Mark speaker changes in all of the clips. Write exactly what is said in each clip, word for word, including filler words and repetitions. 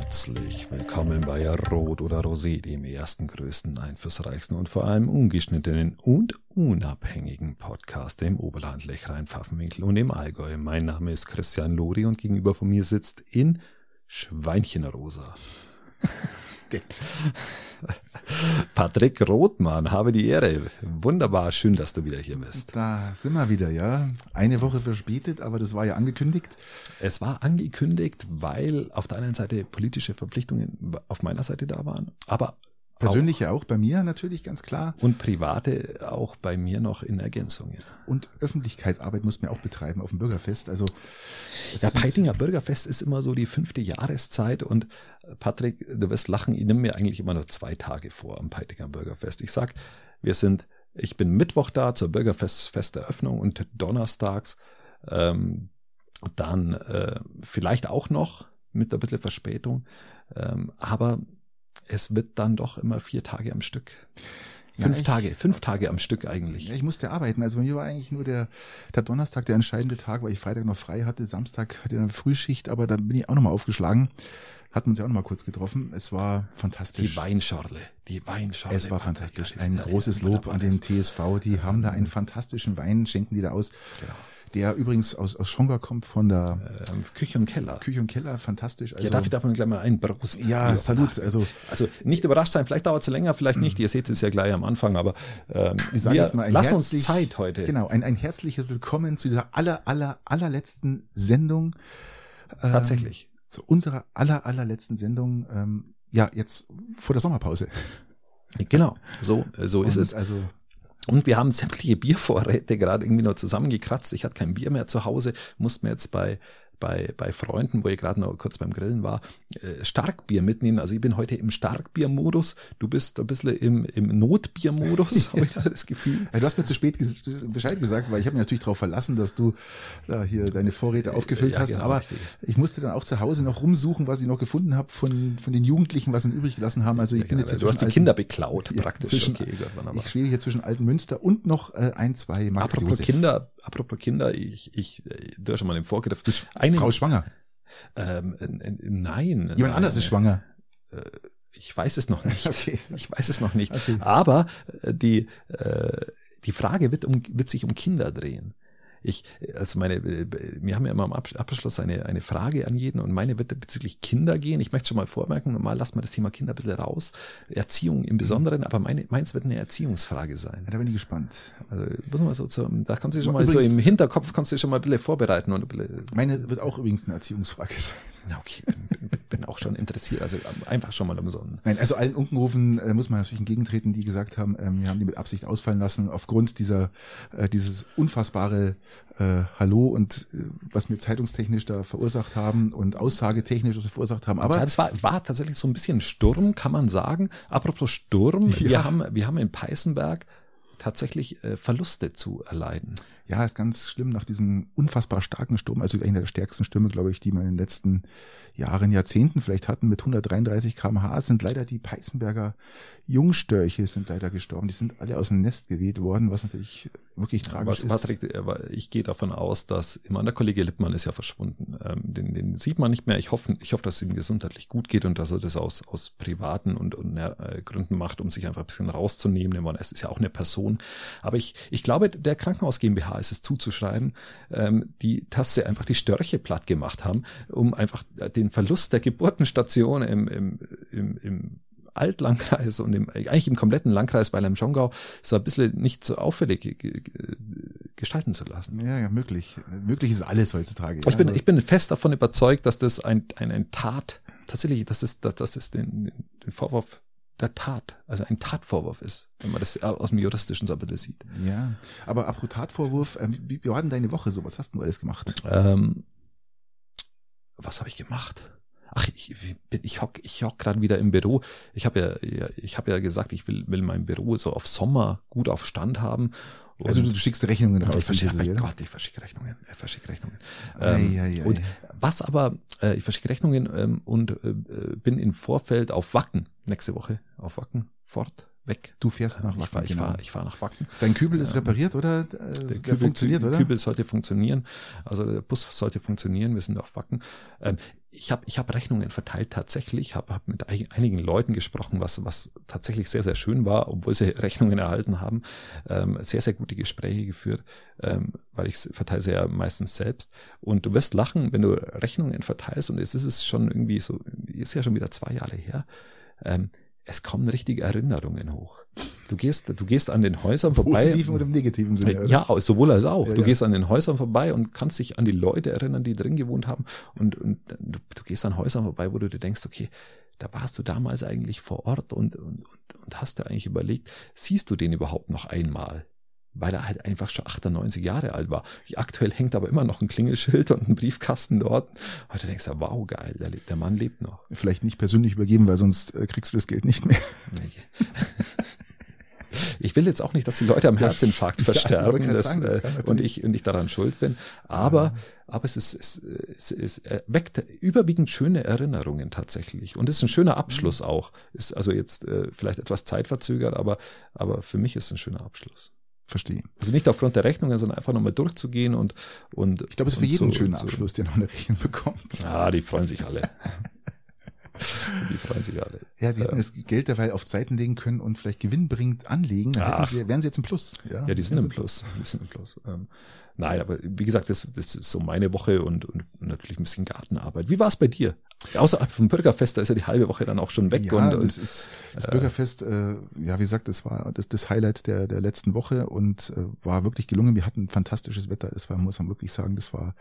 Speaker 1: Herzlich willkommen bei Rot oder Rosé, dem ersten, größten, einflussreichsten und vor allem ungeschnittenen und unabhängigen Podcast im Oberland, Lechrein, Pfaffenwinkel und im Allgäu. Mein Name ist Christian Lori und gegenüber von mir sitzt in Schweinchenrosa Patrick Rothmann, habe die Ehre. Wunderbar, schön, dass du wieder hier bist.
Speaker 2: Da sind wir wieder, ja. Eine Woche verspätet, aber das war ja angekündigt.
Speaker 1: Es war angekündigt, weil auf der einen Seite politische Verpflichtungen auf meiner Seite da waren, aber
Speaker 2: persönliche auch, auch bei mir natürlich, ganz klar.
Speaker 1: Und private auch bei mir noch in Ergänzung. Ja.
Speaker 2: Und Öffentlichkeitsarbeit muss man auch betreiben auf dem Bürgerfest. Also
Speaker 1: ja, Peitinger Bürgerfest ist immer so die fünfte Jahreszeit und Patrick, du wirst lachen, ich nehme mir eigentlich immer nur zwei Tage vor am Peitinger Bürgerfest. Ich sag, wir sind, ich bin Mittwoch da zur Bürgerfesteröffnung und donnerstags ähm, dann äh, vielleicht auch noch mit ein bisschen Verspätung, ähm, aber es wird dann doch immer vier Tage am Stück. Fünf ja, ich, Tage, fünf Tage am Stück eigentlich.
Speaker 2: Ja, ich musste arbeiten. Also bei mir war eigentlich nur der, der Donnerstag der entscheidende Tag, weil ich Freitag noch frei hatte. Samstag hatte ich eine Frühschicht, aber dann bin ich auch nochmal aufgeschlagen. Hatten uns ja auch nochmal kurz getroffen. Es war fantastisch.
Speaker 1: Die Weinschorle, die Weinschorle.
Speaker 2: Es war fantastisch. Ein großes Lob an den T S V. Die haben da einen fantastischen Wein, schenken die da aus. Genau. Der übrigens aus, aus Schongau kommt von der
Speaker 1: ähm, Küche und Keller.
Speaker 2: Küche und Keller, fantastisch.
Speaker 1: Also, ja, darf ich davon gleich mal einen Prost?
Speaker 2: Ja, Salut. Also,
Speaker 1: also nicht überrascht sein, vielleicht dauert es länger, vielleicht nicht. Ihr seht es ja gleich am Anfang, aber ähm,
Speaker 2: ich sage jetzt mal ein
Speaker 1: lass uns Zeit heute.
Speaker 2: Genau, ein, ein herzliches Willkommen zu dieser aller, aller, allerletzten Sendung.
Speaker 1: Ähm, Tatsächlich.
Speaker 2: Zu unserer aller, allerletzten Sendung, ähm, ja, jetzt vor der Sommerpause.
Speaker 1: Genau, so, so ist
Speaker 2: und
Speaker 1: es.
Speaker 2: Also
Speaker 1: Und wir haben sämtliche Biervorräte gerade irgendwie noch zusammengekratzt. Ich hatte kein Bier mehr zu Hause, musste mir jetzt bei bei bei Freunden, wo ich gerade noch kurz beim Grillen war, äh, Starkbier mitnehmen. Also ich bin heute im Starkbiermodus. Du bist ein bisschen im im Notbiermodus, habe ich da das Gefühl.
Speaker 2: Ja, du hast mir zu spät ges- Bescheid gesagt, weil ich habe mich natürlich darauf verlassen, dass du da hier deine Vorräte aufgefüllt
Speaker 1: ja,
Speaker 2: hast.
Speaker 1: genau,
Speaker 2: aber
Speaker 1: richtig.
Speaker 2: Ich musste dann auch zu Hause noch rumsuchen, was ich noch gefunden habe von von den Jugendlichen, was sie übrig gelassen haben. Also ich
Speaker 1: ja,
Speaker 2: bin
Speaker 1: genau,
Speaker 2: jetzt
Speaker 1: du hast die
Speaker 2: alten,
Speaker 1: Kinder beklaut
Speaker 2: ja,
Speaker 1: praktisch.
Speaker 2: Zwischen,
Speaker 1: okay, gut,
Speaker 2: ich schwebe hier zwischen Altenmünster und noch äh, ein, zwei Max
Speaker 1: Apropos
Speaker 2: Josef.
Speaker 1: Kinder, apropos Kinder, ich ich du hast schon mal den Vorgriff.
Speaker 2: Eine Frau schwanger.
Speaker 1: Ähm, nein.
Speaker 2: Jemand
Speaker 1: nein,
Speaker 2: anders ist schwanger.
Speaker 1: Äh, ich weiß es noch nicht.
Speaker 2: Okay.
Speaker 1: Ich weiß es noch nicht.
Speaker 2: Okay.
Speaker 1: Aber die äh, die Frage wird um wird sich um Kinder drehen. Ich, also meine, wir haben ja immer am Abschluss eine, eine Frage an jeden und meine wird bezüglich Kinder gehen. Ich möchte schon mal vormerken, normal lassen wir das Thema Kinder ein bisschen raus. Erziehung im Besonderen, aber meine, meins wird eine Erziehungsfrage sein.
Speaker 2: Ja, da bin ich gespannt.
Speaker 1: Also, muss man so zum, da kannst du dich schon mal
Speaker 2: Übrigens,
Speaker 1: so im Hinterkopf kannst du dich schon mal ein bisschen vorbereiten und ein bisschen,
Speaker 2: meine wird auch übrigens eine Erziehungsfrage sein.
Speaker 1: ja, okay, bin, bin auch schon interessiert, also einfach schon mal um so einen.
Speaker 2: Nein, also allen Unkenrufen äh, muss man natürlich entgegentreten, die gesagt haben, ähm, wir haben die mit Absicht ausfallen lassen, aufgrund dieser, äh, dieses unfassbare äh, Hallo und äh, was wir zeitungstechnisch da verursacht haben und aussagetechnisch verursacht haben. Aber
Speaker 1: ja, das war, war tatsächlich so ein bisschen Sturm, kann man sagen. Apropos Sturm,
Speaker 2: Ja.
Speaker 1: wir haben, wir haben in Peißenberg tatsächlich äh, Verluste zu erleiden.
Speaker 2: ja, ist ganz schlimm nach diesem unfassbar starken Sturm, also einer der stärksten Stürme, glaube ich, die wir in den letzten Jahren, Jahrzehnten vielleicht hatten, mit hundertdreiunddreißig Kilometer pro Stunde sind leider die Peißenberger Jungstörche sind leider gestorben. Die sind alle aus dem Nest geweht worden, was natürlich wirklich tragisch
Speaker 1: Was, Patrick,
Speaker 2: ist.
Speaker 1: äh, ich gehe davon aus, dass immer der Kollege Lippmann ist ja verschwunden. Ähm, den, den sieht man nicht mehr. Ich hoffe, ich hoffe, dass es ihm gesundheitlich gut geht und dass er das aus, aus privaten und, und äh, Gründen macht, um sich einfach ein bisschen rauszunehmen. Es ist ja auch eine Person. Aber ich, ich glaube, der Krankenhaus GmbH ist es zuzuschreiben, ähm, die, dass sie einfach die Störche platt gemacht haben, um einfach den Verlust der Geburtenstation im, im, im, im Altlandkreis und im, eigentlich im kompletten Landkreis Weilheim-Schongau so ein bisschen nicht so auffällig gestalten zu lassen.
Speaker 2: Ja, ja, möglich. Möglich ist alles heutzutage.
Speaker 1: Ich bin,
Speaker 2: also,
Speaker 1: ich bin fest davon überzeugt, dass das ein, ein, ein Tat, tatsächlich, dass es, dass, dass es den, den Vorwurf der Tat, also ein Tatvorwurf ist, wenn man das aus dem Juristischen so ein bisschen sieht.
Speaker 2: Ja, aber apropos Tatvorwurf, ähm, wie, wie war denn deine Woche so? Was hast du alles gemacht?
Speaker 1: Ähm, was habe ich gemacht? Ach, ich bin, ich hock, ich hock gerade wieder im Büro. Ich habe ja, ich habe ja gesagt, ich will, will mein Büro so auf Sommer gut auf Stand haben.
Speaker 2: Und also du, du schickst Rechnungen raus.
Speaker 1: Ich verschicke,
Speaker 2: mein
Speaker 1: Gott, ich verschicke Rechnungen, ich verschicke Rechnungen.
Speaker 2: Ei,
Speaker 1: Ähm,
Speaker 2: ei, ei.
Speaker 1: und was aber, äh, ich verschicke Rechnungen ähm, und äh, bin im Vorfeld auf Wacken nächste Woche auf Wacken fort. weg.
Speaker 2: Du fährst nach Wacken.
Speaker 1: Ich fahre ich
Speaker 2: genau.
Speaker 1: fahr, ich fahr nach Wacken.
Speaker 2: Dein Kübel ist repariert, oder?
Speaker 1: Der,
Speaker 2: Der
Speaker 1: Kübel,
Speaker 2: funktioniert, oder?
Speaker 1: Der Kübel sollte funktionieren. Also der Bus sollte funktionieren. Wir sind auf Wacken. Ähm, ich habe ich hab Rechnungen verteilt tatsächlich. Habe hab mit einigen Leuten gesprochen, was was tatsächlich sehr, sehr schön war, obwohl sie Rechnungen erhalten haben. Ähm, sehr, sehr gute Gespräche geführt, ähm, weil ich verteile sie ja meistens selbst. Und du wirst lachen, wenn du Rechnungen verteilst. Und es ist es schon irgendwie so, ist ja schon wieder zwei Jahre her. Ähm, es kommen richtige Erinnerungen hoch. Du gehst, du gehst an den Häusern vorbei.
Speaker 2: Im positiven oder im negativen Sinne, oder?
Speaker 1: Ja, sowohl als auch.
Speaker 2: Ja,
Speaker 1: du
Speaker 2: ja.
Speaker 1: gehst an den Häusern vorbei und kannst dich an die Leute erinnern, die drin gewohnt haben. Und, und du, du gehst an Häusern vorbei, wo du dir denkst, okay, da warst du damals eigentlich vor Ort und, und, und hast dir eigentlich überlegt, siehst du den überhaupt noch einmal? Weil er halt einfach schon achtundneunzig Jahre alt war. Aktuell hängt aber immer noch ein Klingelschild und ein Briefkasten dort. Und du denkst, wow, geil, der, der Mann lebt noch.
Speaker 2: Vielleicht nicht persönlich übergeben, weil sonst äh, kriegst du das Geld nicht mehr.
Speaker 1: Nee. Ich will jetzt auch nicht, dass die Leute am Herzinfarkt versterben,
Speaker 2: ja,
Speaker 1: das,
Speaker 2: sagen, das
Speaker 1: äh, und ich und ich daran schuld bin. Aber ja. aber es ist es, es, es weckt überwiegend schöne Erinnerungen tatsächlich und es ist ein schöner Abschluss mhm. auch. Ist also jetzt äh, vielleicht etwas zeitverzögert, aber aber für mich ist es ein schöner Abschluss.
Speaker 2: Verstehe.
Speaker 1: Also nicht aufgrund der Rechnungen, sondern einfach nochmal durchzugehen und und
Speaker 2: ich glaube, es ist für jeden so, ein schöner Abschluss, der noch eine Rechnung bekommt.
Speaker 1: Ja, die freuen sich alle. Die freuen sich alle.
Speaker 2: Ja, sie hätten das Geld derweil auf Seiten legen können und vielleicht gewinnbringend anlegen. Dann hätten sie, wären sie jetzt im Plus. Ja,
Speaker 1: ja die sind im Plus. Die sind im Plus. Ähm, nein, aber wie gesagt, das, das ist so meine Woche und, und natürlich ein bisschen Gartenarbeit. Wie war es bei dir? Außerhalb vom Bürgerfest, da ist ja die halbe Woche dann auch schon weg.
Speaker 2: Ja,
Speaker 1: und,
Speaker 2: das
Speaker 1: und,
Speaker 2: ist das Bürgerfest, äh, ja, wie gesagt, das war das, das Highlight der, der letzten Woche und äh, war wirklich gelungen. Wir hatten fantastisches Wetter. Das war, muss man wirklich sagen, das war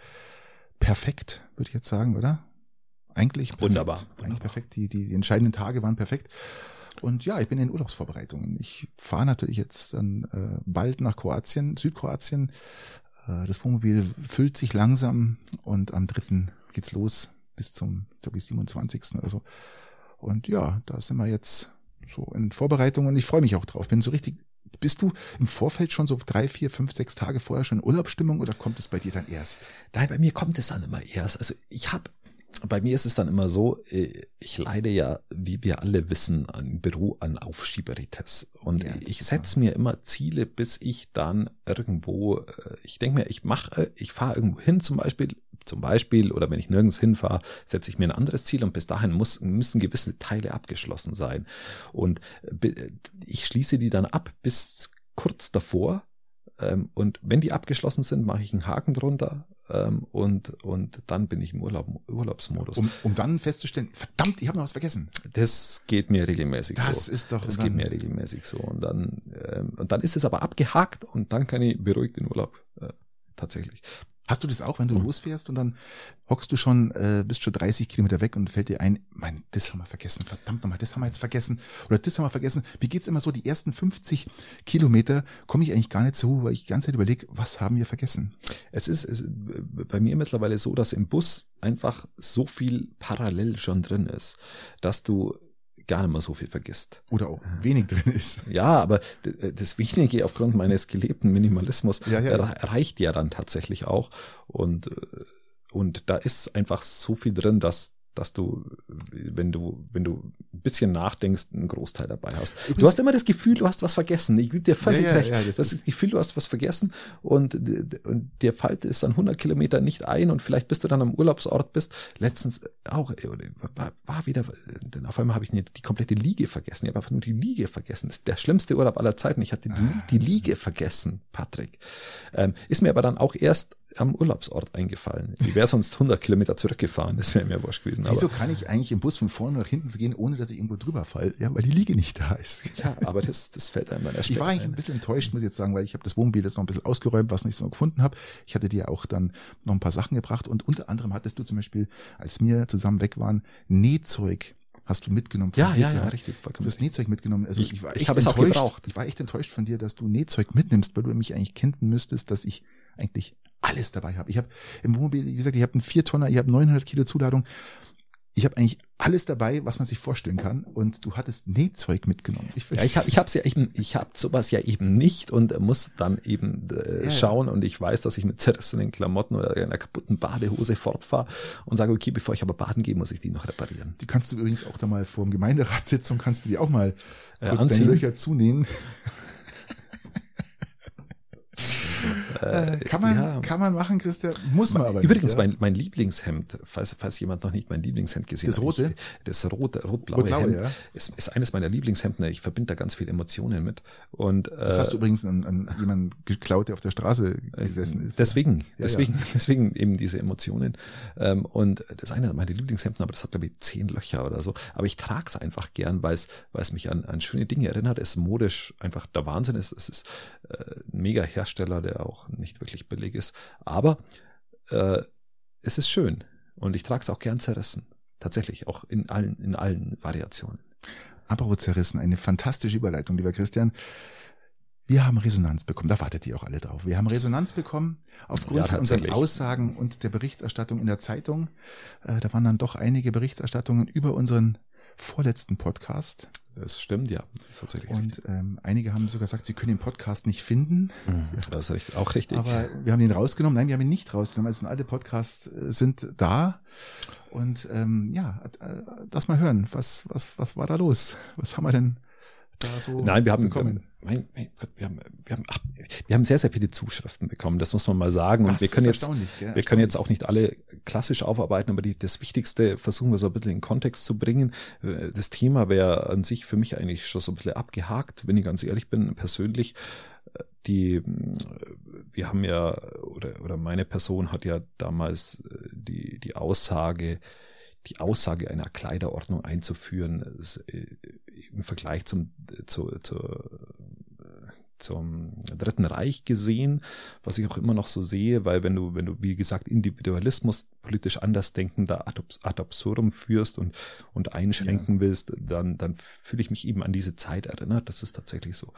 Speaker 2: perfekt, würde ich jetzt sagen, oder? Eigentlich perfekt.
Speaker 1: Wunderbar.
Speaker 2: Eigentlich
Speaker 1: Wunderbar.
Speaker 2: perfekt. Die, die, die entscheidenden Tage waren perfekt. Und ja, ich bin in Urlaubsvorbereitungen. Ich fahre natürlich jetzt dann äh, bald nach Kroatien, Südkroatien. Äh, das Wohnmobil füllt sich langsam und am dritten geht's los bis zum, so bis siebenundzwanzigsten oder so. Und ja, da sind wir jetzt so in Vorbereitungen und ich freue mich auch drauf. Bin so richtig. Bist du im Vorfeld schon so drei, vier, fünf, sechs Tage vorher schon in Urlaubsstimmung oder kommt es bei dir dann erst?
Speaker 1: Nein, bei mir kommt es dann immer erst. Also ich habe Bei mir ist es dann immer so, ich leide ja, wie wir alle wissen, an Büro an Aufschieberitis. Und ja, ich setze mir immer Ziele, bis ich dann irgendwo, ich denke mir, ich mache, ich fahre irgendwo hin zum Beispiel, zum Beispiel, oder wenn ich nirgends hinfahre, setze ich mir ein anderes Ziel und bis dahin muss, müssen gewisse Teile abgeschlossen sein. Und ich schließe die dann ab bis kurz davor. Und wenn die abgeschlossen sind, mache ich einen Haken drunter. Und, und dann bin ich im Urlaub, Urlaubsmodus.
Speaker 2: Um, um dann festzustellen, verdammt, ich habe noch was vergessen.
Speaker 1: Das geht mir regelmäßig
Speaker 2: das
Speaker 1: so.
Speaker 2: Das ist doch.
Speaker 1: Das geht mir regelmäßig so. Und dann, ähm, und dann ist es aber abgehakt und dann kann ich beruhigt in Urlaub, äh, tatsächlich.
Speaker 2: Hast du das auch, wenn du mhm. losfährst und dann hockst du schon, äh, bist schon dreißig Kilometer weg und fällt dir ein, mein, das haben wir vergessen, verdammt nochmal, das haben wir jetzt vergessen oder das haben wir vergessen. Mir geht's immer so, die ersten fünfzig Kilometer komme ich eigentlich gar nicht so, weil ich die ganze Zeit überlege, was haben wir vergessen?
Speaker 1: Es ist, es, bei mir mittlerweile so, dass im Bus einfach so viel parallel schon drin ist, dass du gar nicht mehr so viel vergisst.
Speaker 2: Oder auch wenig drin ist.
Speaker 1: Ja, aber das Wenige aufgrund meines gelebten Minimalismus
Speaker 2: ja, ja.
Speaker 1: reicht ja dann tatsächlich auch. Und, und da ist einfach so viel drin, dass dass du, wenn du, wenn du ein bisschen nachdenkst, einen Großteil dabei hast. Übrigens, du hast immer das Gefühl, du hast was vergessen. Ich gebe dir völlig
Speaker 2: ja, ja,
Speaker 1: recht.
Speaker 2: Ja, das
Speaker 1: du hast das Gefühl, du hast was vergessen und, und dir fällt es dann hundert Kilometer nicht ein und vielleicht bist du dann am Urlaubsort bist. Letztens auch, war, war wieder, denn auf einmal habe ich die komplette Liege vergessen. Ich habe einfach nur die Liege vergessen. Das ist der schlimmste Urlaub aller Zeiten. Ich hatte die, ah, die Liege vergessen, Patrick. Ähm, ist mir aber dann auch erst am Urlaubsort eingefallen. Ich wäre sonst hundert Kilometer zurückgefahren, das wäre mir wurscht gewesen.
Speaker 2: Wieso
Speaker 1: aber,
Speaker 2: kann ich eigentlich im Bus von vorne nach hinten gehen, ohne dass ich irgendwo drüber falle? Ja, weil die Liege nicht da ist.
Speaker 1: Ja, aber das, das fällt einem dann erst.
Speaker 2: Ich war eigentlich ein bisschen enttäuscht, muss ich jetzt sagen, weil ich habe das Wohnmobil jetzt noch ein bisschen ausgeräumt, was ich so gefunden habe. Ich hatte dir auch dann noch ein paar Sachen gebracht und unter anderem hattest du zum Beispiel, als wir zusammen weg waren, Nähzeug hast du mitgenommen.
Speaker 1: Ja, ja, ja, richtig.
Speaker 2: Du hast Nähzeug mitgenommen. Also ich,
Speaker 1: ich
Speaker 2: war
Speaker 1: ich
Speaker 2: echt
Speaker 1: habe es auch gebraucht.
Speaker 2: Ich war echt enttäuscht von dir, dass du Nähzeug mitnimmst, weil du mich eigentlich kennen müsstest, dass ich eigentlich alles dabei habe. Ich habe im Wohnmobil, wie gesagt, ich habe einen Viertonner, ich habe neunhundert Kilo Zuladung. ich habe eigentlich alles dabei, was man sich vorstellen kann. Und du hattest Nähzeug mitgenommen.
Speaker 1: Ich ja, ich habe ich hab's ja eben, ich habe sowas ja eben nicht und muss dann eben äh, ja, schauen. Ja. Und ich weiß, dass ich mit zerrissenen Klamotten oder einer kaputten Badehose fortfahre und sage, okay, bevor ich aber baden gehe, muss ich die noch reparieren.
Speaker 2: Die kannst du übrigens auch da mal vor dem Gemeinderatssitzung, kannst du die auch mal äh, kurz deine Löcher zunähen. Äh, kann man, ja. kann man machen, Christian, muss man aber
Speaker 1: Übrigens,
Speaker 2: nicht, ja?
Speaker 1: mein, mein Lieblingshemd, falls, falls jemand noch nicht mein Lieblingshemd gesehen
Speaker 2: das
Speaker 1: hat.
Speaker 2: Rote?
Speaker 1: Ich, das rote, rot-blaue
Speaker 2: Rot-blaue,
Speaker 1: Hemd
Speaker 2: ja.
Speaker 1: ist, ist eines meiner Lieblingshemden. Ich verbinde da ganz viele Emotionen mit. Und,
Speaker 2: das
Speaker 1: äh,
Speaker 2: hast du übrigens an, an jemanden geklaut, der auf der Straße gesessen ist.
Speaker 1: Deswegen,
Speaker 2: ja.
Speaker 1: deswegen,
Speaker 2: ja.
Speaker 1: deswegen eben diese Emotionen. Und das ist einer meiner Lieblingshemden, aber das hat, glaube ich, zehn Löcher oder so. Aber ich trage es einfach gern, weil es, weil es mich an, an schöne Dinge erinnert. Es modisch einfach der Wahnsinn ist. Es ist äh, ein mega Hersteller, der auch nicht wirklich billig ist. Aber äh, es ist schön und ich trage es auch gern zerrissen. Tatsächlich, auch in allen, in allen Variationen.
Speaker 2: Apropos zerrissen, eine fantastische Überleitung, lieber Christian. Wir haben Resonanz bekommen, da wartet ihr auch alle drauf. Wir haben Resonanz bekommen aufgrund ja, von unseren Aussagen und der Berichterstattung in der Zeitung. Äh, da waren dann doch einige Berichterstattungen über unseren vorletzten Podcast.
Speaker 1: Das stimmt, ja. Das ist tatsächlich
Speaker 2: und ähm, einige haben sogar gesagt, sie können den Podcast nicht finden.
Speaker 1: Das ist auch richtig.
Speaker 2: Aber wir haben ihn rausgenommen. Nein, wir haben ihn nicht rausgenommen. Also alle Podcasts sind da. Und ähm, ja, lass mal hören. Was, was, was war da los? Was haben wir denn da so
Speaker 1: Nein, wir haben
Speaker 2: bekommen?
Speaker 1: Mein, mein Gott, wir haben, wir haben, ach, wir haben sehr, sehr viele Zuschriften bekommen. Das muss man mal sagen. Und
Speaker 2: ach,
Speaker 1: wir können jetzt,
Speaker 2: gell?
Speaker 1: wir können jetzt auch nicht alle klassisch aufarbeiten, aber die, das Wichtigste versuchen wir so ein bisschen in den Kontext zu bringen. Das Thema wäre an sich für mich eigentlich schon so ein bisschen abgehakt, wenn ich ganz ehrlich bin, persönlich. Die, wir haben ja, oder, oder meine Person hat ja damals die, die Aussage, die Aussage einer Kleiderordnung einzuführen, im Vergleich zum, zu, zu, zum Dritten Reich gesehen, was ich auch immer noch so sehe, weil wenn du, wenn du, wie gesagt, Individualismus politisch Andersdenken da ad absurdum führst und, und einschränken ja. willst, dann, dann fühle ich mich eben an diese Zeit erinnert. Das ist tatsächlich so.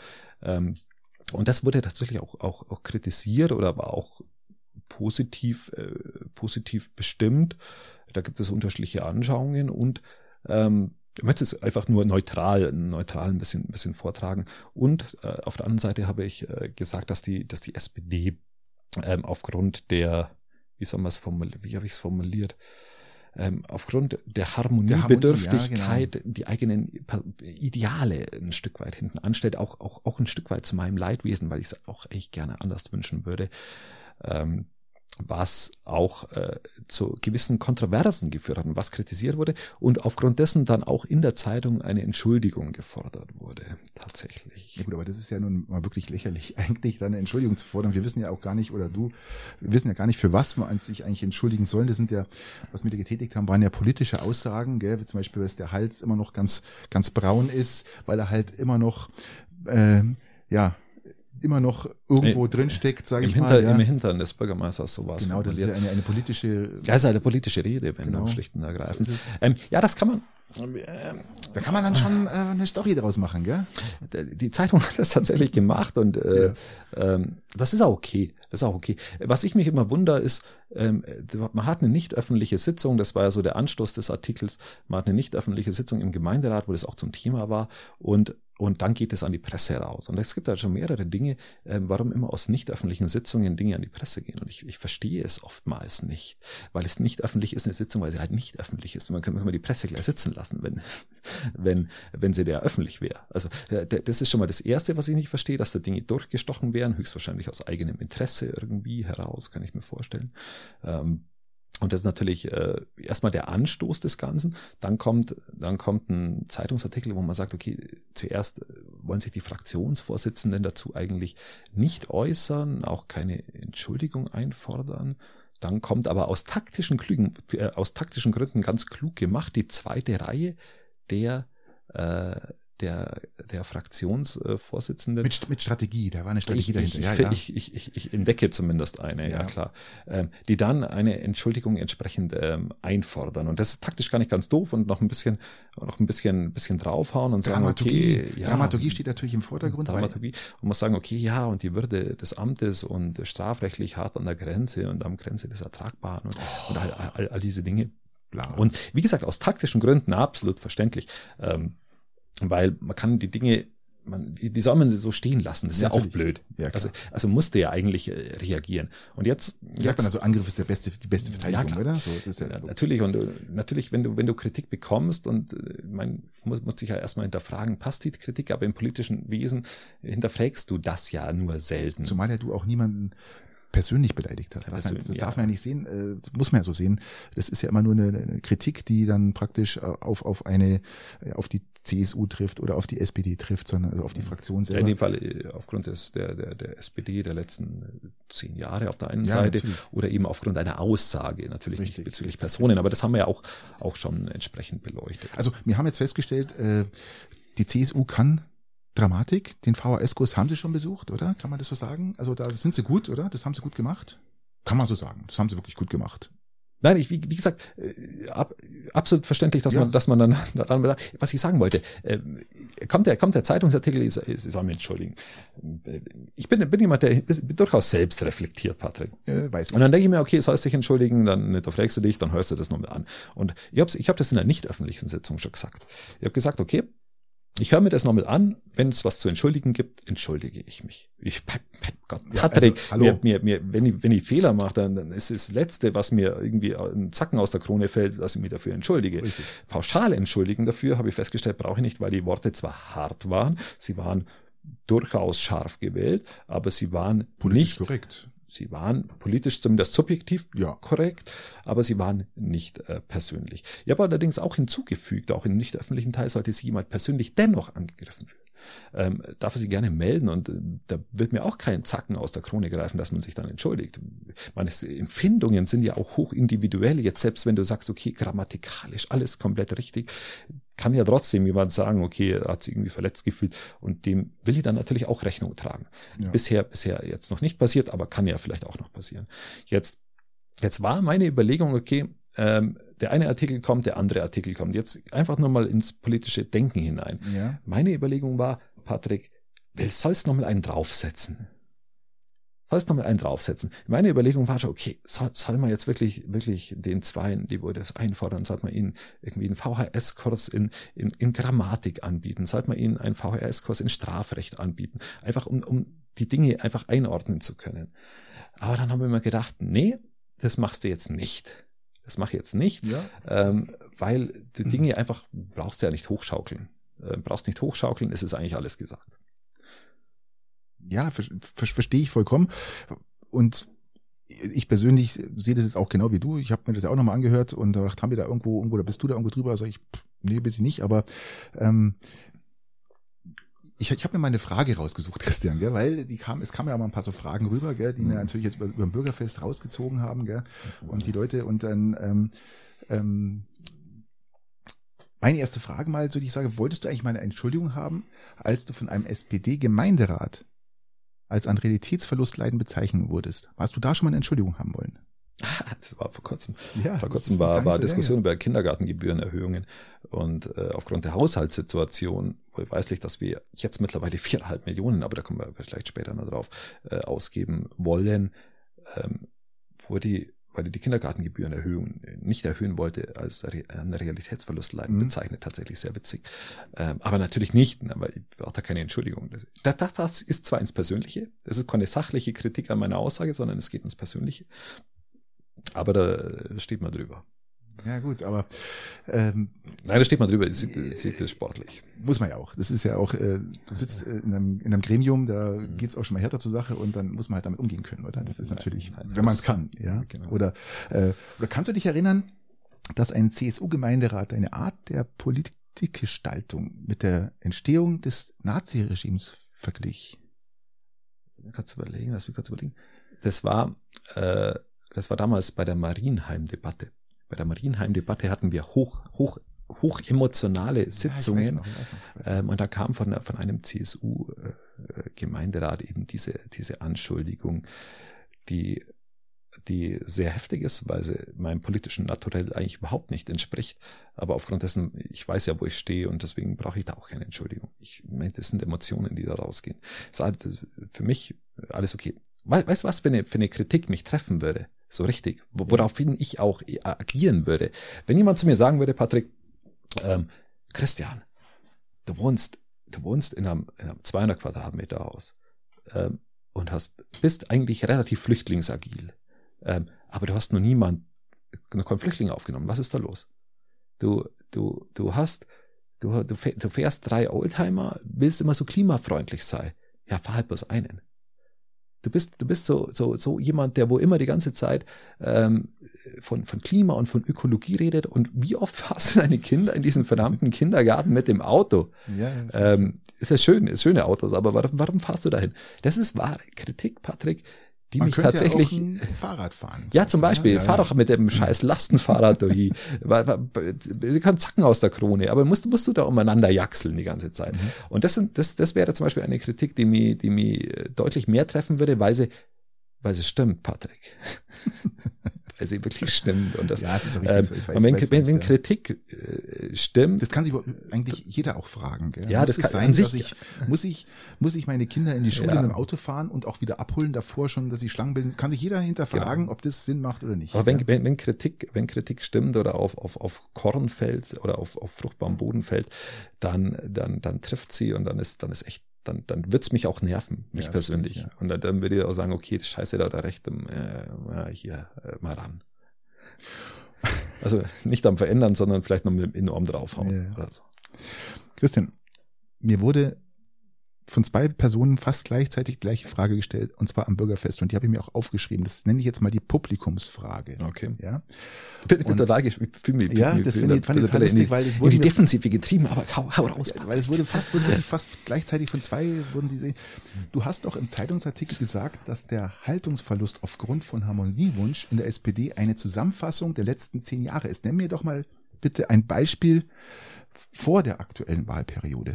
Speaker 1: Und das wurde tatsächlich auch, auch, auch kritisiert oder aber auch positiv, äh, positiv bestimmt. Da gibt es unterschiedliche Anschauungen und ähm, ich möchte es einfach nur neutral, neutral ein bisschen, ein bisschen vortragen. Und äh, auf der anderen Seite habe ich äh, gesagt, dass die, dass die S P D ähm, aufgrund der, wie soll man es formulieren, wie habe ich es formuliert, ähm, aufgrund der Harmoniebedürftigkeit ja, genau. die eigenen Ideale ein Stück weit hinten anstellt, auch, auch, auch ein Stück weit zu meinem Leidwesen, weil ich es auch echt gerne anders wünschen würde. Ähm, was auch äh, zu gewissen Kontroversen geführt hat und was kritisiert wurde und aufgrund dessen dann auch in der Zeitung eine Entschuldigung gefordert wurde, tatsächlich.
Speaker 2: Ja gut, aber das ist ja nun mal wirklich lächerlich, eigentlich da eine Entschuldigung zu fordern. Wir wissen ja auch gar nicht, oder du, wir wissen ja gar nicht, für was wir uns sich eigentlich entschuldigen sollen. Das sind ja, was wir da getätigt haben, waren ja politische Aussagen, gell? Wie zum Beispiel, dass der Hals immer noch ganz, ganz braun ist, weil er halt immer noch, äh, ja, immer noch irgendwo drin steckt, sage ich
Speaker 1: Hinter,
Speaker 2: mal. Ja.
Speaker 1: Im Hintern des Bürgermeisters sowas.
Speaker 2: Genau, das ist ja eine, eine politische...
Speaker 1: Ja, ist eine politische Rede, wenn
Speaker 2: genau.
Speaker 1: wir schlicht und ergreifend. So ähm, ja, das kann man...
Speaker 2: Da kann man dann schon äh, eine Story draus machen, gell?
Speaker 1: Die Zeitung hat das tatsächlich gemacht und äh, ja. ähm, das ist auch okay. Das ist auch okay. Was ich mich immer wundere ist, ähm, man hat eine nicht öffentliche Sitzung, das war ja so der Anstoß des Artikels, man hat eine nicht öffentliche Sitzung im Gemeinderat, wo das auch zum Thema war und Und dann geht es an die Presse raus. Und es gibt da schon mehrere Dinge, äh, warum immer aus nicht öffentlichen Sitzungen Dinge an die Presse gehen. Und ich, ich verstehe es oftmals nicht, weil es nicht öffentlich ist, eine Sitzung, weil sie halt nicht öffentlich ist. Und man kann immer die Presse gleich sitzen lassen, wenn, wenn, wenn sie der öffentlich wäre. Also äh, das ist schon mal das Erste, was ich nicht verstehe, dass da Dinge durchgestochen werden, höchstwahrscheinlich aus eigenem Interesse irgendwie heraus, kann ich mir vorstellen. Ähm, Und das ist natürlich äh, erstmal der Anstoß des Ganzen. Dann kommt, dann kommt ein Zeitungsartikel, wo man sagt, okay, zuerst wollen sich die Fraktionsvorsitzenden dazu eigentlich nicht äußern, auch keine Entschuldigung einfordern. Dann kommt aber aus taktischen Klügen, äh, aus taktischen Gründen ganz klug gemacht die zweite Reihe der äh, der der Fraktionsvorsitzenden.
Speaker 2: Mit, mit Strategie, da war eine Strategie
Speaker 1: ich,
Speaker 2: dahinter.
Speaker 1: Ich,
Speaker 2: ja,
Speaker 1: ich,
Speaker 2: ja.
Speaker 1: Ich, ich, ich, ich entdecke zumindest eine, ja, ja klar. Ähm, die dann eine Entschuldigung entsprechend ähm, einfordern. Und das ist taktisch gar nicht ganz doof und noch ein bisschen noch ein bisschen bisschen draufhauen und sagen, okay, ja,
Speaker 2: Dramaturgie steht natürlich im Vordergrund.
Speaker 1: Dramaturgie. Und muss sagen, okay, ja, und die Würde des Amtes und strafrechtlich hart an der Grenze und am Grenze des Ertragbaren und, oh. und all, all, all diese Dinge.
Speaker 2: Klar.
Speaker 1: Und wie gesagt, aus taktischen Gründen absolut verständlich, ähm, weil man kann die Dinge, man, wie soll man sie so stehen lassen? Das ist ja, ja auch blöd. Ja, also, also musste ja eigentlich äh, reagieren. Und jetzt,
Speaker 2: jetzt sagt man also, Angriff ist der beste, die beste Verteidigung, ja, oder? So, das ist ja
Speaker 1: ja, natürlich. Und du, natürlich, wenn du, wenn du Kritik bekommst und äh, man muss, muss dich ja erstmal hinterfragen, passt die Kritik, aber im politischen Wesen hinterfragst du das ja nur selten.
Speaker 2: Zumal ja du auch niemanden persönlich beleidigt hast. Ja, das, das darf man ja nicht sehen, äh, muss man ja so sehen. Das ist ja immer nur eine, eine Kritik, die dann praktisch auf auf eine auf die C S U trifft oder auf die S P D trifft, sondern also auf die Fraktion selber.
Speaker 1: Ja, in dem Fall aufgrund des der der der S P D der letzten zehn Jahre auf der einen ja, Seite natürlich. Oder eben aufgrund einer Aussage natürlich richtig, nicht bezüglich richtig. Personen, aber das haben wir ja auch auch schon entsprechend beleuchtet.
Speaker 2: Also wir haben jetzt festgestellt, äh, die C S U kann Dramatik, den V H S-Kurs haben Sie schon besucht, oder? Kann man das so sagen? Also da sind Sie gut, oder? Das haben Sie gut gemacht? Kann man so sagen. Das haben Sie wirklich gut gemacht.
Speaker 1: Nein, ich, wie, wie gesagt, ab, absolut verständlich, dass ja. man, dass man dann, dann, was ich sagen wollte, äh, kommt der, kommt der Zeitungsartikel, ich, ich soll mich entschuldigen. Ich bin, bin jemand, der bin durchaus selbst reflektiert, Patrick.
Speaker 2: Äh, weiß ich.
Speaker 1: Und dann denke ich mir, okay, sollst dich entschuldigen, dann hinterfragst du dich, dann hörst du das nochmal an. Und ich habe ich hab das in einer nicht öffentlichen Sitzung schon gesagt. Ich habe gesagt, okay, ich höre mir das nochmal an, wenn es was zu entschuldigen gibt, entschuldige ich mich. Ich, Gott, Patrick, ja, also, mir, mir, mir, wenn ich, wenn ich Fehler mache, dann, dann ist das Letzte, was mir irgendwie ein Zacken aus der Krone fällt, dass ich mich dafür entschuldige. Richtig. Pauschal entschuldigen dafür, habe ich festgestellt, brauche ich nicht, weil die Worte zwar hart waren, sie waren durchaus scharf gewählt, aber sie waren
Speaker 2: politisch
Speaker 1: nicht
Speaker 2: korrekt.
Speaker 1: Sie waren politisch zumindest subjektiv
Speaker 2: ja.
Speaker 1: korrekt, aber sie waren nicht äh, persönlich. Ich habe allerdings auch hinzugefügt, auch im nicht öffentlichen Teil sollte sich jemand persönlich dennoch angegriffen fühlen. Ähm, darf er sich gerne melden und äh, da wird mir auch kein Zacken aus der Krone greifen, dass man sich dann entschuldigt. Meine Empfindungen sind ja auch hoch individuell. Jetzt selbst wenn du sagst, okay, grammatikalisch alles komplett richtig, kann ja trotzdem jemand sagen, okay, er hat sich irgendwie verletzt gefühlt und dem will ich dann natürlich auch Rechnung tragen. Ja. Bisher, bisher jetzt noch nicht passiert, aber kann ja vielleicht auch noch passieren. Jetzt, jetzt war meine Überlegung, okay, ähm, der eine Artikel kommt, der andere Artikel kommt. Jetzt einfach nur mal ins politische Denken hinein.
Speaker 2: Ja.
Speaker 1: Meine Überlegung war, Patrick, sollst noch mal einen draufsetzen? Sollst noch mal einen draufsetzen? Meine Überlegung war schon, okay, soll, soll man jetzt wirklich, wirklich den Zweien, die wohl das einfordern, sollte man ihnen irgendwie einen V H S-Kurs in, in, in Grammatik anbieten? Sollte man ihnen einen V H S-Kurs in Strafrecht anbieten? Einfach um, um die Dinge einfach einordnen zu können. Aber dann haben wir mir gedacht, nee, das machst du jetzt nicht. Das mache ich jetzt nicht,
Speaker 2: ja.
Speaker 1: ähm, weil die Dinge einfach brauchst du ja nicht hochschaukeln. Äh, brauchst nicht hochschaukeln, es ist eigentlich alles gesagt.
Speaker 2: Ja, ver ver verstehe ich vollkommen. Und ich persönlich sehe das jetzt auch genau wie du. Ich habe mir das ja auch nochmal angehört und gedacht, haben wir da irgendwo, irgendwo, da bist du da irgendwo drüber? Also ich, pff, nee, bin ich nicht, aber ähm, Ich, ich habe mir mal eine Frage rausgesucht, Christian, gell, weil die kam, es kamen ja mal ein paar so Fragen rüber, gell, die mhm. wir natürlich jetzt über, über ein Bürgerfest rausgezogen haben, gell, und die Leute und dann ähm, ähm, meine erste Frage mal, so die ich sage, wolltest du eigentlich mal eine Entschuldigung haben, als du von einem S P D-Gemeinderat als an Realitätsverlustleiden bezeichnet wurdest? Hast du da schon mal eine Entschuldigung haben wollen?
Speaker 1: Das war vor kurzem.
Speaker 2: Ja,
Speaker 1: vor kurzem war, war Diskussion über Kindergartengebührenerhöhungen und äh, aufgrund der Haushaltssituation, wohlweislich, dass wir jetzt mittlerweile viereinhalb Millionen, aber da kommen wir vielleicht später noch drauf, äh, ausgeben wollen, ähm, wurde die, weil die die Kindergartengebührenerhöhung nicht erhöhen wollte, als eine Realitätsverlustleiden mhm. bezeichnet, tatsächlich sehr witzig. Ähm, aber natürlich nicht, ne, weil ich brauche da keine Entschuldigung. Das, das, das ist zwar ins Persönliche, das ist keine sachliche Kritik an meiner Aussage, sondern es geht ins Persönliche. Aber da steht man drüber.
Speaker 2: Ja gut, aber ähm,
Speaker 1: nein, da steht man drüber, sieht, sieht das sportlich.
Speaker 2: Muss man ja auch. Das ist ja auch, äh, du sitzt äh, in, einem, in einem Gremium, da mhm. geht's auch schon mal härter zur Sache und dann muss man halt damit umgehen können, oder? Das ist natürlich, nein, nein, wenn man es kann, ja. Genau. Oder, äh, oder kannst du dich erinnern, dass ein C S U-Gemeinderat eine Art der Politikgestaltung mit der Entstehung des Naziregimes verglich?
Speaker 1: Kannst du überlegen, lass mich kurz überlegen. Das war äh, Das war damals bei der Marienheim-Debatte. Bei der Marienheim-Debatte hatten wir hoch, hoch, hoch emotionale Sitzungen. Ja, ich weiß noch, ich weiß noch, ich weiß noch. Ähm, und da kam von, von einem C S U-Gemeinderat eben diese, diese Anschuldigung, die, die sehr heftig ist, weil sie meinem politischen Naturell eigentlich überhaupt nicht entspricht. Aber aufgrund dessen, ich weiß ja, wo ich stehe und deswegen brauche ich da auch keine Entschuldigung. Ich meine, das sind Emotionen, die da rausgehen. Das ist für mich alles okay. Weißt du was, wenn eine, wenn eine Kritik mich treffen würde? So richtig. Woraufhin ich auch agieren würde. Wenn jemand zu mir sagen würde, Patrick, ähm, Christian, du wohnst, du wohnst in einem, in einem zweihundert Quadratmeter Haus ähm, und hast, bist eigentlich relativ flüchtlingsagil. Ähm, aber du hast noch niemand, noch keinen Flüchtling aufgenommen. Was ist da los? Du, du, du hast, du, du fährst drei Oldtimer, willst immer so klimafreundlich sein. Ja, fahr halt bloß einen. Du bist, du bist so, so, so jemand, der wo immer die ganze Zeit ähm, von, von Klima und von Ökologie redet. Und wie oft fahrst du deine Kinder in diesen verdammten Kindergarten mit dem Auto?
Speaker 2: Ja, ja,
Speaker 1: ähm, ist ja schön, ist schöne Autos, aber warum, warum fahrst du dahin? Das ist wahre Kritik, Patrick, die
Speaker 2: Man
Speaker 1: mich
Speaker 2: könnte
Speaker 1: tatsächlich.
Speaker 2: Ja, auch ein Fahrrad fahren.
Speaker 1: Ja, zum Beispiel,
Speaker 2: ja,
Speaker 1: fahr
Speaker 2: ja.
Speaker 1: doch mit dem scheiß Lastenfahrrad durch. Du kannst Zacken aus der Krone, aber musst, musst du da umeinander jaxeln die ganze Zeit. Mhm. Und das sind, das, das wäre zum Beispiel eine Kritik, die mich, die mich deutlich mehr treffen würde, weil sie, weil sie stimmt, Patrick. Weil sie wirklich stimmt. Und das,
Speaker 2: ja, das ist auch richtig
Speaker 1: ähm,
Speaker 2: so. Ich weiß,
Speaker 1: und wenn,
Speaker 2: weiß,
Speaker 1: wenn, wenn
Speaker 2: ja.
Speaker 1: Kritik äh, stimmt.
Speaker 2: Das kann sich eigentlich jeder auch fragen. Gell?
Speaker 1: Ja,
Speaker 2: muss
Speaker 1: das kann
Speaker 2: sein,
Speaker 1: an sich,
Speaker 2: dass ich, muss ich, muss ich meine Kinder in die Schule
Speaker 1: ja.
Speaker 2: mit dem Auto fahren und auch wieder abholen davor schon, dass sie Schlangen bilden? Das kann sich jeder hinterfragen, genau. ob das Sinn macht oder nicht.
Speaker 1: Aber wenn,
Speaker 2: ja?
Speaker 1: wenn, wenn Kritik, wenn Kritik stimmt oder auf, auf, auf Korn fällt oder auf, auf fruchtbarem Boden fällt, dann, dann, dann trifft sie und dann ist, dann ist echt, dann, dann wird's mich auch nerven, mich
Speaker 2: ja,
Speaker 1: persönlich.
Speaker 2: Ich, ja.
Speaker 1: Und dann, dann würde ich auch sagen, okay, das Scheiße, da hat er recht, äh, hier, äh, mal ran. Also nicht am Verändern, sondern vielleicht noch mit dem Innenarm draufhauen
Speaker 2: ja.
Speaker 1: oder so.
Speaker 2: Christian, mir wurde von zwei Personen fast gleichzeitig die gleiche Frage gestellt, und zwar am Bürgerfest. Und die habe ich mir auch aufgeschrieben. Das nenne ich jetzt mal die Publikumsfrage.
Speaker 1: Okay.
Speaker 2: Ja.
Speaker 1: Ich bin total, ich fühle mich,
Speaker 2: ja, das finde ich, fand ich total lustig, weil es
Speaker 1: wurde in die Defensive getrieben, aber hau, hau raus.
Speaker 2: Ja, weil es wurde fast, wurde wirklich fast gleichzeitig von zwei wurden diese. Du hast doch im Zeitungsartikel gesagt, dass der Haltungsverlust aufgrund von Harmoniewunsch in der S P D eine Zusammenfassung der letzten zehn Jahre ist. Nenn mir doch mal bitte ein Beispiel vor der aktuellen Wahlperiode.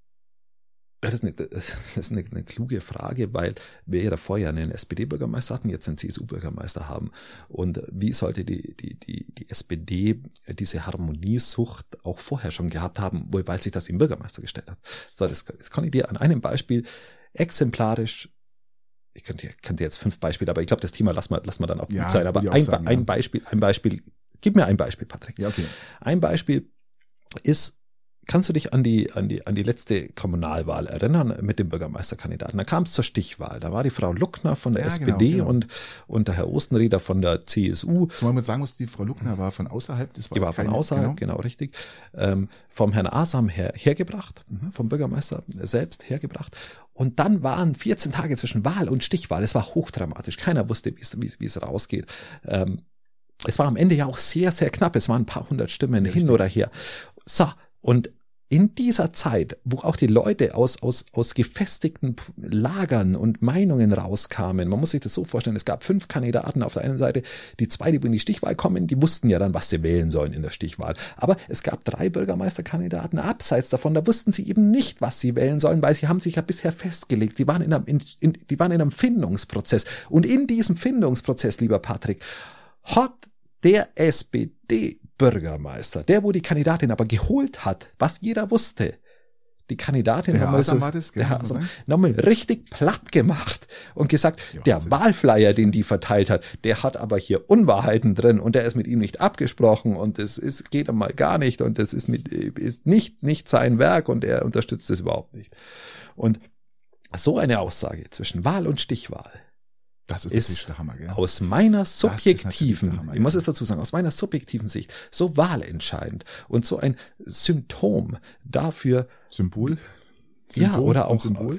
Speaker 1: Das ist, eine, das ist eine, eine kluge Frage, weil wir ja davor ja einen S P D-Bürgermeister hatten, jetzt einen C S U-Bürgermeister haben. Und wie sollte die, die, die, die S P D diese Harmoniesucht auch vorher schon gehabt haben, weil sich das im Bürgermeister gestellt hat? So, das, das kann ich dir an einem Beispiel exemplarisch, ich könnte, könnte jetzt fünf Beispiele, aber ich glaube, das Thema lassen wir, lassen wir dann auch gut
Speaker 2: ja,
Speaker 1: sein. Aber ein, sagen, ein ja. Beispiel, ein Beispiel, gib mir ein Beispiel, Patrick.
Speaker 2: Ja, okay.
Speaker 1: Ein Beispiel ist, kannst du dich an die, an die, an die letzte Kommunalwahl erinnern mit dem Bürgermeisterkandidaten? Da kam es zur Stichwahl. Da war die Frau Luckner von der
Speaker 2: ja,
Speaker 1: S P D
Speaker 2: genau, genau.
Speaker 1: und, und der Herr Ostenrieder von der C S U.
Speaker 2: Zumal man sagen muss, die Frau Luckner war von außerhalb. Das war
Speaker 1: die war von
Speaker 2: keine,
Speaker 1: außerhalb, genau, genau richtig. Ähm, vom Herrn Asam her, hergebracht, mhm. vom Bürgermeister selbst hergebracht. Und dann waren vierzehn Tage zwischen Wahl und Stichwahl. Es war hochdramatisch. Keiner wusste, wie es, wie es, wie es rausgeht. Ähm, es war am Ende ja auch sehr, sehr knapp. Es waren ein paar hundert Stimmen ja, hin richtig. Oder her. So, und in dieser Zeit, wo auch die Leute aus, aus, aus gefestigten Lagern und Meinungen rauskamen, man muss sich das so vorstellen, es gab fünf Kandidaten auf der einen Seite, die zwei, die in die Stichwahl kommen, die wussten ja dann, was sie wählen sollen in der Stichwahl. Aber es gab drei Bürgermeisterkandidaten abseits davon, da wussten sie eben nicht, was sie wählen sollen, weil sie haben sich ja bisher festgelegt. Die waren in einem, in, in, die waren in einem Findungsprozess. Und in diesem Findungsprozess, lieber Patrick, hat der S P D-Bürgermeister, der, wo die Kandidatin aber geholt hat, was jeder wusste, die Kandidatin nochmal so,
Speaker 2: das,
Speaker 1: der also nochmal richtig platt gemacht und gesagt, ja, der Wahlflyer, den die verteilt hat, der hat aber hier Unwahrheiten drin und der ist mit ihm nicht abgesprochen und das ist, geht einmal gar nicht und das ist mit, ist nicht, nicht sein Werk und er unterstützt es überhaupt nicht. Und so eine Aussage zwischen Wahl und Stichwahl,
Speaker 2: das ist,
Speaker 1: ist
Speaker 2: der Hammer, gell?
Speaker 1: Aus meiner subjektiven,
Speaker 2: Hammer,
Speaker 1: ich muss es dazu sagen, aus meiner subjektiven Sicht so wahlentscheidend und so ein Symptom dafür.
Speaker 2: Symbol?
Speaker 1: Symptom ja, oder auch
Speaker 2: Symbol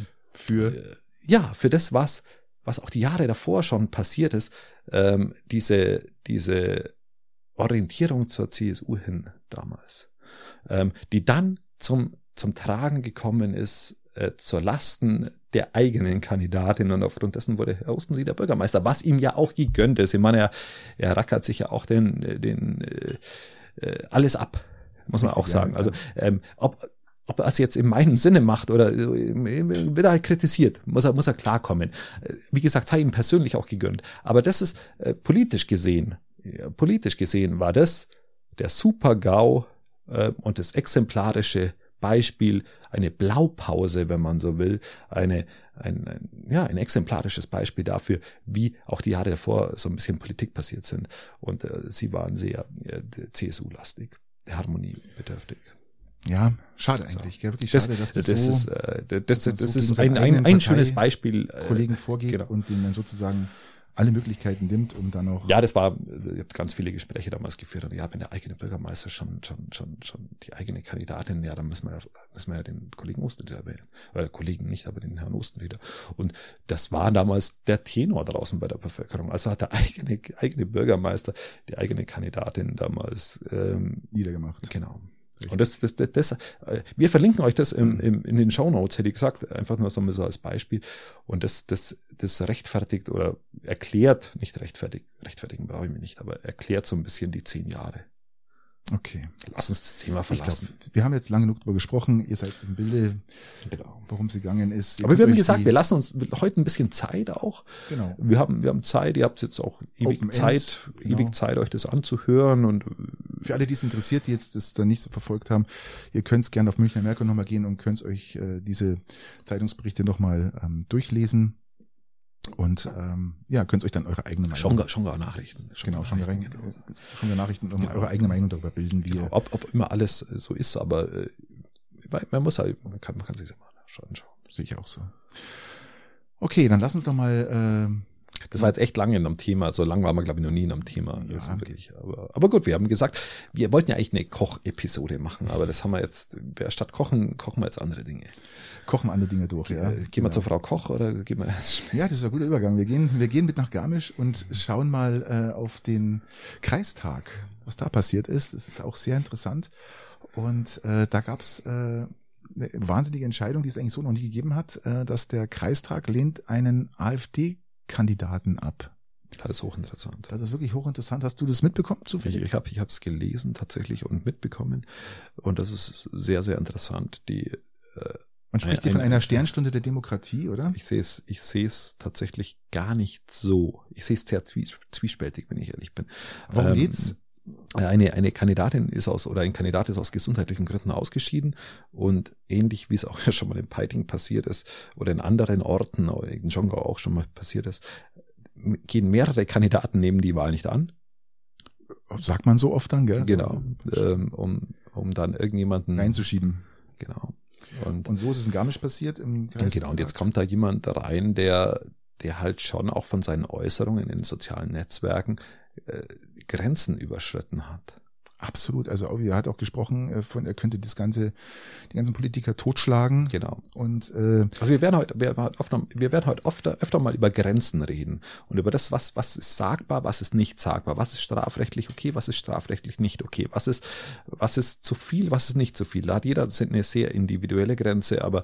Speaker 2: für,
Speaker 1: ja, für das, was, was auch die Jahre davor schon passiert ist, ähm, diese, diese Orientierung zur C S U hin damals, ähm, die dann zum, zum Tragen gekommen ist, äh, zur Lasten der eigenen Kandidatin und aufgrund dessen wurde Herr Ostenrieder Bürgermeister, was ihm ja auch gegönnt ist. Ich meine, er, er rackert sich ja auch den, den äh, alles ab, muss man auch sagen. Also ähm, ob, ob er es jetzt in meinem Sinne macht oder äh, wird er halt kritisiert, muss er, muss er klarkommen. Wie gesagt, sei ihm persönlich auch gegönnt. Aber das ist äh, politisch gesehen, ja, politisch gesehen war das der Super-GAU äh, und das exemplarische Beispiel, eine Blaupause, wenn man so will, eine, ein, ein, ja, ein exemplarisches Beispiel dafür, wie auch die Jahre davor so ein bisschen Politik passiert sind. Und äh, sie waren sehr äh, C S U-lastig, harmoniebedürftig.
Speaker 2: Ja, schade eigentlich, gell? Wirklich schade,
Speaker 1: das,
Speaker 2: dass das,
Speaker 1: das
Speaker 2: so,
Speaker 1: ist, äh, das, das, das
Speaker 2: so
Speaker 1: ist ein, ein, ein schönes Beispiel. Äh,
Speaker 2: Kollegen vorgeht
Speaker 1: genau.
Speaker 2: und denen dann sozusagen alle Möglichkeiten nimmt, um dann auch.
Speaker 1: Ja, das war, ich habe ganz viele Gespräche damals geführt und ja, wenn der eigene Bürgermeister schon, schon, schon, schon die eigene Kandidatin, ja, dann müssen wir, müssen wir ja den Kollegen Ostenrieder wählen. Oder Kollegen nicht, aber den Herrn Ostenrieder. Und das war damals der Tenor draußen bei der Bevölkerung. Also hat der eigene, eigene Bürgermeister, die eigene Kandidatin damals, ähm,
Speaker 2: niedergemacht.
Speaker 1: Genau. Und das, das, das, das, wir verlinken euch das im, im, in den Shownotes, hätte ich gesagt, einfach nur so als Beispiel. Und das, das, das rechtfertigt oder erklärt, nicht rechtfertigt, rechtfertigen brauche ich mir nicht, aber erklärt so ein bisschen die zehn Jahre.
Speaker 2: Okay.
Speaker 1: Lass uns das Thema verlassen.
Speaker 2: Ich glaub, wir haben jetzt lange genug darüber gesprochen. Ihr seid im Bilde,
Speaker 1: genau,
Speaker 2: worum es gegangen ist. Ihr
Speaker 1: aber wir haben gesagt,
Speaker 2: die,
Speaker 1: wir lassen uns heute ein bisschen Zeit auch.
Speaker 2: Genau.
Speaker 1: Wir haben, wir haben Zeit. Ihr habt jetzt auch ewig
Speaker 2: Open
Speaker 1: Zeit,
Speaker 2: End, genau.
Speaker 1: ewig Zeit, euch das anzuhören. Und
Speaker 2: für alle, die es interessiert, die jetzt das dann nicht so verfolgt haben, ihr könnt es gerne auf Münchner Merkur nochmal gehen und könnt euch äh, diese Zeitungsberichte nochmal ähm, durchlesen. Und ähm, ja, könnt euch dann eure eigene Meinung.
Speaker 1: Schonga, Schonga Nachrichten.
Speaker 2: Genau, Schonga
Speaker 1: Nachrichten, genau.
Speaker 2: Schonga Nachrichten und
Speaker 1: genau.
Speaker 2: eure eigene Meinung darüber bilden, wie
Speaker 1: genau.
Speaker 2: ihr.
Speaker 1: Ob, ob immer alles so ist, aber äh, man muss halt, man kann, man kann sich das mal anschauen.
Speaker 2: Sehe ich auch so. Okay, dann lass uns doch mal. Äh,
Speaker 1: das war jetzt echt lange in einem Thema. So lange waren wir, glaube ich, noch nie in einem Thema.
Speaker 2: Ja,
Speaker 1: das ist wirklich, aber, aber gut, wir haben gesagt, wir wollten ja eigentlich eine Koch-Episode machen, aber das haben wir jetzt, statt Kochen, kochen wir jetzt andere Dinge.
Speaker 2: Kochen andere Dinge durch, ja.
Speaker 1: Gehen genau. wir zur Frau Koch oder gehen wir erst?
Speaker 2: Ja, das ist ein guter Übergang. Wir gehen, wir gehen mit nach Garmisch und schauen mal äh, auf den Kreistag, was da passiert ist. Das ist auch sehr interessant. Und äh, da gab es äh, eine wahnsinnige Entscheidung, die es eigentlich so noch nie gegeben hat, äh, dass der Kreistag lehnt einen AfD-Kandidaten ab.
Speaker 1: Das ist hochinteressant.
Speaker 2: Das ist wirklich hochinteressant. Hast du das mitbekommen zufällig?
Speaker 1: Ich, ich habe ich habe es gelesen tatsächlich und mitbekommen. Und das ist sehr, sehr interessant. Die äh,
Speaker 2: Man spricht hier von einer Sternstunde der Demokratie, oder?
Speaker 1: Ich sehe es, ich sehe es tatsächlich gar nicht so. Ich sehe es sehr zwiespältig, wenn ich ehrlich bin.
Speaker 2: Worum
Speaker 1: ähm,
Speaker 2: geht's?
Speaker 1: Eine, eine Kandidatin ist aus, oder ein Kandidat ist aus gesundheitlichen Gründen ausgeschieden und ähnlich wie es auch schon mal in Peiting passiert ist oder in anderen Orten, oder in Schongau auch schon mal passiert ist, gehen mehrere Kandidaten, nehmen die Wahl nicht an.
Speaker 2: Sagt man so oft dann, gell?
Speaker 1: Genau, ähm, um, um dann irgendjemanden
Speaker 2: reinzuschieben.
Speaker 1: Genau. Und,
Speaker 2: und so ist es in Garmisch passiert im Kreis.
Speaker 1: Genau, und jetzt kommt da jemand rein, der, der halt schon auch von seinen Äußerungen in den sozialen Netzwerken äh, Grenzen überschritten hat.
Speaker 2: Absolut. Also er hat auch gesprochen äh, von, er könnte das ganze, die ganzen Politiker totschlagen.
Speaker 1: Genau.
Speaker 2: Und äh,
Speaker 1: also wir werden heute, wir werden heute, oft, wir werden heute öfter, öfter mal über Grenzen reden und über das, was, was ist sagbar, was ist nicht sagbar, was ist strafrechtlich okay, was ist strafrechtlich nicht okay, was ist, was ist zu viel, was ist nicht zu viel. Da hat jeder eine sehr individuelle Grenze, aber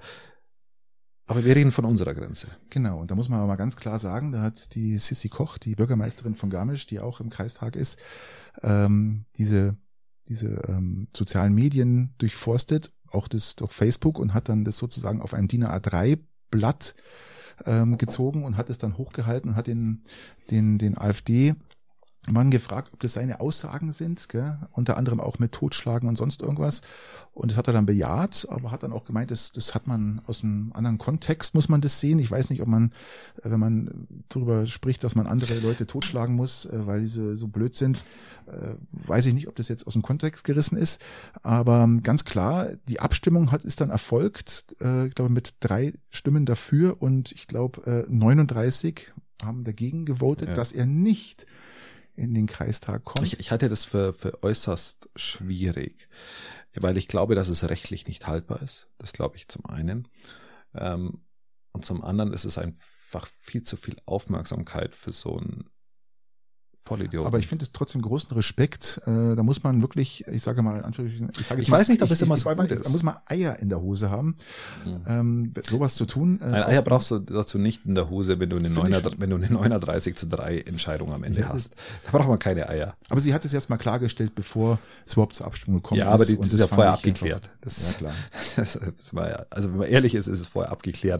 Speaker 1: Aber wir reden von unserer Grenze.
Speaker 2: Genau, und da muss man aber mal ganz klar sagen, da hat die Sissi Koch, die Bürgermeisterin von Garmisch, die auch im Kreistag ist, ähm, diese diese ähm, sozialen Medien durchforstet, auch das durch Facebook, und hat dann das sozusagen auf einem DIN A drei Blatt ähm, gezogen und hat es dann hochgehalten und hat den den den AfD Mann gefragt, ob das seine Aussagen sind, gell? Unter anderem auch mit Totschlagen und sonst irgendwas. Und das hat er dann bejaht, aber hat dann auch gemeint, das, das hat man aus einem anderen Kontext, muss man das sehen. Ich weiß nicht, ob man, wenn man darüber spricht, dass man andere Leute totschlagen muss, weil diese so blöd sind, weiß ich nicht, ob das jetzt aus dem Kontext gerissen ist. Aber ganz klar, die Abstimmung hat ist dann erfolgt, ich glaube mit drei Stimmen dafür und ich glaube neununddreißig haben dagegen gewotet, ja, dass er nicht in den Kreistag kommt.
Speaker 1: Ich, ich halte das für, für äußerst schwierig, weil ich glaube, dass es rechtlich nicht haltbar ist. Das glaube ich zum einen. Ähm, und zum anderen ist es einfach viel zu viel Aufmerksamkeit für so ein Vollidioten.
Speaker 2: Aber ich finde es trotzdem großen Respekt. Äh, da muss man wirklich, ich sage mal, ich, sage
Speaker 1: ich weiß nicht, ob es immer
Speaker 2: so
Speaker 1: gut
Speaker 2: ist. Da muss man Eier in der Hose haben,
Speaker 1: mhm. ähm,
Speaker 2: sowas zu tun.
Speaker 1: Äh, Ein Eier brauchst du dazu nicht in der Hose, wenn du eine neununddreißig zu drei Entscheidung am Ende ja, hast. Da braucht man keine Eier.
Speaker 2: Aber sie hat es jetzt mal klargestellt, bevor es überhaupt zur Abstimmung gekommen
Speaker 1: ja,
Speaker 2: ist.
Speaker 1: Ja, aber die, das, das ist ja vorher abgeklärt.
Speaker 2: Einfach, das, ja, klar.
Speaker 1: Das, das war ja, also wenn man ehrlich ist, ist es vorher abgeklärt.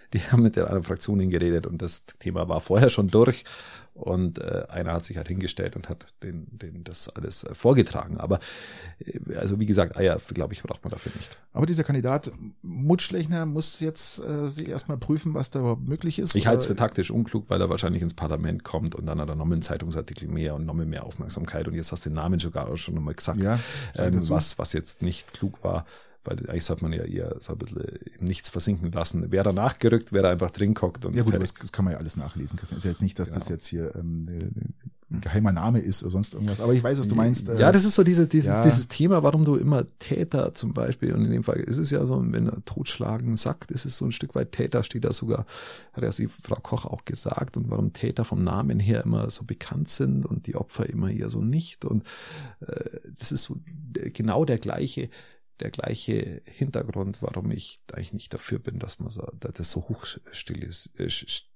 Speaker 1: die haben mit den anderen Fraktionen geredet und das Thema war vorher schon durch. Und äh, einer hat sich halt hingestellt und hat den, den das alles äh, vorgetragen. Aber äh, also wie gesagt, Eier, glaube ich, braucht man dafür nicht.
Speaker 2: Aber dieser Kandidat Mutschlechner muss jetzt äh, sich erstmal prüfen, was da überhaupt möglich ist.
Speaker 1: Ich halte es für taktisch unklug, weil er wahrscheinlich ins Parlament kommt und dann hat er nochmal einen Zeitungsartikel mehr und nochmal mehr Aufmerksamkeit. Und jetzt hast du den Namen sogar auch schon nochmal gesagt,
Speaker 2: ja,
Speaker 1: ähm, was, was jetzt nicht klug war. Weil eigentlich sollte man ja eher so ein bisschen im Nichts versinken lassen. Wer danach gerückt, wer da einfach drin guckt und
Speaker 2: ja gut, das, das kann man ja alles nachlesen, Christian. Ist ja jetzt nicht, dass genau. das jetzt hier ähm, ein geheimer Name ist oder sonst irgendwas. Aber ich weiß, was du meinst.
Speaker 1: Äh, ja, das ist so diese, dieses, ja. dieses Thema, warum du immer Täter zum Beispiel, und in dem Fall ist es ja so, wenn er totschlagen sagt, ist es so ein Stück weit Täter, steht da sogar, hat ja die Frau Koch auch gesagt, und warum Täter vom Namen her immer so bekannt sind und die Opfer immer eher so nicht. Und äh, das ist so genau der gleiche der gleiche Hintergrund, warum ich eigentlich nicht dafür bin, dass man so, dass das so hoch stilis, äh,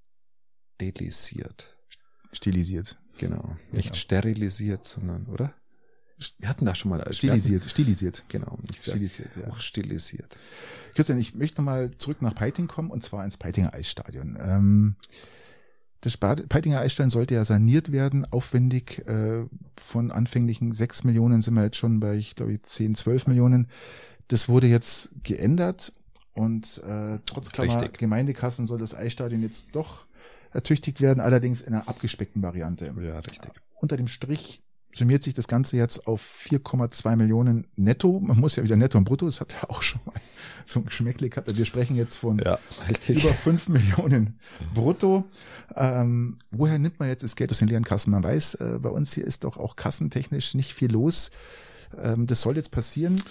Speaker 1: stilisiert.
Speaker 2: Stilisiert.
Speaker 1: Genau. Nicht genau. sterilisiert, sondern, oder? Wir hatten da schon mal.
Speaker 2: Stilisiert, hatten,
Speaker 1: stilisiert. Genau.
Speaker 2: Nicht stilisiert, ja.
Speaker 1: Hoch stilisiert.
Speaker 2: Christian, ich möchte mal zurück nach Peiting kommen, und zwar ins Peitinger Eisstadion. Ähm, Das Peitinger Eisstadion sollte ja saniert werden, aufwendig, äh, von anfänglichen sechs Millionen sind wir jetzt schon bei, ich glaube, zehn, zwölf Millionen. Das wurde jetzt geändert und äh, trotz Klammer Gemeindekassen soll das Eisstadion jetzt doch ertüchtigt werden, allerdings in einer abgespeckten Variante.
Speaker 1: Ja, richtig.
Speaker 2: Unter dem Strich summiert sich das Ganze jetzt auf vier Komma zwei Millionen netto. Man muss ja wieder netto und brutto, das hat ja auch schon mal so ein Geschmäckle gehabt. Wir sprechen jetzt von
Speaker 1: ja,
Speaker 2: über fünf Millionen brutto. Ähm, woher nimmt man jetzt das Geld aus den leeren Kassen? Man weiß, äh, bei uns hier ist doch auch kassentechnisch nicht viel los. Ähm, das soll jetzt passieren.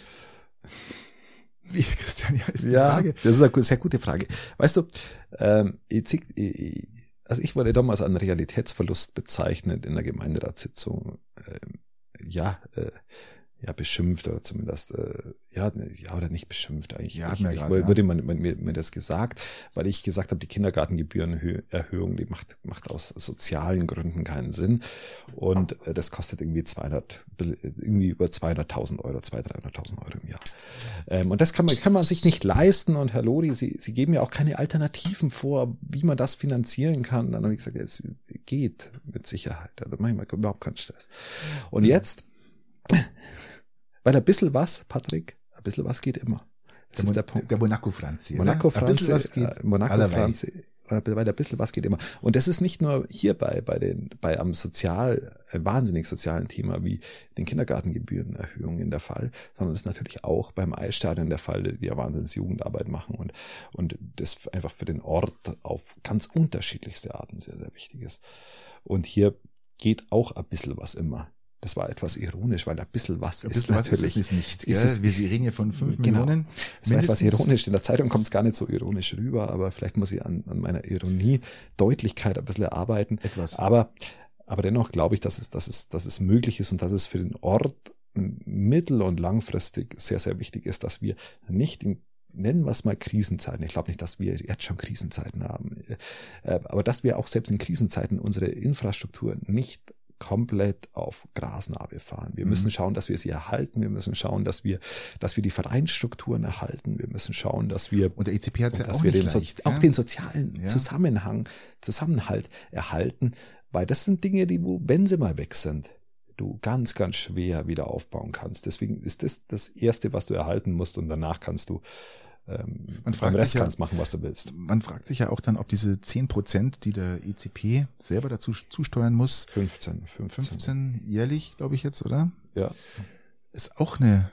Speaker 2: Wie, Christian, ja, ist die
Speaker 1: ja,
Speaker 2: Frage.
Speaker 1: Das ist eine sehr gute Frage. Weißt du, ähm, ich, ich, also ich wurde damals einen Realitätsverlust bezeichnet in der Gemeinderatssitzung. Ähm, ja, äh, ja, beschimpft oder zumindest, äh, ja, ja, oder nicht beschimpft eigentlich.
Speaker 2: Ja,
Speaker 1: ich,
Speaker 2: mir
Speaker 1: ich
Speaker 2: grad,
Speaker 1: würde
Speaker 2: ja.
Speaker 1: man, man, mir, mir das gesagt, weil ich gesagt habe, die Kindergartengebührenerhöhung, die macht, macht aus sozialen Gründen keinen Sinn. Und äh, das kostet irgendwie zweihundert, irgendwie über zweihunderttausend Euro, zweihunderttausend, dreihunderttausend Euro im Jahr. Ähm, und das kann man, kann man sich nicht leisten. Und Herr Lodi, Sie, Sie geben ja auch keine Alternativen vor, wie man das finanzieren kann. Dann habe ich gesagt, es geht mit Sicherheit. Also manchmal überhaupt keinen Stress. Und jetzt, weil ein bisschen was, Patrick, ein bisschen was geht immer. Das
Speaker 2: der
Speaker 1: ist der Punkt.
Speaker 2: Der Monaco-Franzi.
Speaker 1: Monaco-Franzi,
Speaker 2: was geht
Speaker 1: äh, Monaco-Franzi, weil ein bisschen was geht immer. Und das ist nicht nur hierbei, bei den, bei einem sozial, ein wahnsinnig sozialen Thema wie den Kindergartengebührenerhöhungen der Fall, sondern das ist natürlich auch beim Eisstadion der Fall, die ja wahnsinnig Jugendarbeit machen und, und das einfach für den Ort auf ganz unterschiedlichste Arten sehr, sehr wichtig ist. Und hier geht auch ein bisschen was immer. Das war etwas ironisch, weil ein bisschen was
Speaker 2: ein
Speaker 1: ist
Speaker 2: bisschen
Speaker 1: natürlich.
Speaker 2: Was ist es nicht,
Speaker 1: ist es,
Speaker 2: wir reden hier von fünf
Speaker 1: genau,
Speaker 2: Millionen.
Speaker 1: Es war etwas ironisch. In der Zeitung kommt es gar nicht so ironisch rüber, aber vielleicht muss ich an, an meiner Ironie, Deutlichkeit ein bisschen erarbeiten.
Speaker 2: Etwas.
Speaker 1: Aber, aber dennoch glaube ich, dass es, dass es, dass es möglich ist und dass es für den Ort mittel- und langfristig sehr, sehr wichtig ist, dass wir nicht in, nennen wir es mal Krisenzeiten. Ich glaube nicht, dass wir jetzt schon Krisenzeiten haben. Aber dass wir auch selbst in Krisenzeiten unsere Infrastruktur nicht komplett auf Grasnarbe fahren. Wir müssen schauen, dass wir sie erhalten. Wir müssen schauen, dass wir, dass wir die Vereinsstrukturen erhalten. Wir müssen schauen, dass wir,
Speaker 2: und der E C P hat ja
Speaker 1: dass
Speaker 2: auch
Speaker 1: wir
Speaker 2: nicht
Speaker 1: den,
Speaker 2: leicht,
Speaker 1: auch
Speaker 2: ja?
Speaker 1: den sozialen
Speaker 2: ja.
Speaker 1: Zusammenhang, Zusammenhalt erhalten, weil das sind Dinge, die, wo, wenn sie mal weg sind, du ganz, ganz schwer wieder aufbauen kannst. Deswegen ist das das Erste, was du erhalten musst, und danach kannst du
Speaker 2: Man fragt
Speaker 1: Rest
Speaker 2: sich ja,
Speaker 1: kannst machen, was du willst.
Speaker 2: Man fragt sich ja auch dann, ob diese zehn Prozent, die der E C P selber dazu zusteuern muss,
Speaker 1: fünfzehn, fünfzehn,
Speaker 2: fünfzehn jährlich, glaube ich jetzt, oder?
Speaker 1: Ja.
Speaker 2: Ist auch eine,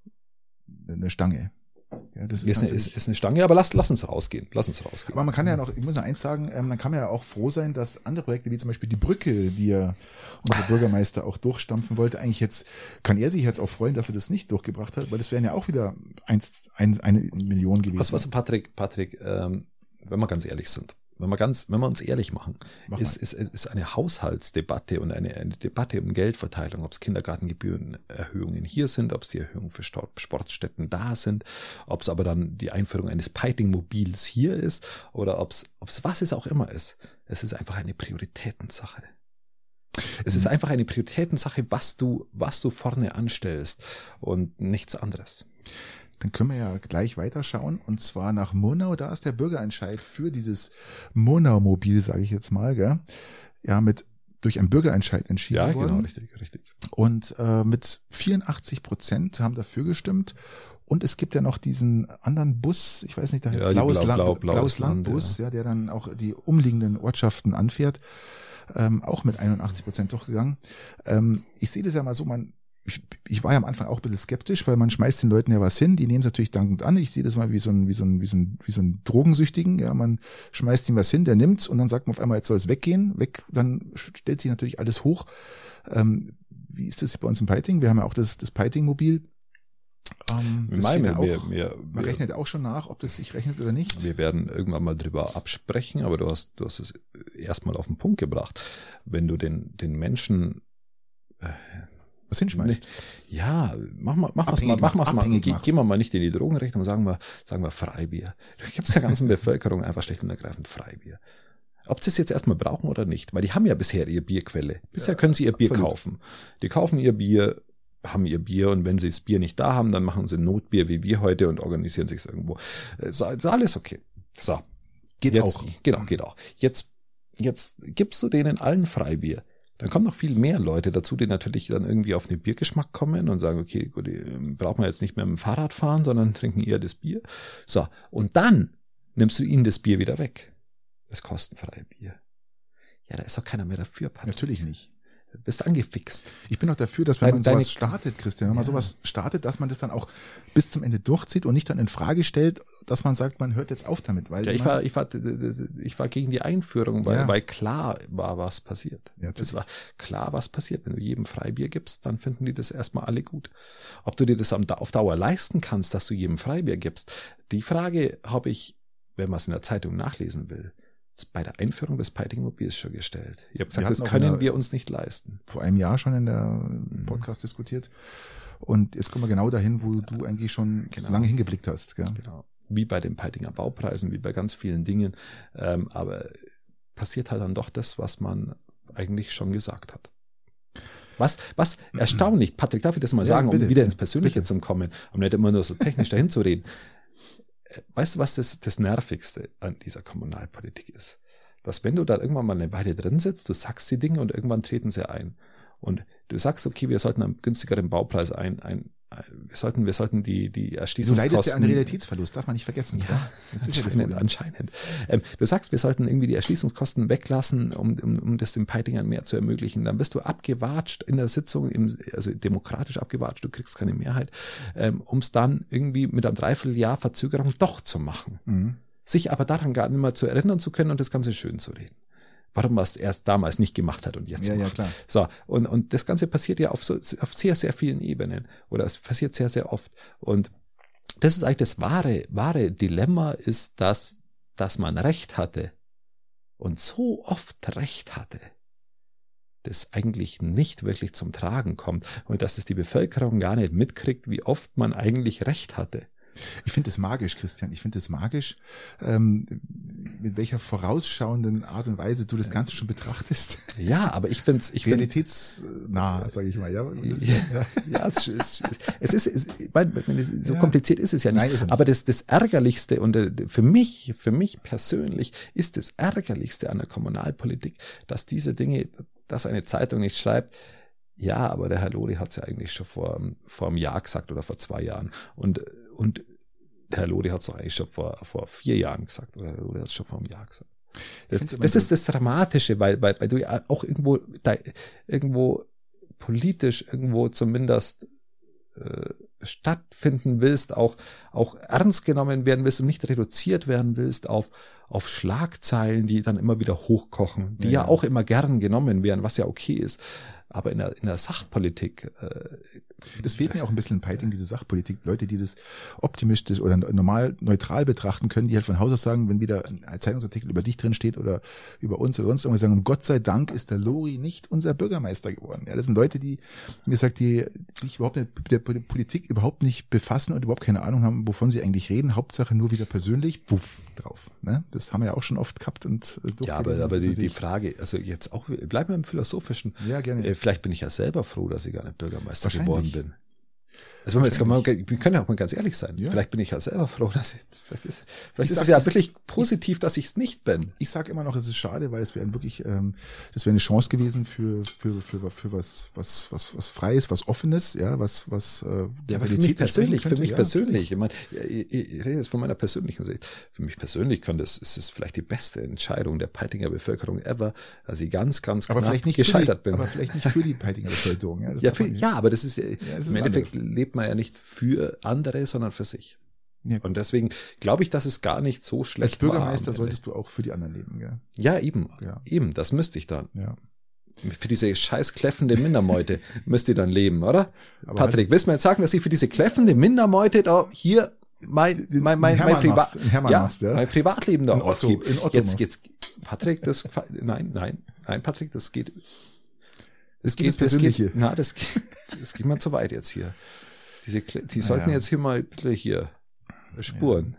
Speaker 2: eine Stange. Ja, das ist,
Speaker 1: ist, eine, ist, ist eine Stange, aber lass, lass uns rausgehen. Lass uns rausgehen.
Speaker 2: Aber man kann ja noch, ich muss noch eins sagen, ähm, man kann ja auch froh sein, dass andere Projekte, wie zum Beispiel die Brücke, die ja unser Bürgermeister auch durchstampfen wollte, eigentlich jetzt, kann er sich jetzt auch freuen, dass er das nicht durchgebracht hat, weil das wären ja auch wieder eins, ein, eine Million gewesen.
Speaker 1: Was, was, Patrick, Patrick, ähm, wenn wir ganz ehrlich sind, wenn wir ganz, wenn wir uns ehrlich machen,
Speaker 2: Mach
Speaker 1: ist, ist, ist eine Haushaltsdebatte und eine, eine Debatte um Geldverteilung, ob es Kindergartengebührenerhöhungen hier sind, ob es die Erhöhungen für Sportstätten da sind, ob es aber dann die Einführung eines Peiting-Mobils hier ist oder ob es, ob es was es auch immer ist. Es ist einfach eine Prioritätensache. Es ist einfach eine Prioritätensache, was du, was du vorne anstellst und nichts anderes.
Speaker 2: Dann können wir ja gleich weiterschauen und zwar nach Murnau. Da ist der Bürgerentscheid für dieses Murnau-Mobil, sage ich jetzt mal, gell? Ja, mit durch einen Bürgerentscheid entschieden
Speaker 1: ja,
Speaker 2: worden.
Speaker 1: Ja, genau, richtig, richtig.
Speaker 2: Und äh, mit vierundachtzig Prozent haben dafür gestimmt. Und es gibt ja noch diesen anderen Bus, ich weiß nicht, da
Speaker 1: ja,
Speaker 2: blaues,
Speaker 1: Blau,
Speaker 2: Land,
Speaker 1: Blau,
Speaker 2: blaues, blaues Landbus,
Speaker 1: ja.
Speaker 2: ja, der dann auch die umliegenden Ortschaften anfährt, ähm, auch mit einundachtzig Prozent durchgegangen. Ähm, ich sehe das ja mal so, man Ich, ich war ja am Anfang auch ein bisschen skeptisch, weil man schmeißt den Leuten ja was hin, die nehmen es natürlich dankend an. Ich sehe das mal wie so ein, wie so ein, wie so ein, wie so ein Drogensüchtigen. Ja, man schmeißt ihm was hin, der nimmt's und dann sagt man auf einmal, jetzt soll es weggehen, weg. Dann stellt sich natürlich alles hoch. Ähm, wie ist das bei uns im Peiting? Wir haben ja auch das, das Peiting-Mobil. Ähm, das
Speaker 1: Meine,
Speaker 2: steht ja auch,
Speaker 1: wir, wir,
Speaker 2: man
Speaker 1: wir,
Speaker 2: rechnet auch schon nach, ob das sich rechnet oder nicht.
Speaker 1: Wir werden irgendwann mal drüber absprechen, aber du hast, du hast es erstmal auf den Punkt gebracht. Wenn du den, den Menschen äh,
Speaker 2: was hinschmeißt.
Speaker 1: Ja, mach mal, mach mal, mach mal, mal geh, gehen wir mal nicht in die Drogenrechnung, sagen wir, sagen wir Freibier. Ich habe es der ganzen Bevölkerung einfach schlicht und ergreifend Freibier. Ob sie es jetzt erstmal brauchen oder nicht, weil die haben ja bisher ihre Bierquelle. Bisher können sie ihr Bier
Speaker 2: absolut.
Speaker 1: kaufen. Die kaufen ihr Bier, haben ihr Bier und wenn sie das Bier nicht da haben, dann machen sie Notbier wie wir heute und organisieren sich irgendwo. Ist alles okay. So.
Speaker 2: Geht
Speaker 1: jetzt,
Speaker 2: auch.
Speaker 1: Genau, geht auch. Jetzt, jetzt gibst du denen allen Freibier. Dann kommen noch viel mehr Leute dazu, die natürlich dann irgendwie auf den Biergeschmack kommen und sagen, okay, gut, brauchen wir jetzt nicht mehr mit dem Fahrrad fahren, sondern trinken eher das Bier. So, und dann nimmst du ihnen das Bier wieder weg. Das kostenfreie Bier. Ja, da ist doch keiner mehr dafür, Patrick.
Speaker 2: Natürlich nicht.
Speaker 1: Du bist angefixt.
Speaker 2: Ich bin auch dafür, dass wenn
Speaker 1: Deine,
Speaker 2: man sowas
Speaker 1: deine,
Speaker 2: startet, Christian, wenn man
Speaker 1: ja.
Speaker 2: sowas startet, dass man das dann auch bis zum Ende durchzieht und nicht dann in Frage stellt, dass man sagt, man hört jetzt auf damit. Weil
Speaker 1: ja, ich war, ich war, ich war gegen die Einführung, weil,
Speaker 2: ja.
Speaker 1: weil klar war, was passiert.
Speaker 2: Ja,
Speaker 1: es war klar, was passiert. Wenn du jedem Freibier gibst, dann finden die das erstmal alle gut. Ob du dir das auf Dauer leisten kannst, dass du jedem Freibier gibst, die Frage habe ich, wenn man es in der Zeitung nachlesen will, bei der Einführung des Peiting-Mobils schon gestellt. Ich habe gesagt, das können der, wir uns nicht leisten.
Speaker 2: Vor einem Jahr schon in der Podcast mhm. diskutiert. Und jetzt kommen wir genau dahin, wo du eigentlich schon genau. lange hingeblickt hast. Gell?
Speaker 1: Genau. Wie bei den Peitinger Baupreisen, wie bei ganz vielen Dingen. Ähm, aber passiert halt dann doch das, was man eigentlich schon gesagt hat. Was, was erstaunlich, Patrick, darf ich das mal ja, sagen, bitte, um wieder ins Persönliche bitte. zu kommen, um nicht immer nur so technisch dahin zu reden. Weißt du, was das, das Nervigste an dieser Kommunalpolitik ist? Dass wenn du da irgendwann mal eine Weile drin sitzt, du sagst die Dinge und irgendwann treten sie ein. Und du sagst, okay, wir sollten einen günstigeren Baupreis ein, ein, wir sollten, wir sollten die, die Erschließungskosten.
Speaker 2: Du leidest ja an Realitätsverlust, darf man nicht vergessen.
Speaker 1: Ja, das ist anscheinend, ja das anscheinend. Ähm, du sagst, wir sollten irgendwie die Erschließungskosten weglassen, um, um, um das den Peitingern mehr zu ermöglichen. Dann wirst du abgewatscht in der Sitzung, im, also demokratisch abgewatscht, du kriegst keine Mehrheit, ähm, um es dann irgendwie mit einem Dreivierteljahr Verzögerung doch zu machen. Mhm. Sich aber daran gar nicht mehr zu erinnern zu können und das Ganze schön zu reden. Warum man es erst damals nicht gemacht hat und jetzt
Speaker 2: ja,
Speaker 1: macht.
Speaker 2: Ja, klar.
Speaker 1: So, und, und das Ganze passiert ja auf, so, auf sehr, sehr vielen Ebenen. Oder es passiert sehr, sehr oft. Und das ist eigentlich das wahre, wahre Dilemma ist, dass, dass man Recht hatte und so oft Recht hatte, das eigentlich nicht wirklich zum Tragen kommt und dass es die Bevölkerung gar nicht mitkriegt, wie oft man eigentlich Recht hatte.
Speaker 2: Ich finde es magisch, Christian. Ich finde es magisch, ähm, mit welcher vorausschauenden Art und Weise du das Ganze schon betrachtest.
Speaker 1: Ja, aber ich finde es ich
Speaker 2: realitätsnah, find, sage ich mal. Ja, das,
Speaker 1: ja, ja. ja es, es, es ist es, es, so ja. kompliziert ist es ja nicht.
Speaker 2: Nein, ist nicht.
Speaker 1: Aber das, das Ärgerlichste und für mich, für mich persönlich ist das Ärgerlichste an der Kommunalpolitik, dass diese Dinge, dass eine Zeitung nicht schreibt. Ja, aber der Herr Lodi hat es ja eigentlich schon vor, vor einem Jahr gesagt oder vor zwei Jahren. Und, und der Herr Lodi hat es eigentlich schon vor, vor vier Jahren gesagt oder der Lodi hat es schon vor einem Jahr gesagt. Das, das ist das Dramatische, weil, weil, weil du ja auch irgendwo, da, irgendwo politisch irgendwo zumindest äh, stattfinden willst, auch, auch ernst genommen werden willst und nicht reduziert werden willst auf, auf Schlagzeilen, die dann immer wieder hochkochen, die ja, ja auch immer gern genommen werden, was ja okay ist. Aber in der, in der Sachpolitik. Äh,
Speaker 2: das fehlt mir auch ein bisschen in Peiting, diese Sachpolitik. Leute, die das optimistisch oder normal neutral betrachten können, die halt von Haus aus sagen, wenn wieder ein Zeitungsartikel über dich drin steht oder über uns oder sonst irgendwas sagen, um Gott sei Dank ist der Lori nicht unser Bürgermeister geworden. Ja, das sind Leute, die, wie gesagt, die sich überhaupt mit der Politik überhaupt nicht befassen und überhaupt keine Ahnung haben, wovon sie eigentlich reden. Hauptsache nur wieder persönlich, wuff, drauf. Ne? Das haben wir ja auch schon oft gehabt und
Speaker 1: äh, Ja, aber, aber die, die Frage, also jetzt auch, bleiben wir im Philosophischen.
Speaker 2: Ja, gerne.
Speaker 1: Vielleicht bin ich ja selber froh, dass ich gar nicht Bürgermeister geworden bin. Also jetzt kann man, wir können ja auch mal ganz ehrlich sein. Ja. Vielleicht bin ich ja selber froh, dass ich, vielleicht ist, vielleicht
Speaker 2: ich
Speaker 1: ist
Speaker 2: sag,
Speaker 1: es ja wirklich positiv, dass ich es nicht bin.
Speaker 2: Ich sage immer noch, es ist schade, weil es wäre wirklich, ähm, das wäre eine Chance gewesen für für für für was was was was Freies, was Offenes, ja, was was äh,
Speaker 1: der ja, aber für mich persönlich, könnte, für mich ja. persönlich, ich meine, ich, ich rede jetzt von meiner persönlichen Sicht. Für mich persönlich kann das, ist es vielleicht die beste Entscheidung der Peitinger Bevölkerung ever, dass ich ganz ganz knapp
Speaker 2: aber vielleicht nicht
Speaker 1: gescheitert
Speaker 2: die,
Speaker 1: bin.
Speaker 2: Aber vielleicht nicht für die Peitinger Bevölkerung. Ja,
Speaker 1: ja, für, ja, aber das ist ja,
Speaker 2: ist
Speaker 1: im Endeffekt anders. Lebt man ja nicht für andere, sondern für sich.
Speaker 2: Ja.
Speaker 1: Und deswegen glaube ich, dass es gar nicht so schlecht
Speaker 2: Als Bürgermeister
Speaker 1: war,
Speaker 2: solltest du auch für die anderen leben, gell?
Speaker 1: Ja, eben.
Speaker 2: Ja.
Speaker 1: Eben, das müsste ich dann.
Speaker 2: Ja.
Speaker 1: Für diese scheiß kläffende Mindermeute müsst ihr dann leben, oder?
Speaker 2: Aber
Speaker 1: Patrick, halt, willst du mir jetzt sagen, dass ich für diese kläffende Mindermeute da hier mein, mein, mein, mein, Privat,
Speaker 2: ja,
Speaker 1: machst, ja? mein Privatleben da
Speaker 2: in Otto,
Speaker 1: aufgebe?
Speaker 2: In Otto
Speaker 1: jetzt, jetzt, Patrick, das, nein, nein, nein, Patrick, das geht, das geht, das geht, na, das geht, das geht mal zu weit jetzt hier. Diese, die sollten ja. jetzt hier mal ein bisschen hier Spuren.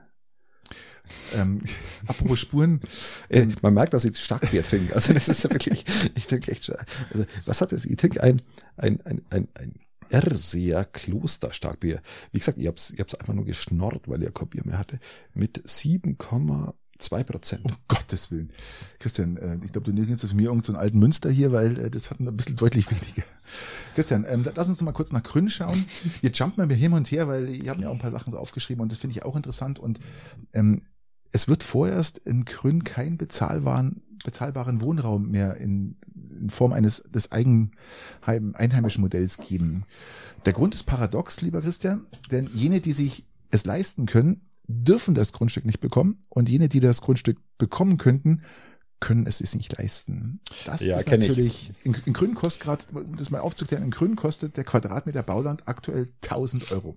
Speaker 2: Ja. Ähm, apropos Spuren.
Speaker 1: äh, man merkt, dass ich Starkbier trinke. Also das ist ja wirklich, ich trinke echt, also was hat das? Ich trinke ein, ein, ein, ein, ein Erseer Kloster Starkbier. Wie gesagt, ich hab's, ich hab's einfach nur geschnorrt, weil ich ja kein Bier mehr hatte. Mit sieben Komma zwei Prozent.
Speaker 2: Um Gottes Willen. Christian, äh, ich glaube, du nimmst jetzt für mir irgendeinen so alten Münster hier, weil äh, das hat ein bisschen deutlich weniger. Christian, ähm, lass uns noch mal kurz nach Grün schauen. Jetzt jumpen wir hin und her, weil ich habe mir auch ein paar Sachen so aufgeschrieben und das finde ich auch interessant. Und ähm, es wird vorerst in Grün keinen bezahlbaren, bezahlbaren Wohnraum mehr in, in Form eines des Eigenheim, einheimischen Modells geben. Der Grund ist paradox, lieber Christian, denn jene, die sich es leisten können, dürfen das Grundstück nicht bekommen und jene, die das Grundstück bekommen könnten, können es sich nicht leisten. Das
Speaker 1: ja,
Speaker 2: ist natürlich, in, in Grün kostet gerade, um das mal aufzuklären, in Grün kostet der Quadratmeter Bauland aktuell tausend Euro.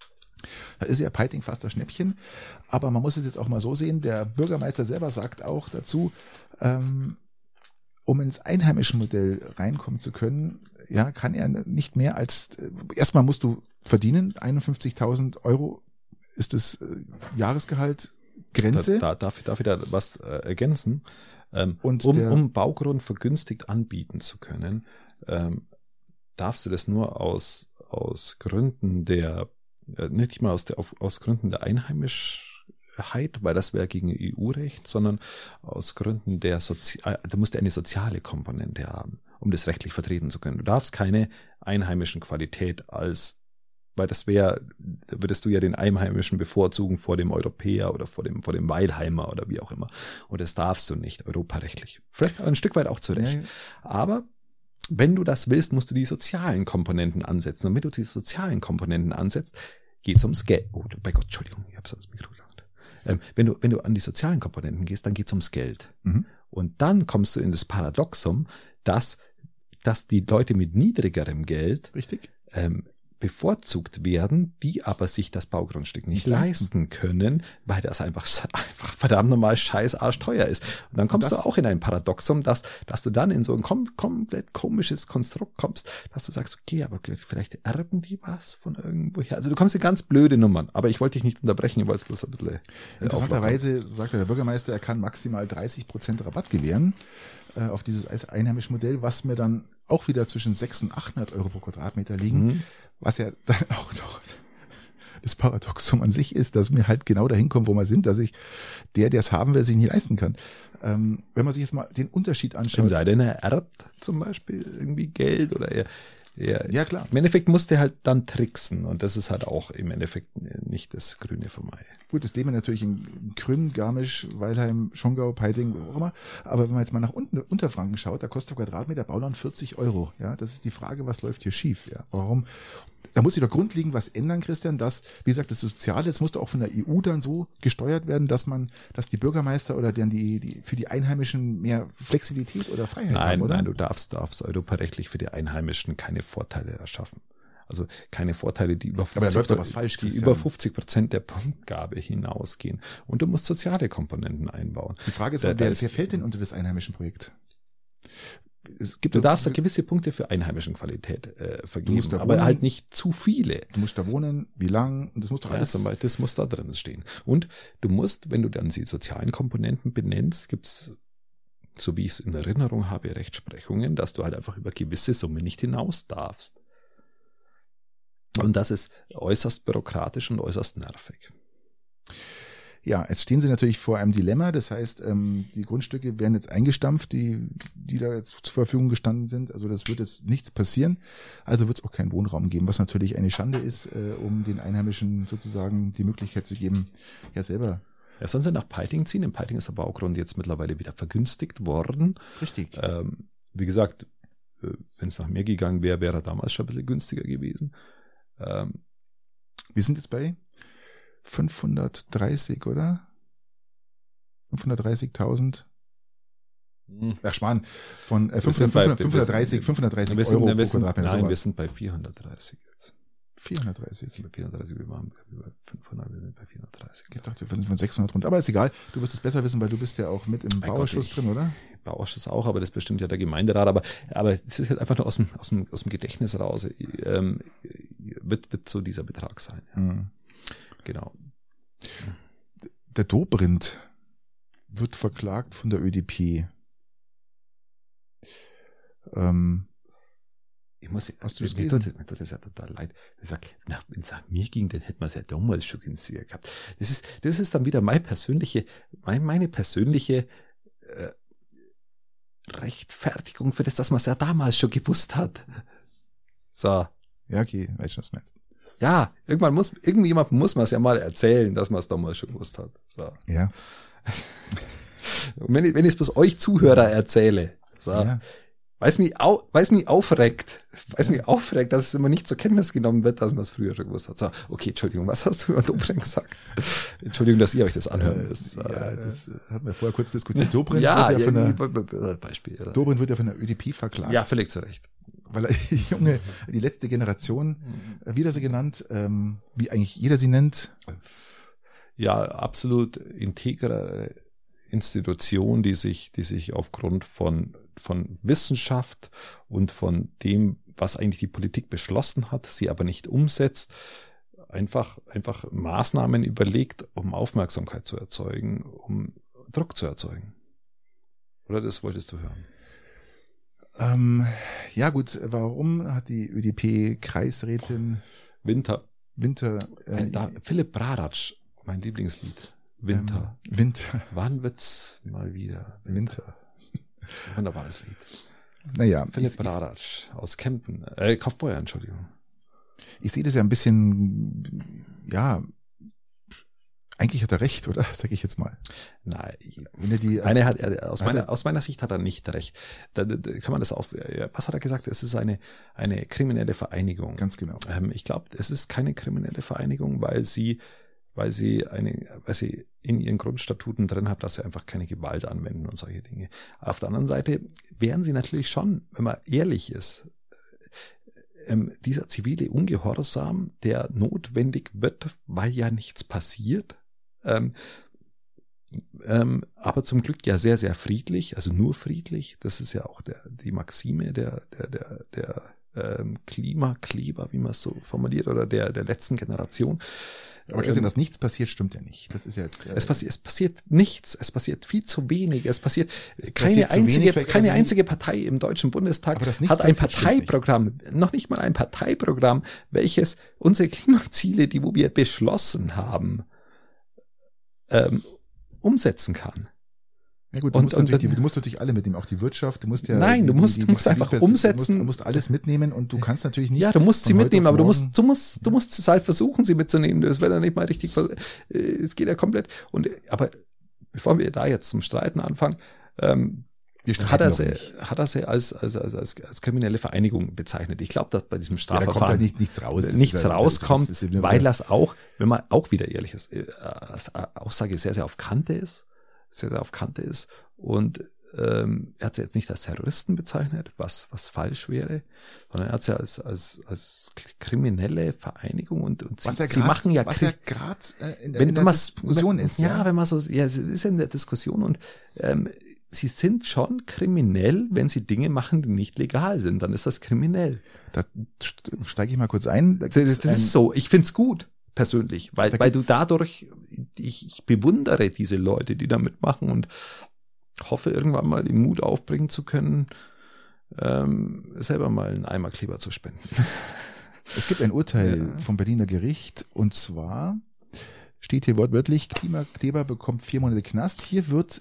Speaker 2: Da ist ja Peiting fast das Schnäppchen, aber man muss es jetzt auch mal so sehen, der Bürgermeister selber sagt auch dazu, ähm, um ins einheimische Modell reinkommen zu können, ja, kann er nicht mehr als, äh, erstmal musst du verdienen, einundfünfzigtausend Euro ist das äh, Jahresgehalt Grenze.
Speaker 1: Da, da, darf, darf ich da was äh, ergänzen? Ähm,
Speaker 2: Und
Speaker 1: um,
Speaker 2: der,
Speaker 1: um Baugrund vergünstigt anbieten zu können, ähm, darfst du das nur aus, aus Gründen der, äh, nicht mal aus, der, auf, aus Gründen der Einheimischheit, weil das wäre gegen E U-Recht, sondern aus Gründen der Sozi äh, da musst du eine soziale Komponente haben, um das rechtlich vertreten zu können. Du darfst keine einheimischen Qualität als weil das wäre, würdest du ja den Einheimischen bevorzugen vor dem Europäer oder vor dem, vor dem Weilheimer oder wie auch immer. Und das darfst du nicht, europarechtlich. Vielleicht ein Stück weit auch zu Recht.
Speaker 2: Ja.
Speaker 1: Aber wenn du das willst, musst du die sozialen Komponenten ansetzen. Und wenn du die sozialen Komponenten ansetzt, geht's ums Geld. Oh, bei Gott, Entschuldigung, ich hab's ans Mikro gelangt. Ähm, wenn du, wenn du an die sozialen Komponenten gehst, dann geht's ums Geld.
Speaker 2: Mhm.
Speaker 1: Und dann kommst du in das Paradoxum, dass, dass die Leute mit niedrigerem Geld,
Speaker 2: richtig,
Speaker 1: ähm, bevorzugt werden, die aber sich das Baugrundstück nicht, nicht leisten. leisten können, weil das einfach, einfach verdammt normal scheiß arschteuer ist. Und dann kommst
Speaker 2: das,
Speaker 1: du auch in ein Paradoxum, dass, dass du dann in so ein kom- komplett komisches Konstrukt kommst, dass du sagst, okay, aber vielleicht erben die was von irgendwoher. Also du kommst in ganz blöde Nummern, aber ich wollte dich nicht unterbrechen, ich wollte es bloß ein bisschen.
Speaker 2: Interessanterweise sagt der Bürgermeister, er kann maximal dreißig Prozent Rabatt gewähren äh, auf dieses einheimische Modell, was mir dann auch wieder zwischen sechshundert und achthundert Euro pro Quadratmeter liegen. Mhm. Was ja dann auch noch das Paradoxum an sich ist, dass wir halt genau dahin kommen, wo wir sind, dass ich der, der es haben will, sich nicht leisten kann. Ähm, wenn man sich jetzt mal den Unterschied anschaut.
Speaker 1: Sei denn, er erbt zum Beispiel irgendwie Geld oder er, er
Speaker 2: ja, klar.
Speaker 1: Im Endeffekt muss der halt dann tricksen und das ist halt auch im Endeffekt nicht das Grüne vom Ei.
Speaker 2: Gut, das leben wir natürlich in Grün, Garmisch, Weilheim, Schongau, Peiting, wo auch immer. Aber wenn man jetzt mal nach unten, Unterfranken schaut, da kostet der Quadratmeter Bauland vierzig Euro. Ja, das ist die Frage, was läuft hier schief? Ja, warum? Da muss sich doch grundlegend was ändern, Christian, dass, wie gesagt, das Soziale, jetzt muss doch auch von der E U dann so gesteuert werden, dass man, dass die Bürgermeister oder deren die, die, für die Einheimischen mehr Flexibilität oder Freiheit
Speaker 1: nein,
Speaker 2: haben, oder?
Speaker 1: Nein, du darfst, darfst europarechtlich für die Einheimischen keine Vorteile erschaffen. Also keine Vorteile, die über
Speaker 2: fünfzig, aber da läuft doch was falsch,
Speaker 1: die über fünfzig Prozent der Punktgabe hinausgehen. Und du musst soziale Komponenten einbauen.
Speaker 2: Die Frage ist, da, wer, ist wer fällt denn unter das einheimische Projekt?
Speaker 1: Es gibt du darfst da gewisse Punkte für einheimischen Qualität äh, vergeben, aber wohnen, halt nicht zu viele.
Speaker 2: Du musst da wohnen, wie lang, und das muss doch alles.
Speaker 1: Ja, das muss da drin stehen. Und du musst, wenn du dann die sozialen Komponenten benennst, gibt's, so wie ich es in Erinnerung habe, Rechtsprechungen, dass du halt einfach über gewisse Summe nicht hinaus darfst. Und das ist äußerst bürokratisch und äußerst nervig.
Speaker 2: Ja, jetzt stehen sie natürlich vor einem Dilemma. Das heißt, ähm, die Grundstücke werden jetzt eingestampft, die, die da jetzt zur Verfügung gestanden sind. Also das wird jetzt nichts passieren. Also wird es auch keinen Wohnraum geben, was natürlich eine Schande ist, äh, um den Einheimischen sozusagen die Möglichkeit zu geben, ja selber.
Speaker 1: Ja, sollen sie nach Peiting ziehen. In Peiting ist der Baugrund jetzt mittlerweile wieder vergünstigt worden.
Speaker 2: Richtig.
Speaker 1: Ähm, wie gesagt, wenn es nach mir gegangen wäre, wäre er damals schon ein bisschen günstiger gewesen. Ähm,
Speaker 2: Wir sind jetzt bei fünfhundertdreißig, oder? fünfhundertdreißigtausend.
Speaker 1: Hm.
Speaker 2: Ach, Schmarrn. Von äh,
Speaker 1: Wir sind bei-
Speaker 2: fünfhundertdreißig, fünfhundertdreißig
Speaker 1: wir sind-
Speaker 2: Euro
Speaker 1: wir
Speaker 2: pro
Speaker 1: sind-
Speaker 2: Quadratmeter.
Speaker 1: Nein, wir
Speaker 2: sowas.
Speaker 1: sind bei vierhundertdreißig jetzt.
Speaker 2: vierhundertdreißig.
Speaker 1: Wir sind bei vierhundertdreißig, wir waren bei fünfhundert, wir sind bei vierhundertdreißig.
Speaker 2: Ich dachte, wir sind von sechshundert runter. Aber ist egal. Du wirst es besser wissen, weil du bist ja auch mit im
Speaker 1: Mein
Speaker 2: Bauausschuss
Speaker 1: Gott, ich-
Speaker 2: drin, oder?
Speaker 1: Bauausschuss auch, aber das bestimmt ja der Gemeinderat. Aber, aber das ist jetzt einfach nur aus dem, aus dem, aus dem Gedächtnis raus. Ähm, wird, wird so dieser Betrag sein. Ja.
Speaker 2: Mhm.
Speaker 1: Genau.
Speaker 2: Der Dobrindt wird verklagt von der Ö D P. Ähm,
Speaker 1: Ich muss,
Speaker 2: Hast du das
Speaker 1: mir,
Speaker 2: gelesen?
Speaker 1: tut, mir tut das ja total leid. Ich sag, na, wenn es nach mir ging, dann hätten wir es ja damals schon günstiger gehabt. Das ist, das ist dann wieder meine persönliche, meine, meine persönliche äh, Rechtfertigung für das, dass man es ja damals schon gewusst hat. So.
Speaker 2: ja, okay, weiß schon, was du meinst.
Speaker 1: Ja, irgendwann muss, irgendjemand muss man es ja mal erzählen, dass man es damals schon gewusst hat. So.
Speaker 2: Ja.
Speaker 1: Und wenn ich, wenn ich es bloß euch Zuhörer erzähle, so,
Speaker 2: ja.
Speaker 1: weil es mich, au, weil es mich aufregt, weil es mich aufregt, dass es immer nicht zur Kenntnis genommen wird, dass man es früher schon gewusst hat. So, okay, Entschuldigung, was hast du über Dobrindt gesagt? Entschuldigung, dass ihr euch das anhören müsst.
Speaker 2: Ja, das hatten wir vorher kurz diskutiert. Dobrindt
Speaker 1: ja,
Speaker 2: wird ja,
Speaker 1: ja,
Speaker 2: von der,
Speaker 1: ja, Beispiel. Ja.
Speaker 2: Dobrindt wird ja von der Ö D P verklagt.
Speaker 1: Ja, völlig zu Recht.
Speaker 2: Weil er die junge, die letzte Generation, wie hat er sie genannt, ähm, wie eigentlich jeder sie nennt.
Speaker 1: Ja, absolut integre Institution, die sich, die sich aufgrund von, von Wissenschaft und von dem, was eigentlich die Politik beschlossen hat, sie aber nicht umsetzt, einfach, einfach Maßnahmen überlegt, um Aufmerksamkeit zu erzeugen, um Druck zu erzeugen. Oder das wolltest du hören?
Speaker 2: Ähm, ja gut, warum hat die Ö D P-Kreisrätin
Speaker 1: Winter.
Speaker 2: Winter, äh,
Speaker 1: Da, Philipp Bradatsch, mein Lieblingslied. Winter.
Speaker 2: Ähm, Winter.
Speaker 1: Wann wird's mal wieder?
Speaker 2: Winter.
Speaker 1: Wunderbares Lied.
Speaker 2: Naja,
Speaker 1: Philipp
Speaker 2: ich, ich,
Speaker 1: Bradatsch aus Kempten. Äh, Kaufbeuer, Entschuldigung.
Speaker 2: ich sehe das ja ein bisschen, ja, eigentlich hat er recht, oder? Sag ich jetzt mal.
Speaker 1: Nein,
Speaker 2: Wenn er die,
Speaker 1: eine hat, er- aus
Speaker 2: hat
Speaker 1: meiner,
Speaker 2: er-
Speaker 1: aus meiner Sicht hat er nicht recht. Da, da da kann man das auf, was hat er gesagt? Es ist eine, eine kriminelle Vereinigung.
Speaker 2: ganz genau.
Speaker 1: Ähm, ich glaube, es ist keine kriminelle Vereinigung, weil sie, weil sie eine, weil sie in ihren Grundstatuten drin hat, dass sie einfach keine Gewalt anwenden und solche Dinge. Auf der anderen Seite wären sie natürlich schon, wenn man ehrlich ist, ähm, dieser zivile Ungehorsam, der notwendig wird, weil ja nichts passiert, ähm, ähm, aber zum Glück ja sehr, sehr friedlich, also nur friedlich. Das ist ja auch der, die Maxime der, der, der, der ähm, Klimakleber, wie man es so formuliert, oder der, der letzten Generation.
Speaker 2: Aber Christian,
Speaker 1: Ähm,
Speaker 2: dass nichts passiert, stimmt ja nicht. Das ist ja jetzt. Äh,
Speaker 1: es passiert, es passiert nichts, es passiert viel zu wenig, es passiert
Speaker 2: Es
Speaker 1: keine
Speaker 2: passiert zu
Speaker 1: einzige,
Speaker 2: wenig, vielleicht
Speaker 1: keine
Speaker 2: weil sie-
Speaker 1: einzige Partei im Deutschen Bundestag
Speaker 2: Aber das nicht
Speaker 1: hat ein
Speaker 2: passiert, stimmt nicht.
Speaker 1: Parteiprogramm, noch nicht mal ein Parteiprogramm, welches unsere Klimaziele, die wo wir beschlossen haben, ähm, umsetzen kann.
Speaker 2: Ja gut, du,
Speaker 1: Und-
Speaker 2: musst
Speaker 1: und
Speaker 2: natürlich
Speaker 1: dann-
Speaker 2: die, du musst natürlich alle mitnehmen, auch die Wirtschaft, du musst ja.
Speaker 1: Nein,
Speaker 2: die,
Speaker 1: du musst-
Speaker 2: die,
Speaker 1: du
Speaker 2: die,
Speaker 1: musst einfach
Speaker 2: die-
Speaker 1: umsetzen.
Speaker 2: Du musst, du musst alles mitnehmen und du kannst natürlich nicht.
Speaker 1: Ja, du musst sie
Speaker 2: von heute
Speaker 1: mitnehmen,
Speaker 2: auf
Speaker 1: aber du
Speaker 2: morgen-
Speaker 1: musst, du musst, du musst es halt versuchen, sie mitzunehmen. Das wird dann nicht mal richtig, vers- äh, es geht ja komplett. Und, aber bevor wir da jetzt zum Streiten anfangen, ähm,
Speaker 2: Wir streiten
Speaker 1: hat er
Speaker 2: noch
Speaker 1: sie,
Speaker 2: nicht.
Speaker 1: hat er sie als, als, als, als, als kriminelle Vereinigung bezeichnet. Ich glaube, dass bei diesem
Speaker 2: Ja, da kommt
Speaker 1: Strafverfahren
Speaker 2: halt nicht, nichts raus. Das
Speaker 1: nichts
Speaker 2: ist ja- das ist-
Speaker 1: rauskommt,
Speaker 2: das ist ja-
Speaker 1: weil das auch, wenn man auch wieder ehrlich ist, äh, als Aussage sehr, sehr auf Kante ist, sehr, sehr auf Kante ist. Und ähm, er hat sie jetzt nicht als Terroristen bezeichnet, was, was falsch wäre, sondern er hat sie als, als, als kriminelle Vereinigung und, und sie,
Speaker 2: Was ja
Speaker 1: sie
Speaker 2: grad-
Speaker 1: machen ja,
Speaker 2: was
Speaker 1: Kri-
Speaker 2: ja gerade äh, in der,
Speaker 1: wenn
Speaker 2: in der
Speaker 1: man's-
Speaker 2: Diskussion ist.
Speaker 1: Ja, wenn man so, ja, es ist in der Diskussion und ähm, sie sind schon kriminell, wenn sie Dinge machen, die nicht legal sind, dann ist das kriminell.
Speaker 2: Da steige ich mal kurz ein. Da
Speaker 1: Das, das
Speaker 2: gibt's ein-
Speaker 1: ist so, ich find's gut, persönlich, weil,
Speaker 2: Da
Speaker 1: weil du
Speaker 2: gibt's-
Speaker 1: dadurch, ich, ich bewundere diese Leute, die da mitmachen und hoffe, irgendwann mal den Mut aufbringen zu können, ähm, selber mal einen Eimer Kleber zu spenden.
Speaker 2: Es gibt ein Urteil
Speaker 1: Ja.
Speaker 2: vom Berliner Gericht und zwar steht hier wortwörtlich, Klimakleber bekommt vier Monate Knast. Hier wird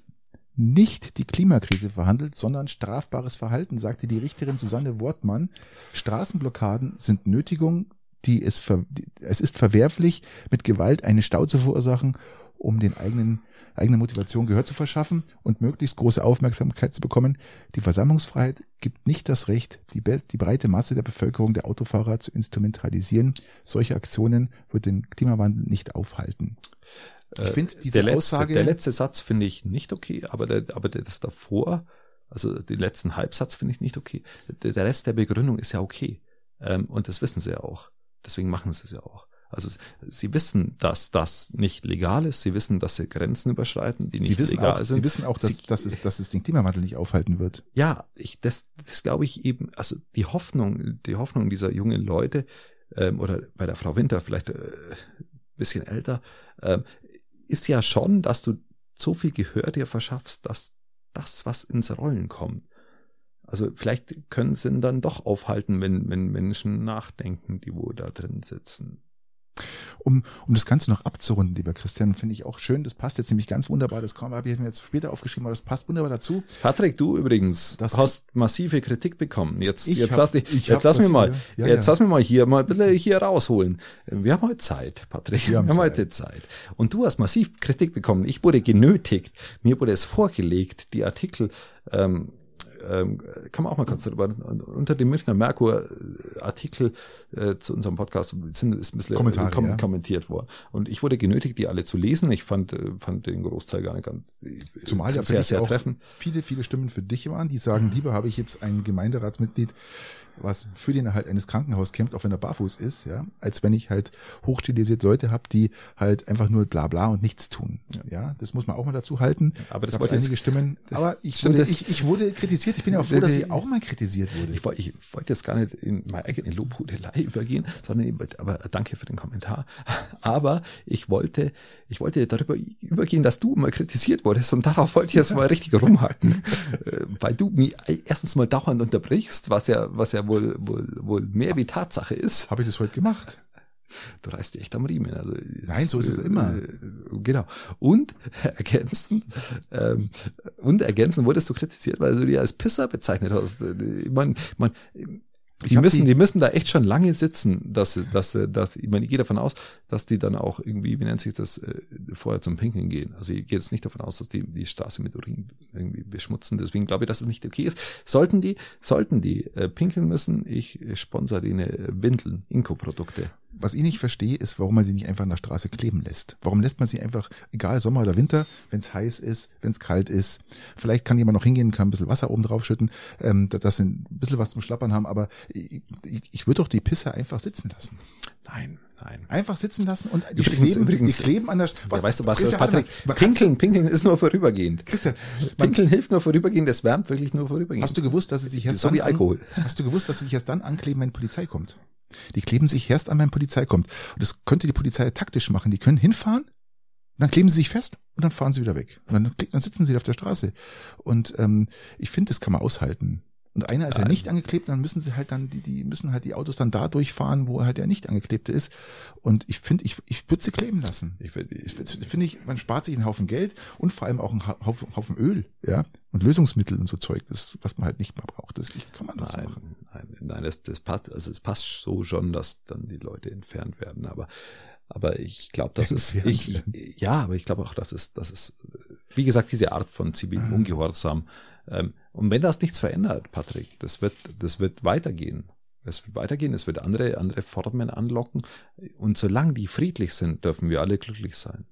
Speaker 2: nicht die Klimakrise verhandelt, sondern strafbares Verhalten, sagte die Richterin Susanne Wortmann. Straßenblockaden sind Nötigung, die es, ver, es ist verwerflich, mit Gewalt einen Stau zu verursachen, um den eigenen eigene Motivation Gehör zu verschaffen und möglichst große Aufmerksamkeit zu bekommen. Die Versammlungsfreiheit gibt nicht das Recht, die, be- die breite Masse der Bevölkerung der Autofahrer zu instrumentalisieren. Solche Aktionen wird den Klimawandel nicht aufhalten. Ich finde diese
Speaker 1: der letzte,
Speaker 2: Aussage...
Speaker 1: Der letzte Satz finde ich nicht okay, aber, der, aber das davor, also den letzten Halbsatz finde ich nicht okay. Der, der Rest der Begründung ist ja okay. Ähm, und das wissen sie ja auch. Deswegen machen sie es ja auch. Also sie wissen, dass das nicht legal ist. Sie wissen, dass sie Grenzen überschreiten, die nicht
Speaker 2: Sie wissen
Speaker 1: legal
Speaker 2: auch,
Speaker 1: sind.
Speaker 2: Sie wissen auch, dass,
Speaker 1: sie,
Speaker 2: dass, es, dass es den Klimawandel nicht aufhalten wird.
Speaker 1: Ja, ich, das, das glaube ich eben, also die Hoffnung, die Hoffnung dieser jungen Leute, ähm, oder bei der Frau Winter vielleicht äh, bisschen älter, ähm, ist ja schon, dass du so viel Gehör dir verschaffst, dass das, was ins Rollen kommt. Also vielleicht können sie ihn dann doch aufhalten, wenn, wenn Menschen nachdenken, die wo da drin sitzen.
Speaker 2: Um, um das Ganze noch abzurunden, lieber Christian, finde ich auch schön, das passt jetzt nämlich ganz wunderbar, das habe ich mir jetzt später aufgeschrieben, aber das passt wunderbar dazu.
Speaker 1: Patrick, du übrigens,
Speaker 2: das
Speaker 1: hast massive Kritik bekommen. Jetzt,
Speaker 2: ich
Speaker 1: jetzt
Speaker 2: hab,
Speaker 1: lass, dich,
Speaker 2: ich
Speaker 1: jetzt lass mich mal,
Speaker 2: ja,
Speaker 1: jetzt
Speaker 2: ja.
Speaker 1: lass mich mal hier mal ein bisschen hier rausholen. Wir haben heute Zeit, Patrick. Wir haben, wir haben heute Zeit. Und du hast massiv Kritik bekommen. Ich wurde genötigt, mir wurde es vorgelegt, die Artikel, ähm, Ähm, kann man auch mal kurz darüber, unter dem Münchner Merkur Artikel äh, zu unserem Podcast sind, ist ein bisschen
Speaker 2: Kommentare,
Speaker 1: kom-
Speaker 2: ja.
Speaker 1: kommentiert worden. Und ich wurde genötigt, die alle zu lesen. Ich fand, fand den Großteil gar nicht ganz
Speaker 2: Zumal ja für
Speaker 1: sehr,
Speaker 2: dich
Speaker 1: sehr
Speaker 2: auch
Speaker 1: treffend.
Speaker 2: viele, viele Stimmen für dich waren, die sagen, lieber habe ich jetzt ein Gemeinderatsmitglied, was für den Erhalt eines Krankenhauses kämpft, auch wenn er barfuß ist, ja, als wenn ich halt hochstilisierte Leute habe, die halt einfach nur bla bla und nichts tun. Ja, ja, das muss man auch mal dazu halten.
Speaker 1: Aber das
Speaker 2: Gab's
Speaker 1: wollte
Speaker 2: einige
Speaker 1: jetzt,
Speaker 2: Stimmen. Aber ich
Speaker 1: stimmt,
Speaker 2: wurde, ich, ich wurde kritisiert. Ich bin ja auch froh, dass ich auch mal kritisiert wurde.
Speaker 1: Ich wollte, ich wollte jetzt gar nicht in meine eigene Lobhudelei übergehen, sondern eben, aber danke für den Kommentar. Aber ich wollte, ich wollte darüber übergehen, dass du mal kritisiert wurdest und darauf wollte ich jetzt mal richtig rumhaken, weil du mich erstens mal dauernd unterbrichst, was ja, was ja wohl, wohl, wohl mehr wie Tatsache ist.
Speaker 2: Habe ich das heute gemacht?
Speaker 1: Du reißt dich echt am Riemen. Also
Speaker 2: Nein, so ist es immer.
Speaker 1: Äh, genau. Und ergänzend, ähm, und ergänzend wurdest du kritisiert, weil du dich als Pisser bezeichnet hast. Ich meine, man, die müssen, die, die müssen da echt schon lange sitzen, dass, dass, dass, ich meine, ich gehe davon aus, dass die dann auch irgendwie, wie nennt sich das, äh, vorher zum Pinkeln gehen. Also ich gehe jetzt nicht davon aus, dass die die Straße mit Urin irgendwie beschmutzen. Deswegen glaube ich, dass es nicht okay ist. Sollten die, sollten die äh, pinkeln müssen, ich sponsere denen Windeln, Inko-Produkte.
Speaker 2: Was ich nicht verstehe, ist, warum man sie nicht einfach an der Straße kleben lässt. Warum lässt man sie einfach, egal Sommer oder Winter, wenn es heiß ist, wenn es kalt ist. Vielleicht kann jemand noch hingehen, kann ein bisschen Wasser oben drauf schütten, ähm, dass sie ein bisschen was zum Schlappern haben, aber ich, ich, ich würde doch die Pisse einfach sitzen lassen.
Speaker 1: Nein, nein.
Speaker 2: Einfach sitzen lassen und die
Speaker 1: Übrigens,
Speaker 2: kleben,
Speaker 1: übrigens,
Speaker 2: die kleben an der
Speaker 1: was, ja, weißt du was,
Speaker 2: Christian,
Speaker 1: Patrick,
Speaker 2: mal,
Speaker 1: pinkeln, pinkeln ist nur vorübergehend.
Speaker 2: Christian,
Speaker 1: pinkeln hilft nur vorübergehend, das wärmt wirklich nur vorübergehend.
Speaker 2: Hast du gewusst, dass sie sich erst
Speaker 1: so
Speaker 2: dann
Speaker 1: wie Alkohol.
Speaker 2: An, hast du gewusst, dass sie sich erst dann ankleben, wenn Polizei kommt? Die kleben sich erst an, wenn Polizei kommt. Und das könnte die Polizei taktisch machen. Die können hinfahren, dann kleben sie sich fest und dann fahren sie wieder weg. Und dann, dann sitzen sie auf der Straße. Und ähm, ich finde, das kann man aushalten. Und einer ist ja, ja nicht angeklebt, dann müssen sie halt dann, die, die müssen halt die Autos dann da durchfahren, wo halt der nicht angeklebte ist. Und ich finde, ich, ich würde sie kleben lassen. Ich, ich finde ich, man spart sich einen Haufen Geld und vor allem auch einen Haufen, Haufen Öl, ja, und Lösungsmittel und so Zeug, das, was man halt nicht mehr braucht. Das kann man das
Speaker 1: nein,
Speaker 2: machen.
Speaker 1: Nein, nein, das, das passt, also es passt so schon, dass dann die Leute entfernt werden, aber Aber ich glaube, das ist, ich, ja, aber ich glaube auch, dass es, das ist, wie gesagt, diese Art von zivilem Ungehorsam. Ähm, und wenn das nichts verändert, Patrick, das wird, das wird weitergehen. Es wird weitergehen, es wird andere, andere Formen anlocken. Und solange die friedlich sind, dürfen wir alle glücklich sein.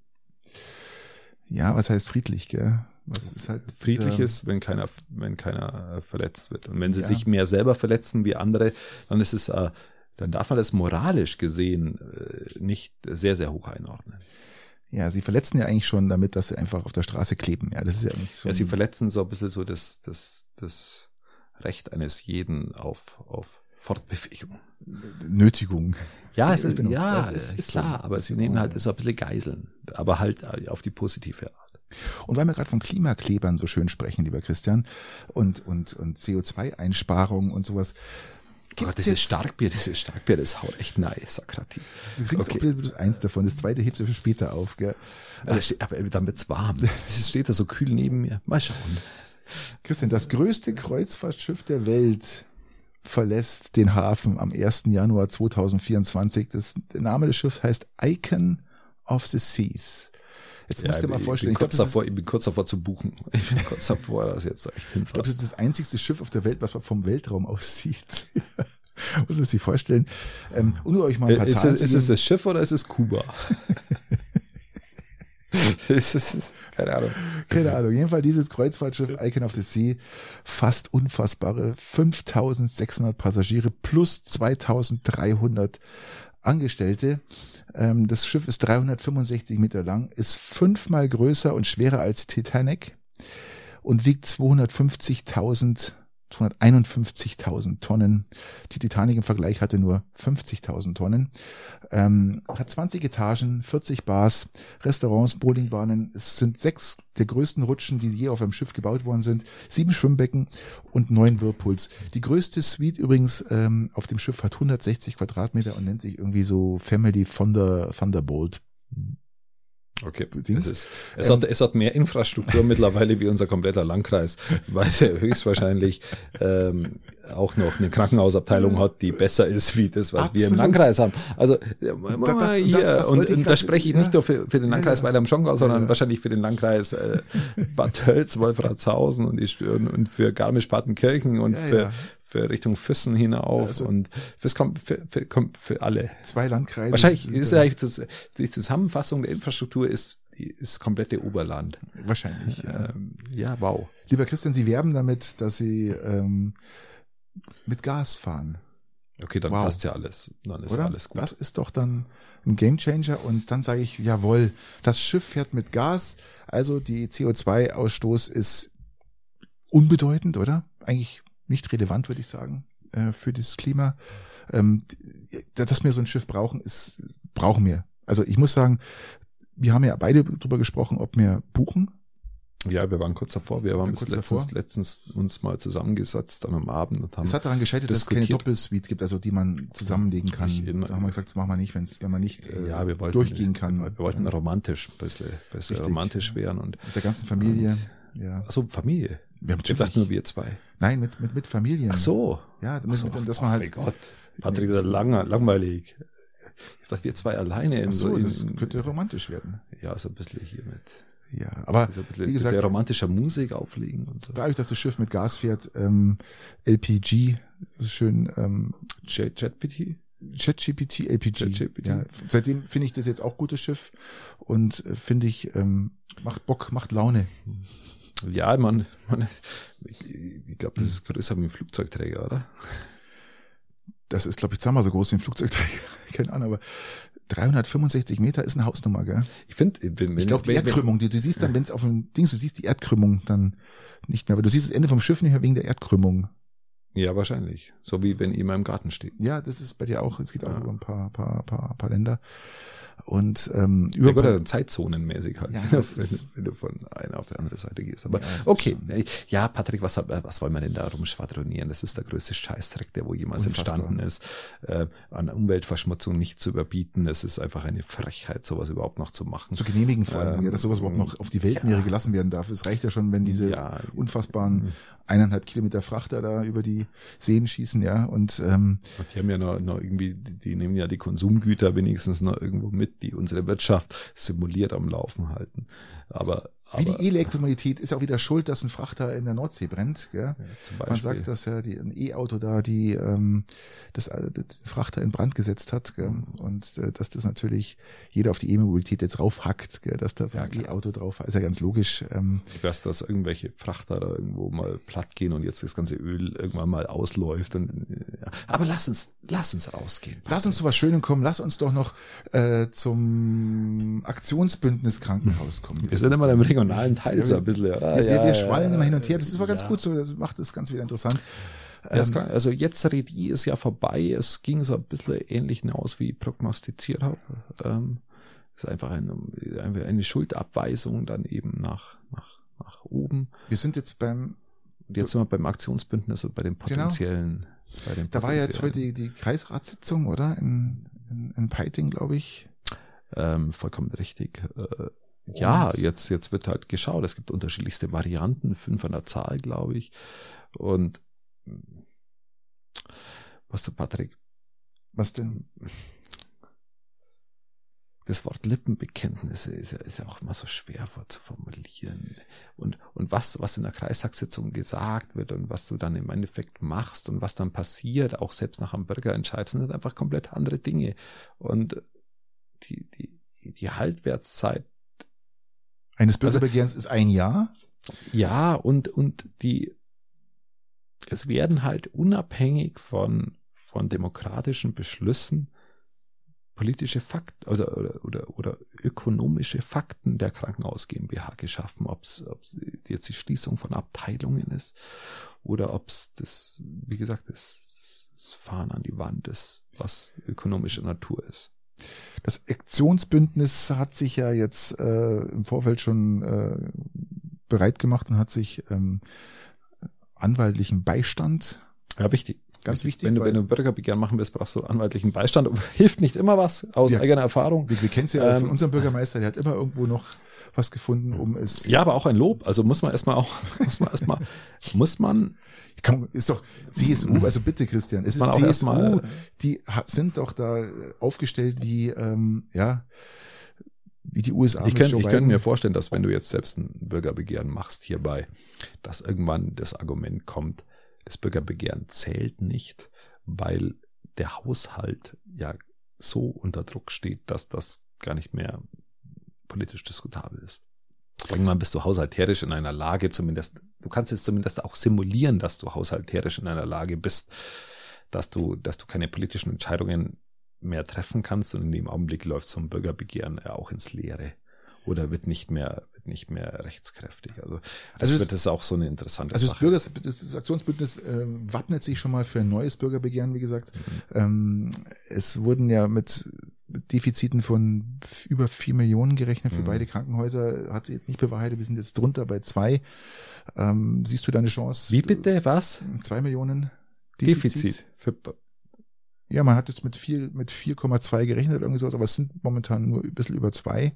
Speaker 2: Ja, was heißt friedlich, gell? Was ist halt
Speaker 1: friedlich
Speaker 2: dieser,
Speaker 1: ist, wenn keiner, wenn keiner verletzt wird. Und wenn sie
Speaker 2: ja.
Speaker 1: sich mehr selber verletzen wie andere, dann ist es, äh, dann darf man das moralisch gesehen äh, nicht sehr, sehr hoch einordnen.
Speaker 2: Ja, sie verletzen ja eigentlich schon damit, dass sie einfach auf der Straße kleben. Ja, das ist ja eigentlich so.
Speaker 1: Ja, sie verletzen so ein bisschen so das, das, das Recht eines jeden auf, auf Fortbewegung.
Speaker 2: Nötigung.
Speaker 1: Ja, es ist,
Speaker 2: Genau.
Speaker 1: ja,
Speaker 2: das ist,
Speaker 1: ist klar, so. Aber sie nehmen halt so ein bisschen Geiseln, aber halt auf die positive Art.
Speaker 2: Und weil wir gerade von Klimaklebern so schön sprechen, lieber Christian, und, und, und C O zwei Einsparung und sowas,
Speaker 1: Oh Gott, dieses Starkbier, dieses Starkbier, das haut echt nein, Sakrati.
Speaker 2: Du kriegst okay. auch bloß eins davon, das zweite hebst du für später auf, gell?
Speaker 1: Also, aber dann wird's warm. Das steht da so kühl neben mir. Mal schauen.
Speaker 2: Christian, das größte Kreuzfahrtschiff der Welt verlässt den Hafen am ersten Januar zweitausendvierundzwanzig. Das, der Name des Schiffs heißt Icon of the Seas. Jetzt ja, musst du dir mal vorstellen.
Speaker 1: Ich bin,
Speaker 2: ich,
Speaker 1: kurz glaub, davor, ist, ich bin kurz davor zu buchen. Ich bin kurz davor, das jetzt echt hinfahrt.
Speaker 2: Ich glaube, das ist das einzigste Schiff auf der Welt, was man vom Weltraum aussieht. Muss man sich vorstellen. Ähm, und nur euch mal ein paar
Speaker 1: ist
Speaker 2: Zahlen
Speaker 1: es, ist es das Schiff oder ist es Kuba? ist es, keine Ahnung.
Speaker 2: Keine Ahnung. Jedenfalls dieses Kreuzfahrtschiff Icon of the Sea, fast unfassbare fünftausendsechshundert Passagiere plus zweitausenddreihundert Angestellte. Ähm, das Schiff ist dreihundertfünfundsechzig Meter lang, ist fünfmal größer und schwerer als Titanic und wiegt zweihundertfünfzigtausend, zweihunderteinundfünfzigtausend Tonnen. Die Titanic im Vergleich hatte nur fünfzigtausend Tonnen. Ähm, hat zwanzig Etagen, vierzig Bars, Restaurants, Bowlingbahnen. Es sind sechs der größten Rutschen, die je auf einem Schiff gebaut worden sind. Sieben Schwimmbecken und neun Whirlpools. Die größte Suite übrigens ähm, auf dem Schiff hat hundertsechzig Quadratmeter und nennt sich irgendwie so Family Thunder, Thunderbolt.
Speaker 1: Okay, es, ist, es, ähm, hat, es hat mehr Infrastruktur mittlerweile wie unser kompletter Landkreis, weil es ja höchstwahrscheinlich ähm, auch noch eine Krankenhausabteilung hat, die besser ist wie das, was absolut. Wir im Landkreis haben. Also das, das, hier, das, das und, und da spreche ich ja. nicht nur für, für den Landkreis ja, Weil am Schongau, sondern ja. wahrscheinlich für den Landkreis äh, Bad Tölz, Wolfratshausen und, die, und für Garmisch-Partenkirchen und ja, für ja. für Richtung Füssen hinauf also, und fürs kommt für, für, kommt für alle.
Speaker 2: Zwei Landkreise.
Speaker 1: Wahrscheinlich ist ja das, die Zusammenfassung der Infrastruktur ist ist komplette Oberland.
Speaker 2: Wahrscheinlich. Ja.
Speaker 1: Ähm, ja, wow.
Speaker 2: Lieber Christian, Sie werben damit, dass Sie ähm, mit Gas fahren.
Speaker 1: Okay, dann wow. passt ja alles. Dann ist
Speaker 2: Oder?
Speaker 1: alles gut.
Speaker 2: Das ist doch dann ein Gamechanger und dann sage ich, jawohl, das Schiff fährt mit Gas, also die C O zwei Ausstoß ist unbedeutend, oder? Eigentlich nicht relevant, würde ich sagen, äh, für das Klima. Ähm, dass wir so ein Schiff brauchen, ist, brauchen wir. Also ich muss sagen, wir haben ja beide drüber gesprochen, ob wir buchen.
Speaker 1: Ja, wir waren kurz davor. Wir haben uns letztens, letztens uns mal zusammengesetzt an einem Abend und haben.
Speaker 2: Es hat daran gescheitert, dass es keine Doppelsuite gibt, also die man zusammenlegen kann. Immer, da haben wir gesagt, das machen wir nicht, wenn's, wenn man nicht äh,
Speaker 1: ja, wir wollten,
Speaker 2: durchgehen kann.
Speaker 1: Wir wollten romantisch, ein bisschen, bisschen romantisch werden und
Speaker 2: mit der ganzen Familie. Und,
Speaker 1: ja. Achso, Familie.
Speaker 2: Wir haben
Speaker 1: ich dachte nur wir zwei.
Speaker 2: Nein, mit mit mit Familien.
Speaker 1: Ach so.
Speaker 2: Ja, damit,
Speaker 1: so.
Speaker 2: mit, dass man halt.
Speaker 1: Oh mein Gott, Patrick, das ist lang, langweilig. Ich dachte, wir zwei alleine in
Speaker 2: Ach so.
Speaker 1: so
Speaker 2: Das
Speaker 1: in,
Speaker 2: könnte romantisch werden.
Speaker 1: Ja, so ein bisschen hier mit.
Speaker 2: Ja, aber
Speaker 1: so ein bisschen,
Speaker 2: wie gesagt,
Speaker 1: romantischer Musik auflegen und so.
Speaker 2: Dadurch, dass das Schiff mit Gas fährt, ähm, L P G, das ist schön. Ähm,
Speaker 1: ChatGPT?
Speaker 2: ChatGPT, L P G.
Speaker 1: ChatGPT.
Speaker 2: Ja, seitdem finde ich das jetzt auch gutes Schiff und äh, finde ich ähm, macht Bock, macht Laune.
Speaker 1: Ja, man, man ich, ich glaube, das ist größer wie ein Flugzeugträger, oder?
Speaker 2: Das ist, glaube ich, zweimal so groß wie ein Flugzeugträger. Keine Ahnung, aber dreihundertfünfundsechzig Meter ist eine Hausnummer, gell?
Speaker 1: Ich finde, wenn,
Speaker 2: ich glaube, die wenn, Erdkrümmung, die, du siehst dann, wenn es auf dem Ding, du siehst die Erdkrümmung dann nicht mehr, aber du siehst das Ende vom Schiff nicht mehr wegen der Erdkrümmung.
Speaker 1: Ja, wahrscheinlich. So wie wenn ihr in meinem Garten steht.
Speaker 2: Ja, das ist bei dir auch, es geht auch ja. über ein paar, paar, paar, paar Länder. Und ähm,
Speaker 1: über ja, oder zeitzonenmäßig halt,
Speaker 2: ja,
Speaker 1: wenn, wenn du von einer auf die andere Seite gehst. Aber ja, okay, ja, Patrick, was, was wollen wir denn da rumschwadronieren? Das ist der größte Scheißdreck, der wo jemals Unfassbar. entstanden ist. Äh, an Umweltverschmutzung nicht zu überbieten. Es ist einfach eine Frechheit, sowas überhaupt noch zu machen.
Speaker 2: Zu genehmigen vor allem, ähm, ja, dass sowas überhaupt noch auf die Weltmeere ja. gelassen werden darf. Es reicht ja schon, wenn diese ja. unfassbaren eineinhalb Kilometer Frachter da über die Seen schießen, ja. Und, ähm,
Speaker 1: und die haben ja noch, noch irgendwie, die nehmen ja die Konsumgüter wenigstens noch irgendwo mit, die unsere Wirtschaft simuliert am Laufen halten. Aber,
Speaker 2: Wie
Speaker 1: aber
Speaker 2: die Elektromobilität ist auch wieder schuld, dass ein Frachter in der Nordsee brennt. Gell? Ja, zum Beispiel. Man sagt, dass ja die, ein E-Auto da die ähm, das, das Frachter in Brand gesetzt hat, gell? Und äh, dass das natürlich jeder auf die E-Mobilität jetzt raufhackt, gell? Dass da so ein ja, E-Auto drauf ist ja ganz logisch. Ähm,
Speaker 1: ich weiß, dass irgendwelche Frachter da irgendwo mal platt gehen und jetzt das ganze Öl irgendwann mal ausläuft. Und, ja. Aber lass uns, lass uns rausgehen.
Speaker 2: Patrick. Lass uns zu was Schönem kommen. Lass uns doch noch äh, zum Aktionsbündnis Krankenhaus kommen.
Speaker 1: Wir sind immer im regionalen Teil ja, so ein bisschen. Oder?
Speaker 2: Ja, wir,
Speaker 1: ja,
Speaker 2: wir schwallen
Speaker 1: ja,
Speaker 2: immer hin und her. Das ist aber
Speaker 1: ja.
Speaker 2: ganz gut so. Das macht es ganz wieder interessant.
Speaker 1: Ja, ähm, kann, also jetzt Redi ist ja vorbei. Es ging so ein bisschen ähnlich aus, wie ich prognostiziert habe. Ähm, ist einfach eine, eine Schuldabweisung dann eben nach, nach, nach oben.
Speaker 2: Wir sind jetzt beim
Speaker 1: Und jetzt sind wir beim Aktionsbündnis und bei den potenziellen
Speaker 2: genau.
Speaker 1: bei den
Speaker 2: Da war ja jetzt heute die, die Kreisratssitzung, oder? In, in, in Peiting, glaube ich.
Speaker 1: Ähm, vollkommen richtig. Äh, ja, jetzt, jetzt wird halt geschaut. Es gibt unterschiedlichste Varianten, fünf an der Zahl, glaube ich. Und was du, Patrick?
Speaker 2: Was denn?
Speaker 1: Das Wort Lippenbekenntnisse ist ja, ist ja auch immer so schwer zu formulieren. Und, und was, was in der Kreistagssitzung gesagt wird und was du dann im Endeffekt machst und was dann passiert, auch selbst nach einem Bürgerentscheid, sind einfach komplett andere Dinge. Und die, die, die Haltwertszeit
Speaker 2: eines Bürgerbegehrens also, ist ein Jahr?
Speaker 1: Ja, und, und die, es werden halt unabhängig von, von demokratischen Beschlüssen politische Fakten also, oder, oder, oder ökonomische Fakten der Krankenhaus GmbH geschaffen, ob es jetzt die Schließung von Abteilungen ist oder ob es das, wie gesagt, das, das Fahren an die Wand ist, was ökonomische Natur ist.
Speaker 2: Das Aktionsbündnis hat sich ja jetzt äh, im Vorfeld schon äh, bereit gemacht und hat sich ähm, anwaltlichen Beistand.
Speaker 1: Ja, wichtig.
Speaker 2: Ganz wichtig.
Speaker 1: Wenn du, wenn du ein Bürgerbegehren machen willst, brauchst du anwaltlichen Beistand. Hilft nicht immer was, aus ja, eigener Erfahrung.
Speaker 2: Wir, wir kennen es ja ähm, von unserem Bürgermeister, der hat immer irgendwo noch was gefunden, um es.
Speaker 1: Ja, aber auch ein Lob. Also muss man erstmal auch, muss man erstmal, muss man.
Speaker 2: Kann, ist doch C S U, also bitte Christian, es ist C S U, die sind doch da aufgestellt wie, ähm, ja, wie die U S A.
Speaker 1: Ich könnte, ich könnte mir vorstellen, dass wenn du jetzt selbst ein Bürgerbegehren machst hierbei, dass irgendwann das Argument kommt, das Bürgerbegehren zählt nicht, weil der Haushalt ja so unter Druck steht, dass das gar nicht mehr politisch diskutabel ist. Irgendwann bist du haushalterisch in einer Lage, zumindest, du kannst jetzt zumindest auch simulieren, dass du haushalterisch in einer Lage bist, dass du, dass du keine politischen Entscheidungen mehr treffen kannst und in dem Augenblick läuft so ein Bürgerbegehren ja auch ins Leere oder wird nicht mehr, wird nicht mehr rechtskräftig. Also, das also wird das auch so eine interessante
Speaker 2: also
Speaker 1: Sache.
Speaker 2: Also das, das Aktionsbündnis äh, wappnet sich schon mal für ein neues Bürgerbegehren, wie gesagt. Mhm. Ähm, es wurden ja mit Defiziten von über vier Millionen gerechnet für mhm. beide Krankenhäuser, hat sie jetzt nicht bewahrheitet, wir sind jetzt drunter bei zwei. Ähm, siehst du da eine Chance?
Speaker 1: Wie bitte, was?
Speaker 2: Zwei Millionen
Speaker 1: Defizit. Defizit. Für
Speaker 2: ja, man hat jetzt mit vier, mit vier Komma zwei gerechnet, irgendwie sowas, aber es sind momentan nur ein bisschen über zwei.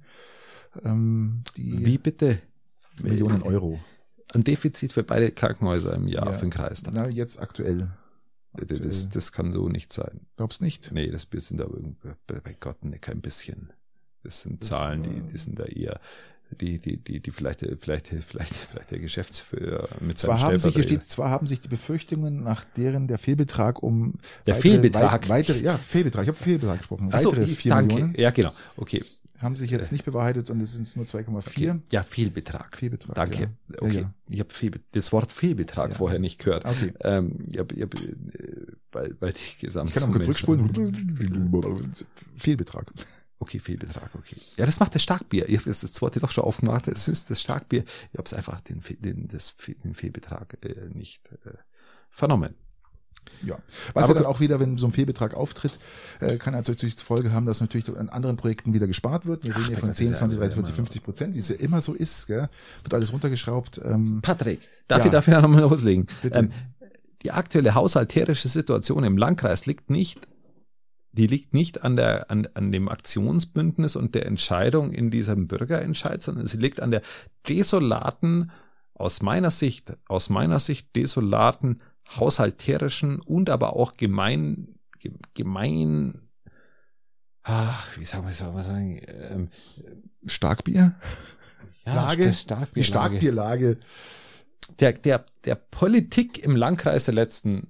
Speaker 2: Ähm, die
Speaker 1: Wie bitte?
Speaker 2: Millionen Euro.
Speaker 1: Ein Defizit für beide Krankenhäuser im Jahr
Speaker 2: ja.
Speaker 1: für den Kreistag.
Speaker 2: Na, jetzt aktuell.
Speaker 1: aktuell. Das, das kann so nicht sein.
Speaker 2: Glaubst nicht?
Speaker 1: Nee, das sind aber bei Gott ne, kein bisschen. Das sind das Zahlen, die, die sind da eher, die, die, die, die vielleicht, vielleicht, vielleicht, vielleicht der Geschäftsführer mit seinem
Speaker 2: zwar haben sich hier steht, zwar haben sich die Befürchtungen, nach deren der Fehlbetrag um
Speaker 1: der weitere, Fehlbetrag,
Speaker 2: weit, weitere, ja, Fehlbetrag, ich habe Fehlbetrag gesprochen,
Speaker 1: Ach so,
Speaker 2: weitere vier
Speaker 1: danke.
Speaker 2: Millionen.
Speaker 1: Ja, genau, okay.
Speaker 2: Haben sich jetzt nicht bewahrheitet und es sind nur zwei Komma vier.
Speaker 1: Okay. Ja, Fehlbetrag.
Speaker 2: Fehlbetrag.
Speaker 1: Danke.
Speaker 2: Ja.
Speaker 1: Okay.
Speaker 2: Ja, ja.
Speaker 1: Ich habe Fehlbe- das Wort Fehlbetrag ja. vorher nicht gehört.
Speaker 2: Okay.
Speaker 1: Ähm, ich hab, ich hab, weil, weil die gesamte.
Speaker 2: Ich kann auch kurz zurückspulen. Fehlbetrag.
Speaker 1: Okay, Fehlbetrag, okay. Ja, das macht das Starkbier. Ich habe das zweite doch schon aufgemacht. Es ist das Starkbier. Ich habe es einfach den, den, das, den Fehlbetrag äh, nicht äh, vernommen.
Speaker 2: Ja, was aber ja dann auch wieder, wenn so ein Fehlbetrag auftritt, äh, kann natürlich zur Folge haben, dass natürlich an anderen Projekten wieder gespart wird. Wir reden hier von zehn, zwanzig, dreißig, vierzig, fünfzig Prozent, wie es ja immer so ist, gell? Wird alles runtergeschraubt. Ähm,
Speaker 1: Patrick, darf
Speaker 2: ja.
Speaker 1: ich dafür nochmal loslegen?
Speaker 2: Bitte.
Speaker 1: Ähm, die aktuelle haushalterische Situation im Landkreis liegt nicht, die liegt nicht an der, an, an dem Aktionsbündnis und der Entscheidung in diesem Bürgerentscheid, sondern sie liegt an der desolaten, aus meiner Sicht, aus meiner Sicht desolaten haushalterischen und aber auch gemein, gemein, ach, wie soll man sagen, ähm,
Speaker 2: Starkbier?
Speaker 1: Ja,
Speaker 2: Lage?
Speaker 1: Starkbier,
Speaker 2: die Starkbierlage.
Speaker 1: Der, der, der Politik im Landkreis der letzten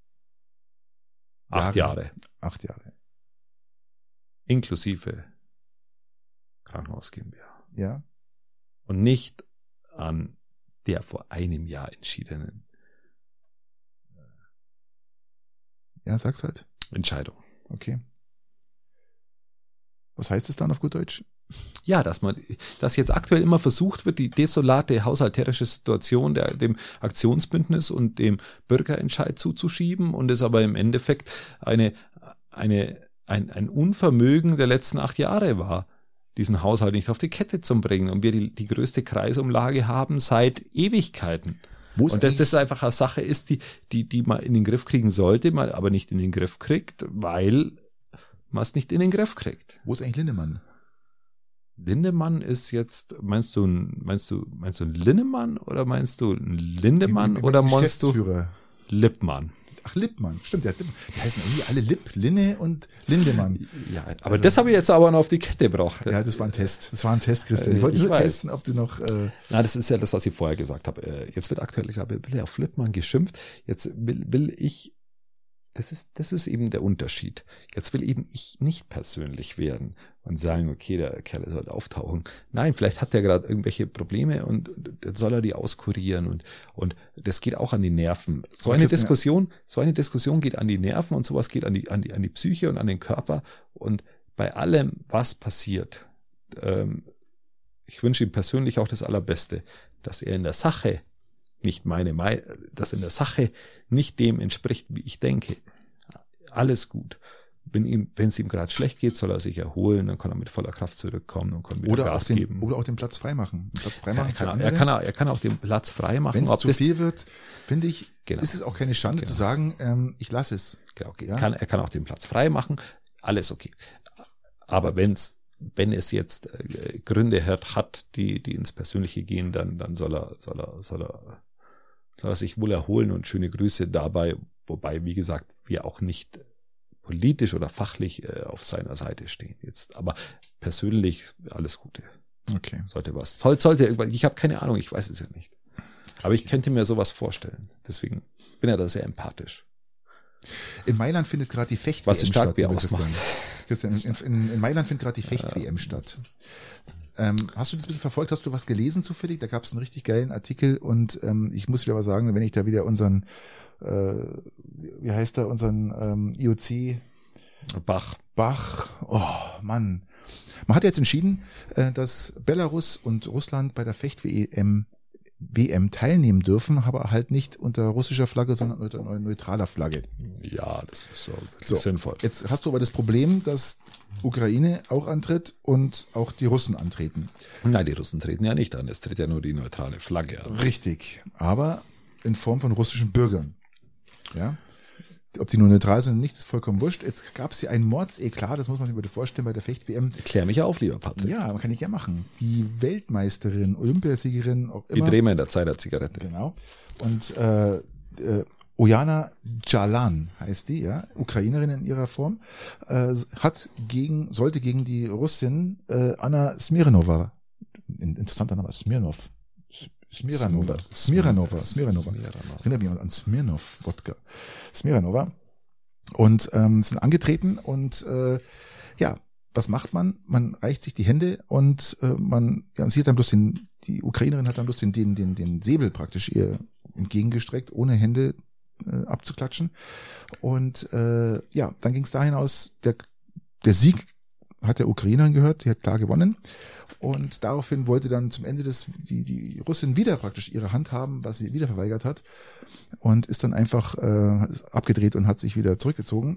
Speaker 1: acht Jahre. Jahre.
Speaker 2: Acht Jahre.
Speaker 1: Inklusive Krankenhaus GmbH.
Speaker 2: Ja.
Speaker 1: Und nicht an der vor einem Jahr entschiedenen
Speaker 2: Ja, sag's halt.
Speaker 1: Entscheidung.
Speaker 2: Okay. Was heißt es dann auf gut Deutsch?
Speaker 1: Ja, dass man, dass jetzt aktuell immer versucht wird, die desolate haushalterische Situation der, dem Aktionsbündnis und dem Bürgerentscheid zuzuschieben und es aber im Endeffekt eine, eine, ein, ein Unvermögen der letzten acht Jahre war, diesen Haushalt nicht auf die Kette zu bringen und wir die, die größte Kreisumlage haben seit Ewigkeiten.
Speaker 2: Wo ist
Speaker 1: und das, das einfach eine Sache ist, die, die, die man in den Griff kriegen sollte, man aber nicht in den Griff kriegt, weil man es nicht in den Griff kriegt.
Speaker 2: Wo ist eigentlich Lindemann?
Speaker 1: Lindemann ist jetzt, meinst du, ein- meinst du, meinst du ein Lindemann oder meinst du ein Lindemann
Speaker 2: Im- im- im
Speaker 1: oder meinst du
Speaker 2: Geschäftsführer.
Speaker 1: Lippmann?
Speaker 2: Ach, Lippmann, stimmt, der hat Lippmann. Die heißen irgendwie alle Lipp, Linne und Lindemann.
Speaker 1: Ja, aber
Speaker 2: Also-
Speaker 1: das habe ich jetzt aber noch auf die Kette gebracht.
Speaker 2: Ja, das war ein Test. Das war ein Test, Christian.
Speaker 1: Äh,
Speaker 2: Ich wollte
Speaker 1: ich
Speaker 2: nur
Speaker 1: weiß.
Speaker 2: testen, ob du noch, äh,
Speaker 1: Na, das ist ja das, was ich vorher gesagt habe. Äh, Jetzt wird aktuell, ich habe, will er auf Lippmann geschimpft. Jetzt will, will ich, das ist, das ist eben der Unterschied. Jetzt will eben ich nicht persönlich werden und sagen, okay, der Kerl soll auftauchen. Nein, vielleicht hat der gerade irgendwelche Probleme und dann soll er die auskurieren und, und das geht auch an die Nerven. So
Speaker 2: Aber
Speaker 1: eine
Speaker 2: Christian,
Speaker 1: Diskussion, so eine Diskussion geht an die Nerven und sowas geht an die, an die, an die Psyche und an den Körper und bei allem, was passiert, ähm, ich wünsche ihm persönlich auch das Allerbeste, dass er in der Sache nicht meine, Mei- dass in der Sache nicht dem entspricht, wie ich denke. Alles gut. Wenn ihm, wenn es ihm gerade schlecht geht, soll er sich erholen, dann kann er mit voller Kraft zurückkommen und kann wieder
Speaker 2: oder, auch
Speaker 1: Gas
Speaker 2: den,
Speaker 1: geben.
Speaker 2: oder auch den Platz freimachen. Den Platz
Speaker 1: Ja,
Speaker 2: freimachen
Speaker 1: er,
Speaker 2: für
Speaker 1: kann,
Speaker 2: andere.
Speaker 1: er, kann, auch- er kann auch den Platz frei machen.
Speaker 2: Wenn es
Speaker 1: ob
Speaker 2: zu
Speaker 1: das-
Speaker 2: viel wird, finde ich,
Speaker 1: Genau.
Speaker 2: ist es auch keine Schande
Speaker 1: Genau.
Speaker 2: zu sagen, ähm, ich lasse es.
Speaker 1: Genau, okay.
Speaker 2: Ja?
Speaker 1: kann, er kann auch den Platz frei machen, alles okay. Aber wenn's, wenn es jetzt äh, Gründe hat, hat, die, die ins Persönliche gehen, dann, dann soll er, soll er, soll er, soll er sich wohl erholen und schöne Grüße dabei, wobei, wie gesagt, wir auch nicht politisch oder fachlich äh, auf seiner Seite stehen jetzt. Aber persönlich alles Gute.
Speaker 2: Okay.
Speaker 1: Sollte was. Soll, sollte, ich habe keine Ahnung, ich weiß es ja nicht. Aber ich könnte mir sowas vorstellen. Deswegen bin ja da sehr empathisch.
Speaker 2: In Mailand findet gerade die Fecht-W M
Speaker 1: Was die Starkbier
Speaker 2: lieber
Speaker 1: ausmacht.
Speaker 2: Christian, Christian, in, in, in Mailand findet gerade die Fecht-W M statt. Ähm, hast du das ein bisschen verfolgt? Hast du was gelesen zufällig? Da gab es einen richtig geilen Artikel und ähm, ich muss wieder mal sagen, wenn ich da wieder unseren, äh, wie heißt er, unseren ähm, I O C
Speaker 1: Bach.
Speaker 2: Bach, oh Mann. Man hat jetzt entschieden, äh, dass Belarus und Russland bei der Fecht-W M W M teilnehmen dürfen, aber halt nicht unter russischer Flagge, sondern unter neutraler Flagge.
Speaker 1: Ja, das ist so, das
Speaker 2: So.
Speaker 1: ist sinnvoll.
Speaker 2: Jetzt hast du aber das Problem, dass Ukraine auch antritt und auch die Russen antreten.
Speaker 1: Nein, die Russen treten ja nicht an. Es tritt ja nur die neutrale Flagge an.
Speaker 2: Richtig, aber in Form von russischen Bürgern. Ja. Ob die nur neutral sind oder nicht, ist vollkommen wurscht. Jetzt gab es hier einen Mordseklat, das muss man sich bitte vorstellen, bei der Fecht-W M.
Speaker 1: Klär mich auf, lieber Patrick.
Speaker 2: Ja, man kann ich gerne machen. Die Weltmeisterin, Olympiasiegerin, auch
Speaker 1: Wie
Speaker 2: immer.
Speaker 1: drehen wir in der Zeit der Zigarette?
Speaker 2: Genau. Und äh, äh, Ojana Jalan heißt die, ja, Ukrainerin in ihrer Form, äh, hat gegen, sollte gegen die Russin äh, Anna Smirnova, in, interessanter Name, Smirnov, S- Smiranova, Smiranova, Smiranova, erinnert mich an Smirnov Wodka, Smiranova, und ähm, sind angetreten und äh, ja, was macht man? Man reicht sich die Hände und äh, man, ja, sie hat dann bloß den, die Ukrainerin hat dann bloß den, den, den, den Säbel praktisch ihr entgegengestreckt, ohne Hände äh, abzuklatschen. Und äh, ja, dann ging es dahin aus, der, der Sieg hat der Ukrainerin gehört, die hat klar gewonnen. Und daraufhin wollte dann zum Ende des, die, die Russin wieder praktisch ihre Hand haben, was sie wieder verweigert hat. Und ist dann einfach äh, abgedreht und hat sich wieder zurückgezogen.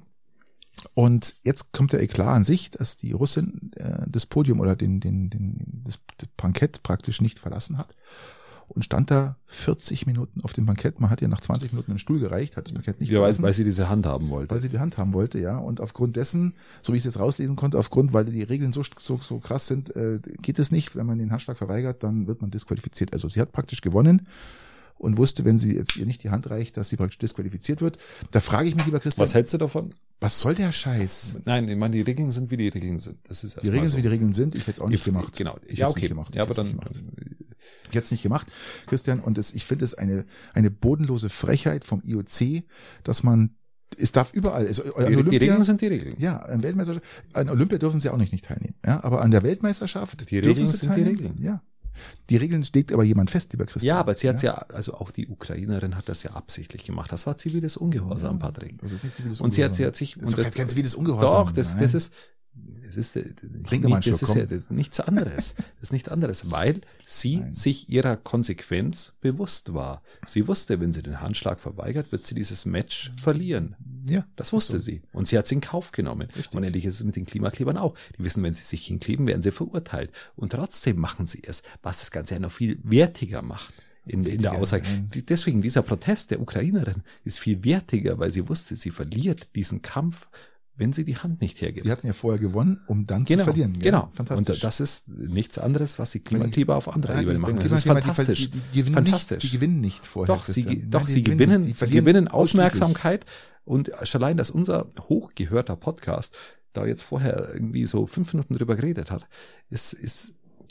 Speaker 2: Und jetzt kommt der Eklat an sich, dass die Russin äh, das Podium oder den, den, den, das, das Bankett praktisch nicht verlassen hat und stand da vierzig Minuten auf dem Bankett. Man hat ihr nach zwanzig Minuten einen Stuhl gereicht, hat das Bankett nicht
Speaker 1: Ja, weil,
Speaker 2: verlassen,
Speaker 1: weil sie diese Hand haben wollte.
Speaker 2: weil sie die Hand haben wollte, ja. Und aufgrund dessen, so wie ich es jetzt rauslesen konnte, aufgrund, weil die Regeln so, so, so krass sind, äh, geht es nicht. Wenn man den Handschlag verweigert, dann wird man disqualifiziert. Also sie hat praktisch gewonnen und wusste, wenn sie jetzt ihr nicht die Hand reicht, dass sie praktisch disqualifiziert wird. Da frage ich mich, lieber Christian,
Speaker 1: Was hältst du davon?
Speaker 2: was soll der Scheiß?
Speaker 1: Nein, ich meine, die Regeln sind, wie die Regeln sind. Das ist
Speaker 2: Die Regeln sind, wie die Regeln sind. Ich hätte es auch nicht
Speaker 1: Ich-
Speaker 2: gemacht.
Speaker 1: Genau.
Speaker 2: Ich
Speaker 1: Ja,
Speaker 2: hätte es
Speaker 1: okay.
Speaker 2: nicht gemacht.
Speaker 1: Ja,
Speaker 2: Ich
Speaker 1: aber
Speaker 2: hätte es
Speaker 1: dann,
Speaker 2: nicht gemacht. Jetzt nicht gemacht, Christian. Und es, ich finde es eine, eine bodenlose Frechheit vom I O C, dass man, es darf überall, also an
Speaker 1: die, die
Speaker 2: Olympia,
Speaker 1: Regeln sind die Regeln.
Speaker 2: ja, an Weltmeisterschaft, an Olympia dürfen sie auch nicht, nicht teilnehmen, ja, aber an der Weltmeisterschaft
Speaker 1: Die
Speaker 2: dürfen
Speaker 1: Regeln
Speaker 2: sie
Speaker 1: sind die
Speaker 2: teilnehmen.
Speaker 1: Regeln.
Speaker 2: Ja. Die Regeln legt aber jemand fest, lieber Christian.
Speaker 1: Ja, aber sie hat ja, also auch die Ukrainerin hat das ja absichtlich gemacht. Das war ziviles Ungehorsam, Patrick.
Speaker 2: Das ist nicht ziviles
Speaker 1: Und sie hat,
Speaker 2: Ungehorsam.
Speaker 1: sie hat sich,
Speaker 2: Das ist
Speaker 1: und
Speaker 2: doch
Speaker 1: das,
Speaker 2: kein ziviles Ungehorsam.
Speaker 1: doch, das,
Speaker 2: Nein.
Speaker 1: das ist, das ist, äh,
Speaker 2: Trink doch mal einen
Speaker 1: nicht, das
Speaker 2: Schluck,
Speaker 1: ist ja
Speaker 2: komm.
Speaker 1: das ist nichts anderes. Das ist nichts anderes, weil sie
Speaker 2: Nein.
Speaker 1: sich ihrer Konsequenz bewusst war. Sie wusste, wenn sie den Handschlag verweigert, wird sie dieses Match verlieren.
Speaker 2: Ja,
Speaker 1: Das wusste sie. Und sie hat es in Kauf genommen.
Speaker 2: Richtig.
Speaker 1: Und ähnlich ist es mit den Klimaklebern auch. Die wissen, wenn sie sich hinkleben, werden sie verurteilt. Und trotzdem machen sie es, was das Ganze ja noch viel wertiger macht. in, in der Aussage. Die, deswegen, dieser Protest der Ukrainerin ist viel wertiger, weil sie wusste, sie verliert diesen Kampf, wenn sie die Hand nicht hergibt.
Speaker 2: Sie hatten ja vorher gewonnen, um dann
Speaker 1: genau,
Speaker 2: zu verlieren. Gell?
Speaker 1: Genau,
Speaker 2: fantastisch.
Speaker 1: Und das ist nichts anderes, was die Klimakleber auf anderer ja, Ebene machen. Das ist fantastisch.
Speaker 2: Die, die, die, gewinnen
Speaker 1: fantastisch.
Speaker 2: Nicht, die gewinnen nicht vorher.
Speaker 1: Doch, sie, Nein, doch, sie gewinnen, die sie gewinnen Aufmerksamkeit. Und schon allein, dass unser hochgehörter Podcast da jetzt vorher irgendwie so fünf Minuten drüber geredet hat, ist, ist,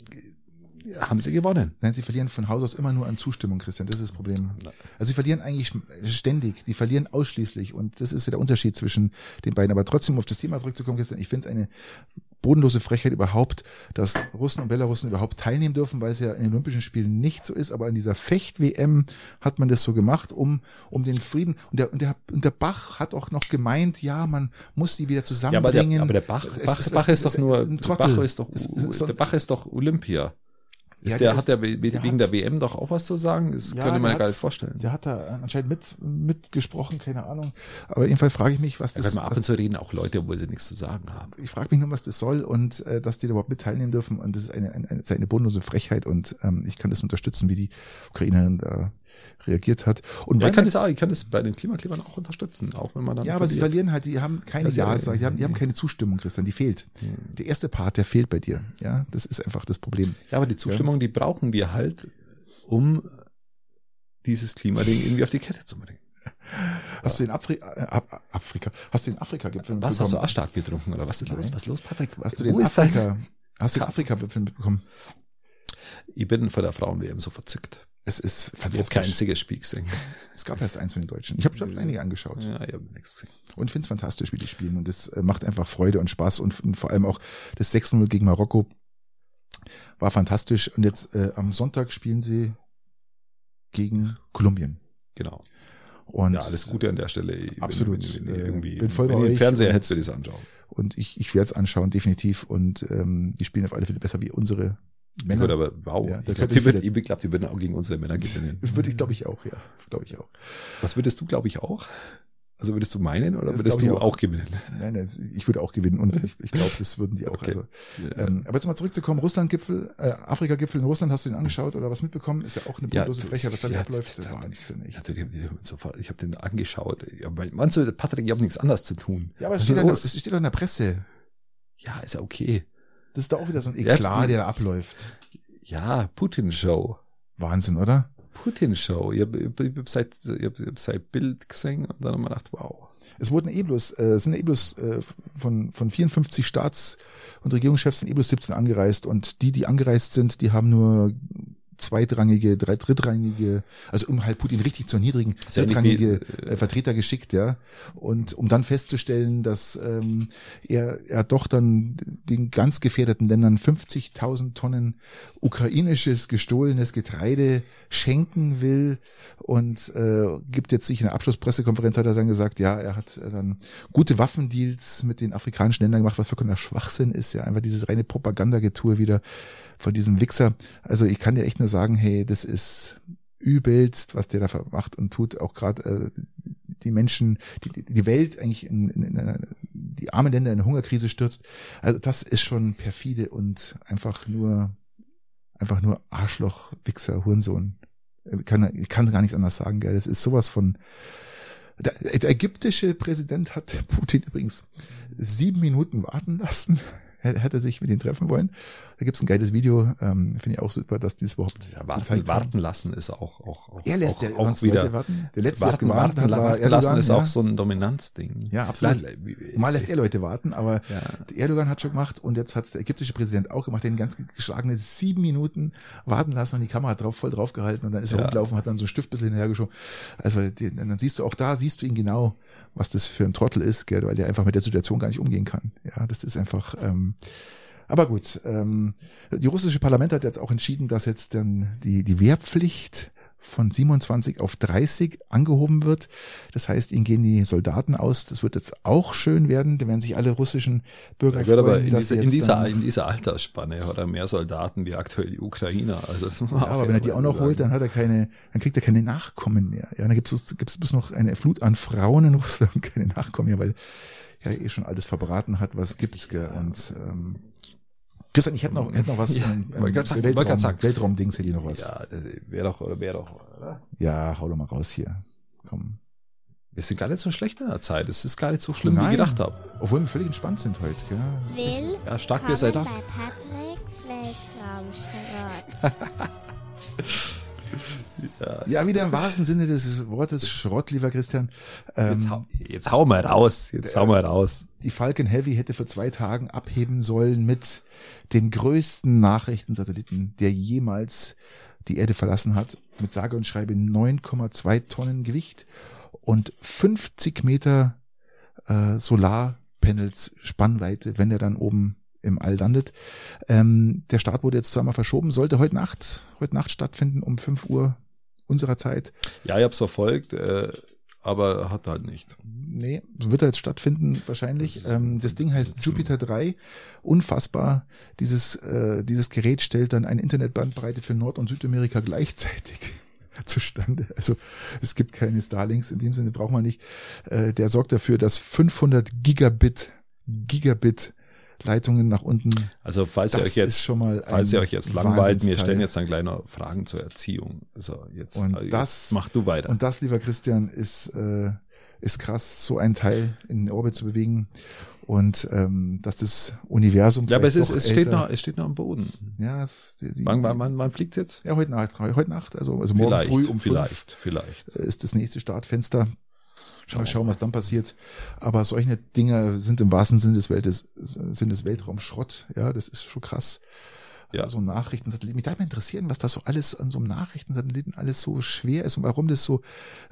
Speaker 1: haben sie gewonnen.
Speaker 2: Nein, sie verlieren von Haus aus immer nur an Zustimmung, Christian, das ist das Problem. Also sie verlieren eigentlich ständig, die verlieren ausschließlich und das ist ja der Unterschied zwischen den beiden. Aber trotzdem, um auf das Thema zurückzukommen, Christian, ich finde es eine bodenlose Frechheit überhaupt, dass Russen und Belarussen überhaupt teilnehmen dürfen, weil es ja in den Olympischen Spielen nicht so ist, aber in dieser Fecht-W M hat man das so gemacht, um um den Frieden. Und der, und der, und der Bach hat auch noch gemeint, ja, man muss sie wieder zusammenbringen.
Speaker 1: Ja, aber der, aber der Bach, Bach, es, es, Bach ist doch nur, Bach ist doch, es, es, der Bach ist doch Olympia. Ist ja, der, der hat der, der wegen der W M doch auch was zu sagen? Das ja, könnte man ja gar nicht vorstellen.
Speaker 2: Der hat da anscheinend mit, mitgesprochen, keine Ahnung. Aber jedenfalls frage ich mich, was das...
Speaker 1: Ja, ab und zu reden auch Leute, obwohl sie nichts zu sagen haben.
Speaker 2: Ich frage mich nur, was das soll und äh, dass die da überhaupt mit teilnehmen dürfen. Und das ist eine, eine, eine bodenlose Frechheit und ähm, ich kann das unterstützen, wie die Ukrainerin da reagiert hat. Und
Speaker 1: ja, ich kann das auch, ich kann das bei den Klimaklebern auch unterstützen, auch wenn man dann.
Speaker 2: Ja, aber verliert. Sie verlieren halt, die haben keine Ja, ja die, haben, die haben keine Zustimmung, Christian, die fehlt. Hm. Der erste Part, der fehlt bei dir. Ja, das ist einfach das Problem.
Speaker 1: Ja, aber die Zustimmung, ja. die brauchen wir halt, um dieses Klimading irgendwie auf die Kette zu bringen.
Speaker 2: Hast ja. du den Afri äh, Afrika, hast du den Afrika-Gipfel
Speaker 1: mitbekommen? Was, hast du Arschstark getrunken oder was ist
Speaker 2: Nein.
Speaker 1: los? Was ist los, Patrick?
Speaker 2: Hast du den Afrika, hast du den Afrika-Gipfel mitbekommen?
Speaker 1: Ich bin von der Frauen-W M so verzückt.
Speaker 2: Es ist fantastisch.
Speaker 1: Ich habe kein einziges Spiel gesehen.
Speaker 2: Es gab erst eins von den Deutschen. Ich habe schon einige angeschaut.
Speaker 1: Ja, ich habe nichts gesehen.
Speaker 2: Und finde es fantastisch, wie die spielen. Und es macht einfach Freude und Spaß. Und, und vor allem auch das sechs null gegen Marokko war fantastisch. Und jetzt äh, am Sonntag spielen sie gegen Kolumbien.
Speaker 1: Genau.
Speaker 2: Und
Speaker 1: ja, alles Gute an der Stelle. Ich
Speaker 2: absolut.
Speaker 1: Bin, wenn, wenn, irgendwie,
Speaker 2: bin voll
Speaker 1: wenn
Speaker 2: bei
Speaker 1: ich
Speaker 2: euch.
Speaker 1: Fernseher hätte, würde ich es anschauen.
Speaker 2: Und ich, ich werde es anschauen, definitiv. Und ähm, die spielen auf alle Fälle besser wie unsere Männer.
Speaker 1: Gut, aber wow.
Speaker 2: Ja,
Speaker 1: ich glaube, die, würd, ich glaub, die würden auch gegen unsere Männer gewinnen.
Speaker 2: Würde ich, glaube ich, auch, ja. Glaube ich auch.
Speaker 1: Was würdest du, glaube ich, auch? Also würdest du meinen oder das würdest du auch. auch gewinnen?
Speaker 2: Nein, nein, ich würde auch gewinnen und ich, ich glaube, das würden die auch. Okay. Also, ja. ähm, aber jetzt mal zurückzukommen, Russland-Gipfel, äh, Afrika-Gipfel in Russland, hast du den angeschaut oder was mitbekommen? Ist ja auch eine bodenlose ja, Frechheit, was da ja, abläuft.
Speaker 1: Das Wahnsinn. Ich habe hab, hab den angeschaut. Meinst du, Patrick, ich habe nichts anderes zu tun?
Speaker 2: Ja, aber es steht, in, es steht doch in der Presse.
Speaker 1: Ja, ist ja okay.
Speaker 2: Das ist da auch wieder so ein Eklat, ja, der da abläuft.
Speaker 1: Ja, Putin-Show.
Speaker 2: Wahnsinn, oder?
Speaker 1: Putin-Show. Ich habe hab seit, ich hab, ich hab seit Bild gesehen und dann haben wir gedacht, wow.
Speaker 2: Es wurden eh bloß, äh, es sind eh bloß äh, von, von vierundfünfzig Staats- und Regierungschefs sind eh bloß siebzehn angereist und die, die angereist sind, die haben nur zweitrangige, drei, drittrangige, also um halt Putin richtig zu erniedrigen, drittrangige äh, Vertreter geschickt, ja. Und um dann festzustellen, dass ähm, er, er doch dann den ganz gefährdeten Ländern fünfzigtausend Tonnen ukrainisches gestohlenes Getreide schenken will und äh, gibt jetzt sich in der Abschlusspressekonferenz, hat er dann gesagt, ja, er hat dann gute Waffendeals mit den afrikanischen Ländern gemacht, was für ein Schwachsinn ist, ja, einfach dieses reine Propagandagetue wieder von diesem Wichser. Also ich kann dir echt nur sagen, hey, das ist übelst, was der da macht und tut, auch gerade äh, die Menschen, die, die Welt eigentlich in, in, in einer, die armen Länder in eine Hungerkrise stürzt. Also das ist schon perfide und einfach nur einfach nur Arschloch, Wichser, Hurensohn. Ich kann, ich kann gar nichts anders sagen, gell. Das ist sowas von. Der, der ägyptische Präsident hat Putin übrigens sieben Minuten warten lassen. Er hätte sich mit ihm treffen wollen. Da gibt's ein geiles Video, ähm, finde ich auch super, dass die es überhaupt
Speaker 1: ja, warten, warten lassen ist auch auch auch
Speaker 2: er lässt
Speaker 1: auch,
Speaker 2: der,
Speaker 1: auch wieder
Speaker 2: warten. Der letzte,
Speaker 1: warten,
Speaker 2: der warten,
Speaker 1: warten,
Speaker 2: hat, war
Speaker 1: warten
Speaker 2: Erdogan,
Speaker 1: lassen ist
Speaker 2: ja.
Speaker 1: auch so ein Dominanzding.
Speaker 2: Ja, absolut. Mal lässt er Leute warten, aber
Speaker 1: ja.
Speaker 2: Erdogan hat schon gemacht und jetzt hat's der ägyptische Präsident auch gemacht, den ganz geschlagene sieben Minuten warten lassen und die Kamera hat drauf voll drauf gehalten und dann ist er ja. rumgelaufen, hat dann so ein Stift ein bisschen hinterhergeschoben. Also die, dann siehst du auch da, siehst du ihn genau, was das für ein Trottel ist, gell, weil der einfach mit der Situation gar nicht umgehen kann. Ja, das ist einfach ähm, aber gut, ähm, die russische Parlament hat jetzt auch entschieden, dass jetzt dann die, die Wehrpflicht von siebenundzwanzig auf dreißig angehoben wird. Das heißt, ihnen gehen die Soldaten aus. Das wird jetzt auch schön werden. Da werden sich alle russischen Bürger freuen.
Speaker 1: Aber in, diese, in, dieser, in dieser Altersspanne hat er mehr Soldaten wie aktuell die Ukrainer. Also das
Speaker 2: ja, aber wenn er die auch noch sagen. holt, dann hat er keine, dann kriegt er keine Nachkommen mehr. Ja, dann gibt es gibt's bloß noch eine Flut an Frauen in Russland und keine Nachkommen mehr, weil er eh schon alles verbraten hat, was gibt's. Gell? Und ähm, Christian, ich hätte noch, hätte noch was.
Speaker 1: Ja,
Speaker 2: ähm,
Speaker 1: wollte grad sagen,
Speaker 2: Weltraum,
Speaker 1: wollte grad sagen.
Speaker 2: Weltraumdings hätte ich noch was.
Speaker 1: Ja, das wäre doch, oder wäre doch, oder?
Speaker 2: Ja, hau doch mal raus hier. Komm.
Speaker 1: Wir sind gar nicht so schlecht in der Zeit. Es ist gar nicht so schlimm, wie
Speaker 2: Nein.
Speaker 1: ich gedacht habe.
Speaker 2: Obwohl wir völlig entspannt sind heute. Ja.
Speaker 3: Will
Speaker 1: Ja, stark, ihr seid da.
Speaker 3: bei Patricks Weltraumschrott.
Speaker 1: Ja,
Speaker 2: Ja, wieder im wahrsten Sinne des Wortes Schrott, lieber Christian. Ähm,
Speaker 1: jetzt, hau, jetzt hau mal raus. Jetzt hau mal raus.
Speaker 2: Die Falcon Heavy hätte für zwei Tagen abheben sollen mit dem größten Nachrichtensatelliten, der jemals die Erde verlassen hat, mit sage und schreibe neun Komma zwei Tonnen Gewicht und fünfzig Meter äh, Solarpanels Spannweite, wenn der dann oben im All landet. Ähm, der Start wurde jetzt zweimal verschoben, sollte heute Nacht, heute Nacht stattfinden um fünf Uhr unserer Zeit.
Speaker 1: Ja, ich hab's verfolgt, äh, aber hat halt nicht.
Speaker 2: Nee, wird er jetzt stattfinden wahrscheinlich. Ähm, das Ding heißt Jupiter drei. Unfassbar. Dieses, äh, dieses Gerät stellt dann eine Internetbandbreite für Nord- und Südamerika gleichzeitig zustande. Also es gibt keine Starlinks, in dem Sinne braucht man nicht. Äh, der sorgt dafür, dass fünfhundert Gigabit, Gigabit Leitungen nach unten.
Speaker 1: Also falls ihr
Speaker 2: Das
Speaker 1: euch jetzt,
Speaker 2: ist schon mal
Speaker 1: falls ihr
Speaker 2: ein
Speaker 1: euch jetzt langweilt, wir
Speaker 2: Wahnsinnsteil.
Speaker 1: stellen jetzt dann gleich noch Fragen zur Erziehung. Also jetzt,
Speaker 2: Und
Speaker 1: also
Speaker 2: das-
Speaker 1: jetzt mach du weiter.
Speaker 2: Und das, lieber Christian, ist, äh, ist krass, so ein Teil in den Orbit zu bewegen. Und ähm, dass das Universum.
Speaker 1: Ja, aber es
Speaker 2: vielleicht
Speaker 1: ist,
Speaker 2: doch
Speaker 1: es steht
Speaker 2: älter-
Speaker 1: noch, es steht noch am Boden.
Speaker 2: Ja, es, die, die,
Speaker 1: Wann, wann, wann, wann fliegt's jetzt?
Speaker 2: Ja, heute Nacht, heute Nacht, also, also morgen
Speaker 1: Vielleicht,
Speaker 2: früh um
Speaker 1: vielleicht,
Speaker 2: fünf
Speaker 1: vielleicht.
Speaker 2: ist das nächste Startfenster.
Speaker 1: Schauen
Speaker 2: Mal
Speaker 1: wir
Speaker 2: schauen,
Speaker 1: mal.
Speaker 2: was dann passiert. Aber solche Dinge sind im wahrsten Sinne des Weltes, sind des Weltraumschrott. Ja, das ist schon krass.
Speaker 1: Ja.
Speaker 2: So ein Nachrichtensatellit. Mich darf mal interessieren, was da so alles an so einem Nachrichtensatelliten alles so schwer ist und warum das so,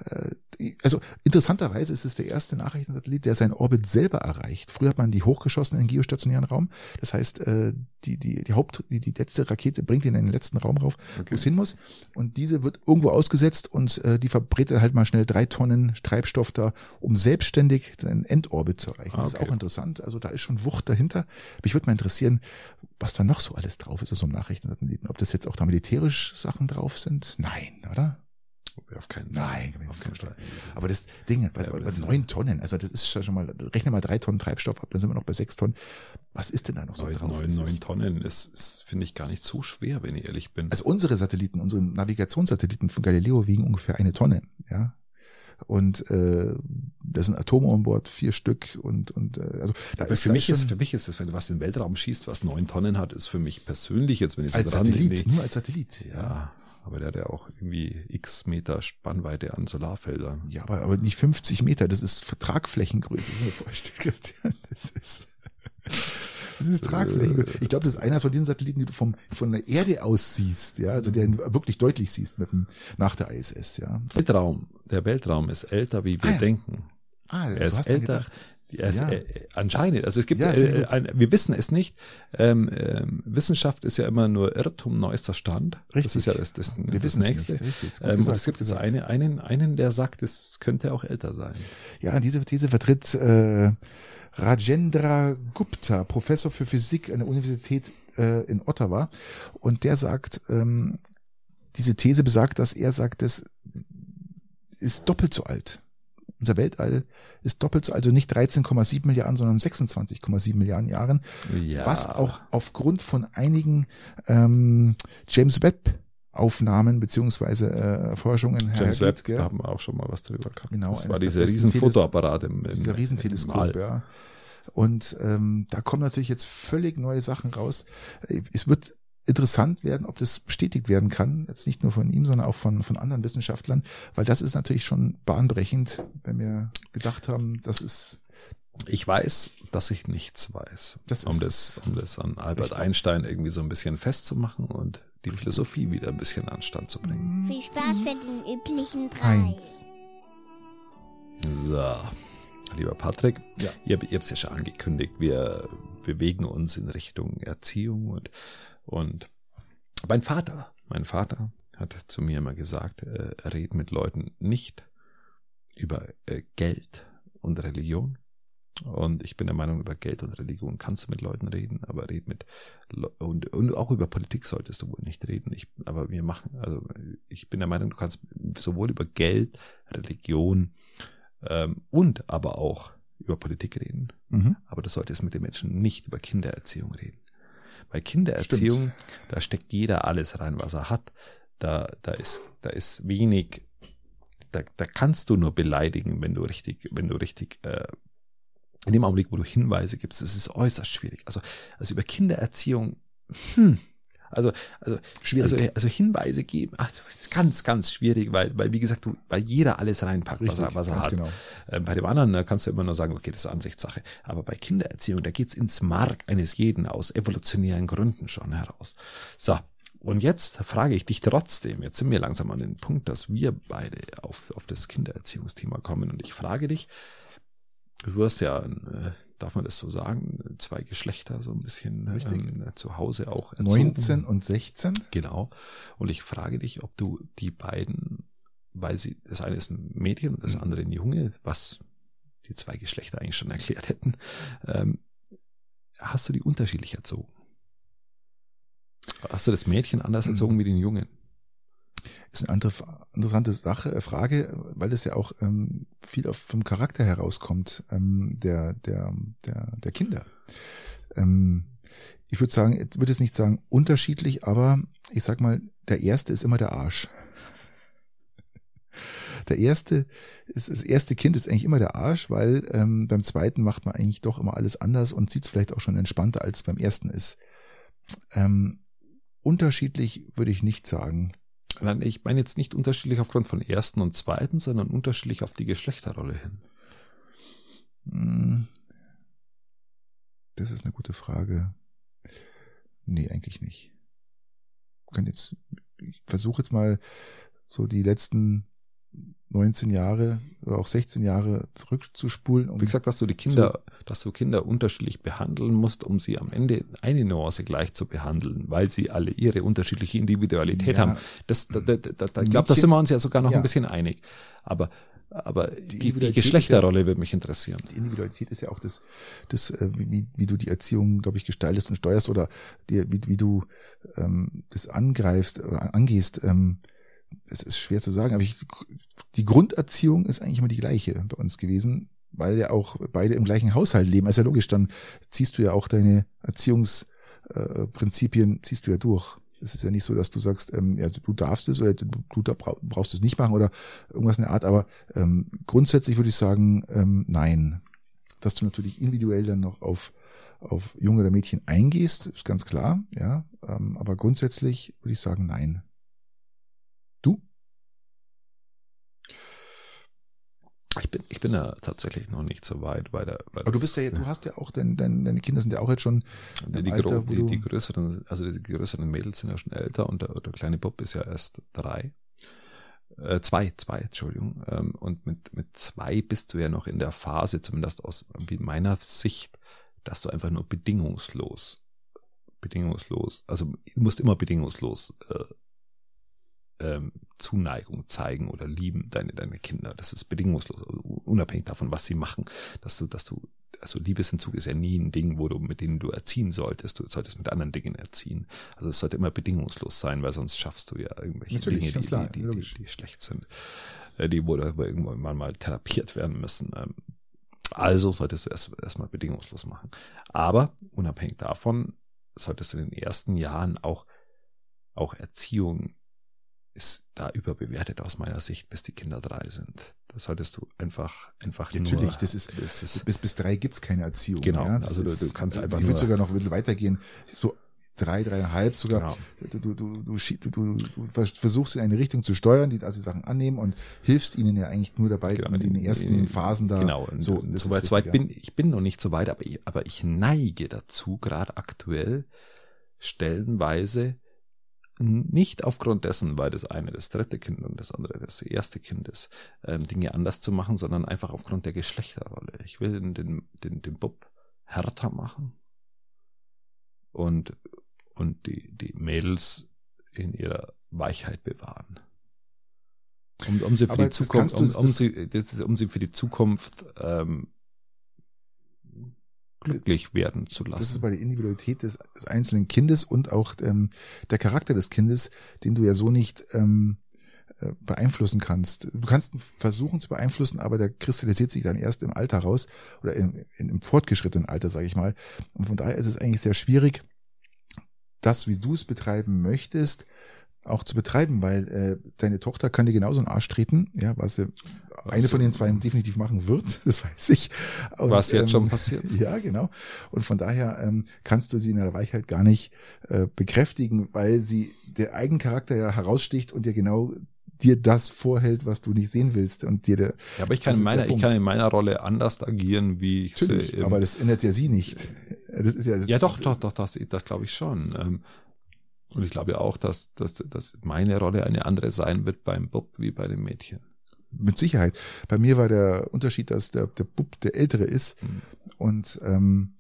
Speaker 2: äh, also interessanterweise ist es der erste Nachrichtensatellit, der seinen Orbit selber erreicht. Früher hat man die hochgeschossen in den geostationären Raum. Das heißt, äh, die, die, die Haupt, die, die letzte Rakete bringt ihn in den letzten Raum rauf,
Speaker 1: Okay.
Speaker 2: wo es hin muss. Und diese wird irgendwo ausgesetzt und äh, die verbrät halt mal schnell drei Tonnen Treibstoff da, um selbstständig seinen Endorbit zu erreichen.
Speaker 1: Ah,
Speaker 2: Das ist
Speaker 1: okay.
Speaker 2: auch interessant. Also da ist schon Wucht dahinter. Mich würde mal interessieren, was da noch so alles drauf ist, so einem Nachrichtensatelliten. Ob das jetzt auch da militärisch Sachen drauf sind? Nein, oder?
Speaker 1: Auf keinen Fall.
Speaker 2: Nein,
Speaker 1: auf keinen Fall.
Speaker 2: Aber das Ding, bei,
Speaker 1: Ja,
Speaker 2: bei
Speaker 1: aber das-
Speaker 2: neun Tonnen, also das ist schon mal, rechne mal drei Tonnen Treibstoff ab, dann sind wir noch bei sechs Tonnen. Was ist denn da noch so
Speaker 1: Neun,
Speaker 2: drauf?
Speaker 1: neun,
Speaker 2: Das
Speaker 1: neun
Speaker 2: ist-
Speaker 1: Tonnen ist, ist finde ich, gar nicht so schwer, wenn ich ehrlich bin.
Speaker 2: Also unsere Satelliten, unsere Navigationssatelliten von Galileo wiegen ungefähr eine Tonne, ja. Und äh, da sind Atome an Bord, vier Stück und und äh, also da
Speaker 1: Aber für
Speaker 2: da
Speaker 1: mich ist,
Speaker 2: schon
Speaker 1: für mich ist es, wenn du was in den Weltraum schießt, was neun Tonnen hat, ist für mich persönlich jetzt, wenn ich so
Speaker 2: als
Speaker 1: dran
Speaker 2: Satellit,
Speaker 1: denke,
Speaker 2: nur als Satellit.
Speaker 1: ja, aber der hat ja auch irgendwie x Meter Spannweite an Solarfeldern.
Speaker 2: Ja, aber, aber nicht fünfzig Meter, das ist Tragflächengröße, ich mir vorstellen, Christian. Das ist, das ist Tragflächengröße. Ich glaube, das ist einer von den Satelliten, die du vom, von der Erde aus siehst, ja, also der wirklich deutlich siehst mit dem, nach der I S S, ja.
Speaker 1: Weltraum, der Weltraum ist älter, wie wir
Speaker 2: Ah, ja.
Speaker 1: denken.
Speaker 2: Ah,
Speaker 1: Er ist älter. Er ist,
Speaker 2: Ja.
Speaker 1: äh, anscheinend, also es gibt,
Speaker 2: Ja, finde ich
Speaker 1: äh,
Speaker 2: gut.
Speaker 1: ein, wir wissen es nicht. Ähm, ähm, Wissenschaft ist ja immer nur Irrtum, neuester Stand. Das
Speaker 2: Richtig.
Speaker 1: ist ja das, das,
Speaker 2: Wir
Speaker 1: das
Speaker 2: wissen es
Speaker 1: nächste.
Speaker 2: nicht, richtig. Ist gut
Speaker 1: Ähm,
Speaker 2: gesagt,
Speaker 1: es gibt
Speaker 2: gut
Speaker 1: jetzt
Speaker 2: gesagt.
Speaker 1: eine, einen, einen, der sagt, es könnte auch älter sein.
Speaker 2: Ja, diese These vertritt äh, Rajendra Gupta, Professor für Physik an der Universität äh, in Ottawa. Und der sagt, ähm, diese These besagt, dass er sagt, das ist doppelt so alt. Unser Weltall ist doppelt so, also nicht dreizehn Komma sieben Milliarden, sondern sechsundzwanzig Komma sieben Milliarden Jahren.
Speaker 1: Ja.
Speaker 2: Was auch aufgrund von einigen ähm, James Webb Aufnahmen beziehungsweise äh, Forschungen
Speaker 1: James
Speaker 2: hergibt,
Speaker 1: Webb,
Speaker 2: gell?
Speaker 1: da haben wir auch schon mal was drüber gehabt.
Speaker 2: Genau,
Speaker 1: das
Speaker 2: eines
Speaker 1: war
Speaker 2: der
Speaker 1: dieser
Speaker 2: besten
Speaker 1: riesen
Speaker 2: Teles-
Speaker 1: Fotoapparat im, im,
Speaker 2: Dieser
Speaker 1: im
Speaker 2: Riesenteleskop,
Speaker 1: All.
Speaker 2: ja. Und ähm, da kommen natürlich jetzt völlig neue Sachen raus. Es wird interessant werden, ob das bestätigt werden kann, jetzt nicht nur von ihm, sondern auch von von anderen Wissenschaftlern, weil das ist natürlich schon bahnbrechend, wenn wir gedacht haben, das ist
Speaker 1: Ich weiß, dass ich nichts weiß.
Speaker 2: Das
Speaker 1: um
Speaker 2: ist
Speaker 1: das, um das an Albert
Speaker 2: richtig.
Speaker 1: Einstein irgendwie so ein bisschen festzumachen und die Philosophie wieder ein bisschen an Stand zu bringen.
Speaker 3: Viel Spaß für den üblichen drei.
Speaker 2: eins.
Speaker 1: So, lieber Patrick,
Speaker 2: Ja.
Speaker 1: ihr, ihr habt es ja schon angekündigt, wir bewegen uns in Richtung Erziehung und, und mein Vater, mein Vater hat zu mir immer gesagt, äh, red mit Leuten nicht über äh, Geld und Religion. Und ich bin der Meinung, über Geld und Religion kannst du mit Leuten reden, aber red mit Le und, und auch über Politik solltest du wohl nicht reden. Ich, aber wir machen, also ich bin der Meinung, du kannst sowohl über Geld, Religion ähm, und aber auch über Politik reden.
Speaker 2: Mhm.
Speaker 1: Aber du solltest mit den Menschen nicht über Kindererziehung reden. Bei Kindererziehung, Stimmt. da steckt jeder alles rein, was er hat. Da, da ist, da ist wenig, da, da kannst du nur beleidigen, wenn du richtig, wenn du richtig, äh, in dem Augenblick, wo du Hinweise gibst, das ist äußerst schwierig. Also, also über Kindererziehung, hm, also, also, schwierig. also, also Hinweise geben, ach, das ist ganz, ganz schwierig, weil, weil, wie gesagt, du, weil jeder alles reinpackt, Richtig, was er, was er hat. Genau. Äh, bei dem anderen, da kannst du immer nur sagen, okay, das ist Ansichtssache. Aber bei Kindererziehung, da geht's ins Mark eines jeden aus evolutionären Gründen schon heraus. So. Und jetzt frage ich dich trotzdem, jetzt sind wir langsam an den Punkt, dass wir beide auf, auf das Kindererziehungsthema kommen. Und ich frage dich, du hast ja, äh, darf man das so sagen, zwei Geschlechter so ein bisschen ähm, zu Hause auch erzogen.
Speaker 2: neunzehn und sechzehn.
Speaker 1: Genau. Und ich frage dich, ob du die beiden, weil sie, das eine ist ein Mädchen und das andere ein Junge, was die zwei Geschlechter eigentlich schon erklärt hätten, ähm, hast du die unterschiedlich erzogen? Hast du das Mädchen anders erzogen wie den Jungen?
Speaker 2: Ist eine andere, interessante Sache, Frage, weil es ja auch ähm, viel auf, vom Charakter herauskommt, ähm, der, der, der, der Kinder. Ähm, ich würde sagen, ich würde jetzt nicht sagen unterschiedlich, aber ich sag mal, der erste ist immer der Arsch. Der erste ist, das erste Kind ist eigentlich immer der Arsch, weil ähm, beim zweiten macht man eigentlich doch immer alles anders und sieht es vielleicht auch schon entspannter, als es beim ersten ist. Ähm, unterschiedlich würde ich nicht sagen.
Speaker 1: Nein, ich meine jetzt nicht unterschiedlich aufgrund von ersten und zweiten, sondern unterschiedlich auf die Geschlechterrolle hin.
Speaker 2: Das ist eine gute Frage. Nee, eigentlich nicht. Ich kann jetzt, ich versuche jetzt mal so die letzten neunzehn Jahre oder auch sechzehn Jahre zurückzuspulen. Um
Speaker 1: Wie gesagt, dass du die Kinder, dass du Kinder unterschiedlich behandeln musst, um sie am Ende eine Nuance gleich zu behandeln, weil sie alle ihre unterschiedliche Individualität ja, haben. Das, da, da, da, da, ich glaube, da sind wir uns ja sogar noch ja. ein bisschen einig. Aber, aber die, die, die Geschlechterrolle ja, würde mich interessieren.
Speaker 2: Die Individualität ist ja auch das, das wie, wie du die Erziehung, glaube ich, gestaltest und steuerst oder die, wie, wie du ähm, das angreifst oder angehst. Ähm, es ist schwer zu sagen, aber ich, die Grunderziehung ist eigentlich immer die gleiche bei uns gewesen, weil ja auch beide im gleichen Haushalt leben. Also ja logisch, dann ziehst du ja auch deine Erziehungsprinzipien, äh, ziehst du ja durch. Es ist ja nicht so, dass du sagst, ähm, ja, du darfst es oder du, du da brauchst es nicht machen oder irgendwas in der Art, aber ähm, grundsätzlich würde ich sagen, ähm, nein. Dass du natürlich individuell dann noch auf auf Junge oder Mädchen eingehst, ist ganz klar, ja, ähm, aber grundsätzlich würde ich sagen, nein. Du?
Speaker 1: Ich bin, ich bin da tatsächlich noch nicht so weit, weil da, weil
Speaker 2: aber du bist ja, du hast ja auch, dein, dein, deine Kinder sind ja auch jetzt schon
Speaker 1: die, die, Alter, die, die größeren, also die größeren Mädels sind ja schon älter und der, der kleine Bub ist ja erst drei, äh, zwei, zwei, Entschuldigung, ähm, und mit mit zwei bist du ja noch in der Phase, zumindest aus wie meiner Sicht, dass du einfach nur bedingungslos, bedingungslos, also du musst immer bedingungslos äh, Ähm, Zuneigung zeigen oder lieben deine deine Kinder. Das ist bedingungslos, unabhängig davon, was sie machen. Dass du, dass du, also Liebesentzug ist ja nie ein Ding, wo du mit denen du erziehen solltest. Du solltest mit anderen Dingen erziehen. Also es sollte immer bedingungslos sein, weil sonst schaffst du ja irgendwelche
Speaker 2: Natürlich,
Speaker 1: Dinge, die,
Speaker 2: klar,
Speaker 1: die, die, die, die schlecht sind, die wohl irgendwann mal, mal therapiert werden müssen. Also solltest du erst erstmal bedingungslos machen. Aber unabhängig davon solltest du in den ersten Jahren auch auch Erziehung ist da überbewertet aus meiner Sicht, bis die Kinder drei sind. Das solltest du einfach, einfach
Speaker 2: Natürlich,
Speaker 1: nur.
Speaker 2: das ist, das ist bis, bis drei gibt's keine Erziehung.
Speaker 1: Genau.
Speaker 2: Ja?
Speaker 1: Also
Speaker 2: ist,
Speaker 1: du, du kannst einfach
Speaker 2: ich
Speaker 1: nur.
Speaker 2: würde sogar noch ein bisschen weitergehen. So drei, dreieinhalb sogar.
Speaker 1: Genau.
Speaker 2: Du, du, du, du, du, du versuchst in eine Richtung zu steuern, die also Sachen annehmen und hilfst ihnen ja eigentlich nur dabei, genau, in den ersten in, Phasen da.
Speaker 1: Genau. Und so, so weit, so weit bin, ich bin noch nicht so weit, aber ich, aber ich neige dazu, gerade aktuell stellenweise, nicht aufgrund dessen, weil das eine das dritte Kind und das andere das erste Kind ist, ähm, Dinge anders zu machen, sondern einfach aufgrund der Geschlechterrolle. Ich will den, den, den, den Bub härter machen und, und die, die Mädels in ihrer Weichheit bewahren. Um, um sie für
Speaker 2: Aber
Speaker 1: die Zukunft, um, um sie, um sie für die Zukunft ähm, glücklich werden zu lassen.
Speaker 2: Das ist bei der Individualität des, des einzelnen Kindes und auch ähm, der Charakter des Kindes, den du ja so nicht ähm, äh, beeinflussen kannst. Du kannst versuchen zu beeinflussen, aber der kristallisiert sich dann erst im Alter raus oder in, in, im fortgeschrittenen Alter, sage ich mal. Und von daher ist es eigentlich sehr schwierig, das, wie du es betreiben möchtest, auch zu betreiben, weil äh, deine Tochter kann dir genauso einen Arsch treten, ja, was sie eine von den zwei definitiv machen wird, das weiß ich. Und,
Speaker 1: was jetzt
Speaker 2: ähm,
Speaker 1: schon passiert.
Speaker 2: Ja, genau. Und von daher ähm, kannst du sie in der Weichheit gar nicht äh, bekräftigen, weil sie der Eigencharakter ja heraussticht und dir genau dir das vorhält, was du nicht sehen willst und dir der.
Speaker 1: Ja, aber ich kann in meiner, ich kann in meiner Rolle anders agieren, wie ich
Speaker 2: Natürlich,
Speaker 1: sie,
Speaker 2: aber das ändert ja sie nicht. Das ist ja, das
Speaker 1: ja doch, doch, doch, das, das glaube ich schon. Und ich glaube ja auch, dass, dass, dass meine Rolle eine andere sein wird beim Bub wie bei dem Mädchen.
Speaker 2: Mit Sicherheit. Bei mir war der Unterschied, dass der, der Bub der Ältere ist mhm. und, ähm,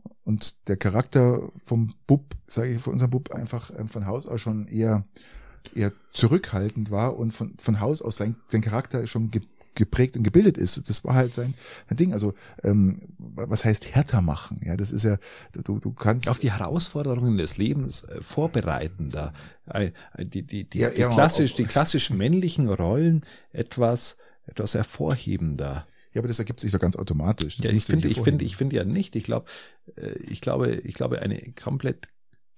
Speaker 2: und der Charakter vom Bub, sage ich, von unserem Bub einfach ähm, von Haus aus schon eher, eher zurückhaltend war und von, von Haus aus sein, sein Charakter schon ge, geprägt und gebildet ist. Das war halt sein, sein Ding. Also, ähm, was heißt härter machen? Ja, das ist ja, du, du kannst.
Speaker 1: Auf die Herausforderungen des Lebens äh, vorbereiten, da, äh, die, die, die,
Speaker 2: ja,
Speaker 1: die
Speaker 2: ja,
Speaker 1: klassisch, die klassisch männlichen Rollen etwas, etwas hervorhebender.
Speaker 2: Ja, aber das ergibt sich doch ganz automatisch. Das
Speaker 1: ja, ich finde, ich finde, ich finde ja nicht. Ich glaube, ich glaube, ich glaube, eine komplett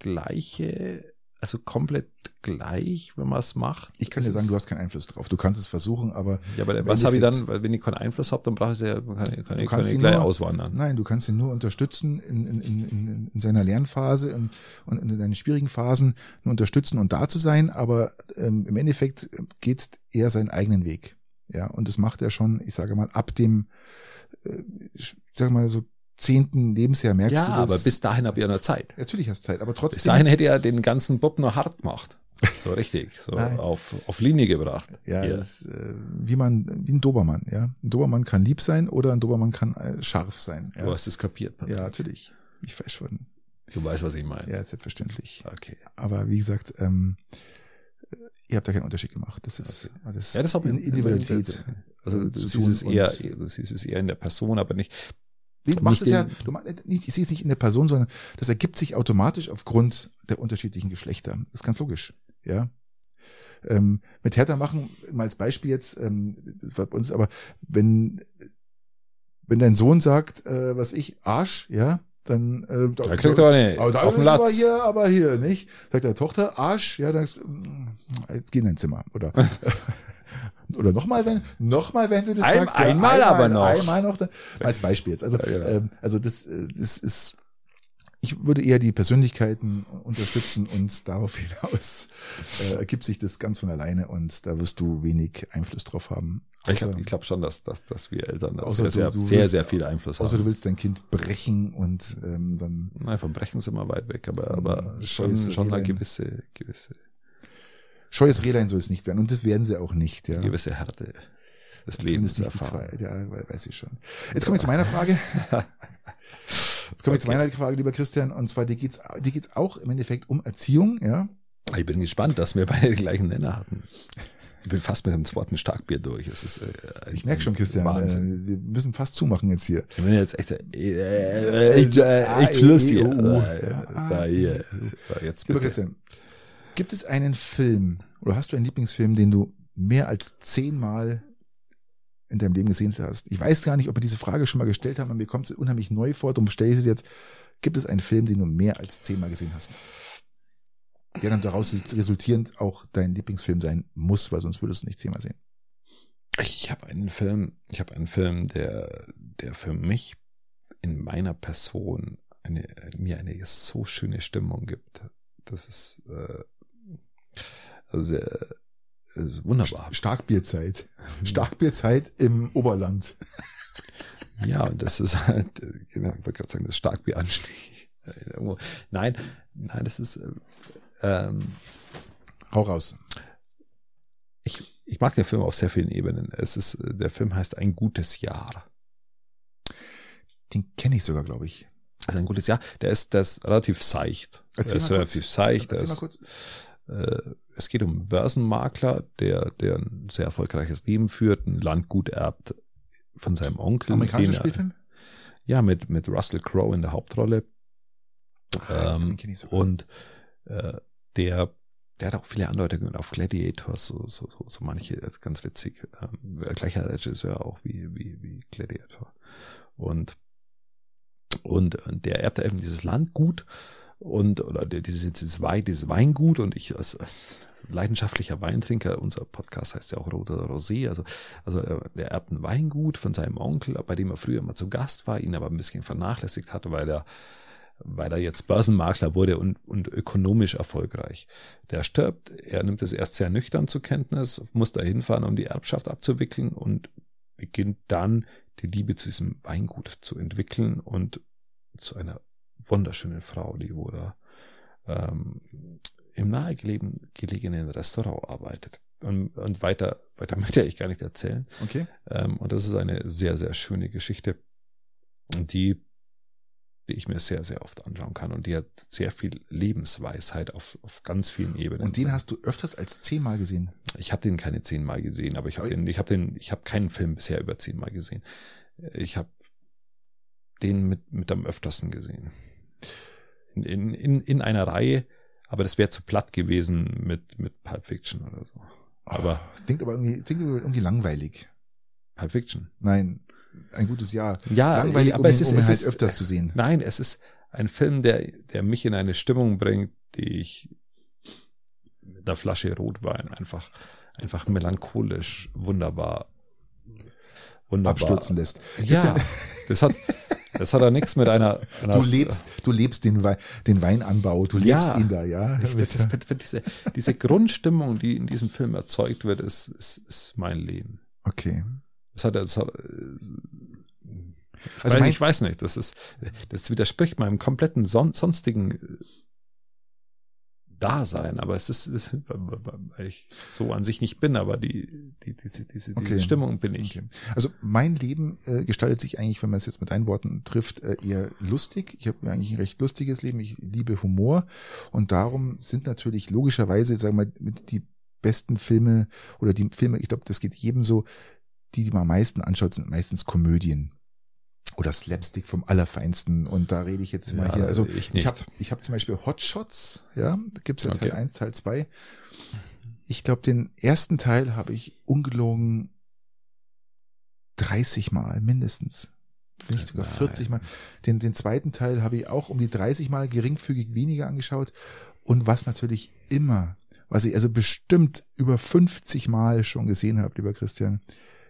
Speaker 1: gleiche, also komplett gleich, wenn man es macht.
Speaker 2: Ich kann dir sagen, du hast keinen Einfluss drauf. Du kannst es versuchen, aber.
Speaker 1: Ja, aber was habe ich dann, weil wenn ich keinen Einfluss habe, dann brauche ich ja, kann ich, kann ich, kann ich gleich
Speaker 2: nur,
Speaker 1: auswandern.
Speaker 2: Nein, du kannst ihn nur unterstützen in, in, in, in seiner Lernphase und, und in deinen schwierigen Phasen nur unterstützen und da zu sein, aber ähm, im Endeffekt geht er seinen eigenen Weg. Ja, und das macht er schon, ich sage mal, ab dem, äh, ich sage mal so, zehnten Lebensjahr merkst
Speaker 1: ja,
Speaker 2: du das.
Speaker 1: Ja, aber bis dahin habe ich ja noch Zeit.
Speaker 2: Natürlich hast du Zeit, aber trotzdem.
Speaker 1: Bis dahin hätte er den ganzen Bob noch hart gemacht. So richtig, so auf, auf Linie gebracht.
Speaker 2: Ja, yeah. Das ist, äh, wie man, wie ein Dobermann, ja. Ein Dobermann kann lieb sein oder ein Dobermann kann äh, scharf sein. Ja?
Speaker 1: Du hast es kapiert, Patrick.
Speaker 2: Ja, natürlich. Ich weiß schon.
Speaker 1: Du weißt, was ich meine.
Speaker 2: Ja, selbstverständlich.
Speaker 1: Okay.
Speaker 2: Aber wie gesagt, ähm, ihr habt da keinen Unterschied gemacht. Das ist
Speaker 1: okay.
Speaker 2: alles
Speaker 1: ja, das hat
Speaker 2: Individualität.
Speaker 1: Also du siehst es eher, du siehst es eher in der Person, aber nicht.
Speaker 2: Du machst es ja, du machst, ich sehe es nicht in der Person, sondern das ergibt sich automatisch aufgrund der unterschiedlichen Geschlechter. Das ist ganz logisch, ja. Ähm, mit härter machen, mal als Beispiel jetzt, ähm, das war bei uns, aber wenn, wenn dein Sohn sagt, äh, was ich, Arsch, ja, dann, äh,
Speaker 1: da, da kriegt er aber nicht,
Speaker 2: aber da
Speaker 1: auf den Latz.
Speaker 2: Aber hier, aber hier, nicht? Sagt der Tochter, Arsch, ja, dann, jetzt geh in dein Zimmer, oder? Oder nochmal, wenn, nochmal, wenn du das
Speaker 1: Ein,
Speaker 2: sagst.
Speaker 1: Einmal ja, einmal aber noch.
Speaker 2: Einmal noch, da, als Beispiel jetzt. Also, ja, genau. ähm, also das, das ist, ich würde eher die Persönlichkeiten unterstützen und darauf hinaus äh, ergibt sich das ganz von alleine und da wirst du wenig Einfluss drauf haben.
Speaker 1: Außer, ich glaube glaub schon, dass, dass, dass wir Eltern da
Speaker 2: sehr,
Speaker 1: sehr,
Speaker 2: du, du
Speaker 1: sehr,
Speaker 2: willst,
Speaker 1: sehr viel Einfluss
Speaker 2: außer
Speaker 1: haben.
Speaker 2: Außer du willst dein Kind brechen und ähm, dann.
Speaker 1: Nein, vom Brechen sind wir weit weg, aber,
Speaker 2: so
Speaker 1: aber schon, schon eine gewisse, gewisse.
Speaker 2: Scheues Rehlein soll es nicht werden und das werden sie auch nicht. Ja.
Speaker 1: Eine gewisse Härte des
Speaker 2: das
Speaker 1: Lebens
Speaker 2: nicht
Speaker 1: erfahren.
Speaker 2: Die zwei, ja, weiß ich schon. Jetzt komme ich zu meiner Frage. Jetzt komme ich okay. zu meiner Frage, lieber Christian, und zwar, dir geht's, dir geht's auch im Endeffekt um Erziehung, ja?
Speaker 1: Ich bin gespannt, dass wir beide den gleichen Nenner hatten. Ich bin fast mit dem zweiten Starkbier durch. Es ist, äh,
Speaker 2: ich merke schon, Christian, äh, wir müssen fast zumachen jetzt hier.
Speaker 1: Ich bin jetzt echt, äh, äh, echt, äh, echt Schluss hier.
Speaker 2: Da, hier. Jetzt lieber Christian, gibt es einen Film, oder hast du einen Lieblingsfilm, den du mehr als zehnmal in deinem Leben gesehen hast? Ich weiß gar nicht, ob wir diese Frage schon mal gestellt haben, aber mir kommt es unheimlich neu vor, darum stelle ich sie jetzt. Gibt es einen Film, den du mehr als zehnmal gesehen hast? Der dann daraus resultierend auch dein Lieblingsfilm sein muss, weil sonst würdest du nicht zehnmal sehen.
Speaker 1: Ich habe einen Film, ich habe einen Film, der, der für mich in meiner Person eine, mir eine so schöne Stimmung gibt. Das ist, äh, also, äh, das ist wunderbar.
Speaker 2: Starkbierzeit. Starkbierzeit im Oberland.
Speaker 1: Ja, und das ist halt, genau, ich wollte gerade sagen, das Starkbieranstieg. Nein, nein, das ist, ähm,
Speaker 2: hau raus.
Speaker 1: Ich, ich mag den Film auf sehr vielen Ebenen. Es ist, der Film heißt Ein gutes Jahr.
Speaker 2: Den kenne ich sogar, glaube ich.
Speaker 1: Also ein gutes Jahr. Der ist, der ist relativ seicht.
Speaker 2: Erzähl
Speaker 1: der ist relativ
Speaker 2: kurz.
Speaker 1: seicht.
Speaker 2: Erzähl
Speaker 1: ist,
Speaker 2: mal kurz.
Speaker 1: Äh, es geht um einen Börsenmakler, der, der ein sehr erfolgreiches Leben führt, ein Landgut erbt von seinem Onkel.
Speaker 2: Amerikanischer Spielfilm?
Speaker 1: Ja, mit, mit Russell Crowe in der Hauptrolle.
Speaker 2: Ah,
Speaker 1: ähm,
Speaker 2: den kenn ich sogar.
Speaker 1: Und äh, der Der hat auch viele Andeutungen auf Gladiators, so, so, so, so manche, das ist ganz witzig. Ähm, gleicher Regisseur auch wie, wie, wie Gladiator. Und, und, und der erbt eben dieses Landgut und oder dieses, dieses Wein, dieses Weingut und ich als, als leidenschaftlicher Weintrinker, unser Podcast heißt ja auch Roter Rosé, also, also er erbt ein Weingut von seinem Onkel, bei dem er früher immer zu Gast war, ihn aber ein bisschen vernachlässigt hatte, weil er weil er jetzt Börsenmakler wurde und, und ökonomisch erfolgreich. Der stirbt, er nimmt es erst sehr nüchtern zur Kenntnis, muss da hinfahren, um die Erbschaft abzuwickeln und beginnt dann die Liebe zu diesem Weingut zu entwickeln und zu einer wunderschönen Frau, die wo da ähm, im nahegelegenen Restaurant arbeitet. Und, und weiter, weiter möchte ich gar nicht erzählen.
Speaker 2: Okay.
Speaker 1: Ähm, und das ist eine sehr, sehr schöne Geschichte, die die ich mir sehr, sehr oft anschauen kann. Und die hat sehr viel Lebensweisheit auf, auf ganz vielen Ebenen.
Speaker 2: Und den hast du öfters als zehnmal gesehen?
Speaker 1: Ich habe den keine zehnmal gesehen, aber ich habe den, ich habe den, ich habe keinen Film bisher über zehnmal gesehen. Ich habe den mit, mit am öftersten gesehen. In, in, in, in einer Reihe, aber das wäre zu platt gewesen mit, mit Pulp Fiction oder so. Aber.
Speaker 2: Oh, klingt aber irgendwie, klingt irgendwie langweilig.
Speaker 1: Pulp Fiction?
Speaker 2: Nein. Ein gutes Jahr.
Speaker 1: Ja,
Speaker 2: langweilig,
Speaker 1: aber
Speaker 2: um
Speaker 1: es
Speaker 2: ihn,
Speaker 1: ist,
Speaker 2: um ihn
Speaker 1: es
Speaker 2: halt
Speaker 1: ist
Speaker 2: öfters zu sehen.
Speaker 1: Nein, es ist ein Film, der, der mich in eine Stimmung bringt, die ich mit einer Flasche Rotwein einfach, einfach melancholisch wunderbar, wunderbar
Speaker 2: abstürzen lässt.
Speaker 1: Ja, das hat, das hat ja nichts mit einer, einer
Speaker 2: du lebst, du lebst den, Wein, den Weinanbau, du lebst
Speaker 1: ja,
Speaker 2: ihn da, ja.
Speaker 1: Ich, das, das, das, diese, diese Grundstimmung, die in diesem Film erzeugt wird, ist, ist, ist mein Leben.
Speaker 2: Okay.
Speaker 1: Das hat, das hat, ich,
Speaker 2: also
Speaker 1: weiß,
Speaker 2: mein,
Speaker 1: ich weiß nicht, das ist, das widerspricht meinem kompletten son, sonstigen Dasein, aber es ist, ist, weil ich so an sich nicht bin, aber die, die, diese, diese,
Speaker 2: okay.
Speaker 1: diese Stimmung bin ich.
Speaker 2: Okay. Also mein Leben äh, gestaltet sich eigentlich, wenn man es jetzt mit deinen Worten trifft, äh, eher lustig. Ich habe eigentlich ein recht lustiges Leben. Ich liebe Humor und darum sind natürlich logischerweise, sagen wir mal, die besten Filme oder die Filme, ich glaube, das geht jedem so, die, die man am meisten anschaut, sind meistens Komödien. Oder Slapstick vom Allerfeinsten. Und da rede ich jetzt mal
Speaker 1: ja,
Speaker 2: hier. Also
Speaker 1: ich,
Speaker 2: ich habe ich hab zum Beispiel Hot Shots, ja, da gibt's ja Teil
Speaker 1: okay.
Speaker 2: eins, Teil zwei. Ich glaube, den ersten Teil habe ich ungelogen dreißig Mal mindestens. Wenn nicht sogar vierzig Mal. Den, den zweiten Teil habe ich auch um die dreißig Mal geringfügig weniger angeschaut. Und was natürlich immer, was ich also bestimmt über fünfzig Mal schon gesehen habe, lieber Christian,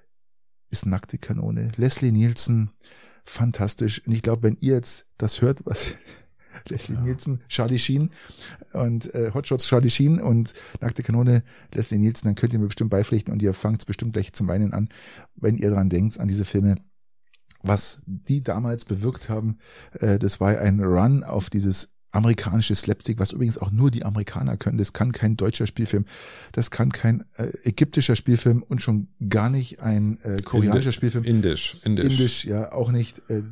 Speaker 2: ist Nackte Kanone. Leslie Nielsen, fantastisch. Und ich glaube, wenn ihr jetzt das hört, was Leslie ja. Nielsen, Charlie Sheen und äh, Hot Shots Charlie Sheen und Nackte Kanone Leslie Nielsen, dann könnt ihr mir bestimmt beipflichten und ihr fangt bestimmt gleich zum Weinen an, wenn ihr dran denkt, an diese Filme. Was die damals bewirkt haben, äh, das war ein Run auf dieses amerikanische Slapstick, was übrigens auch nur die Amerikaner können. Das kann kein deutscher Spielfilm, das kann kein äh, ägyptischer Spielfilm und schon gar nicht ein äh, koreanischer
Speaker 1: Indi-
Speaker 2: Spielfilm.
Speaker 1: Indisch, indisch.
Speaker 2: Indisch, ja, auch nicht. Äh,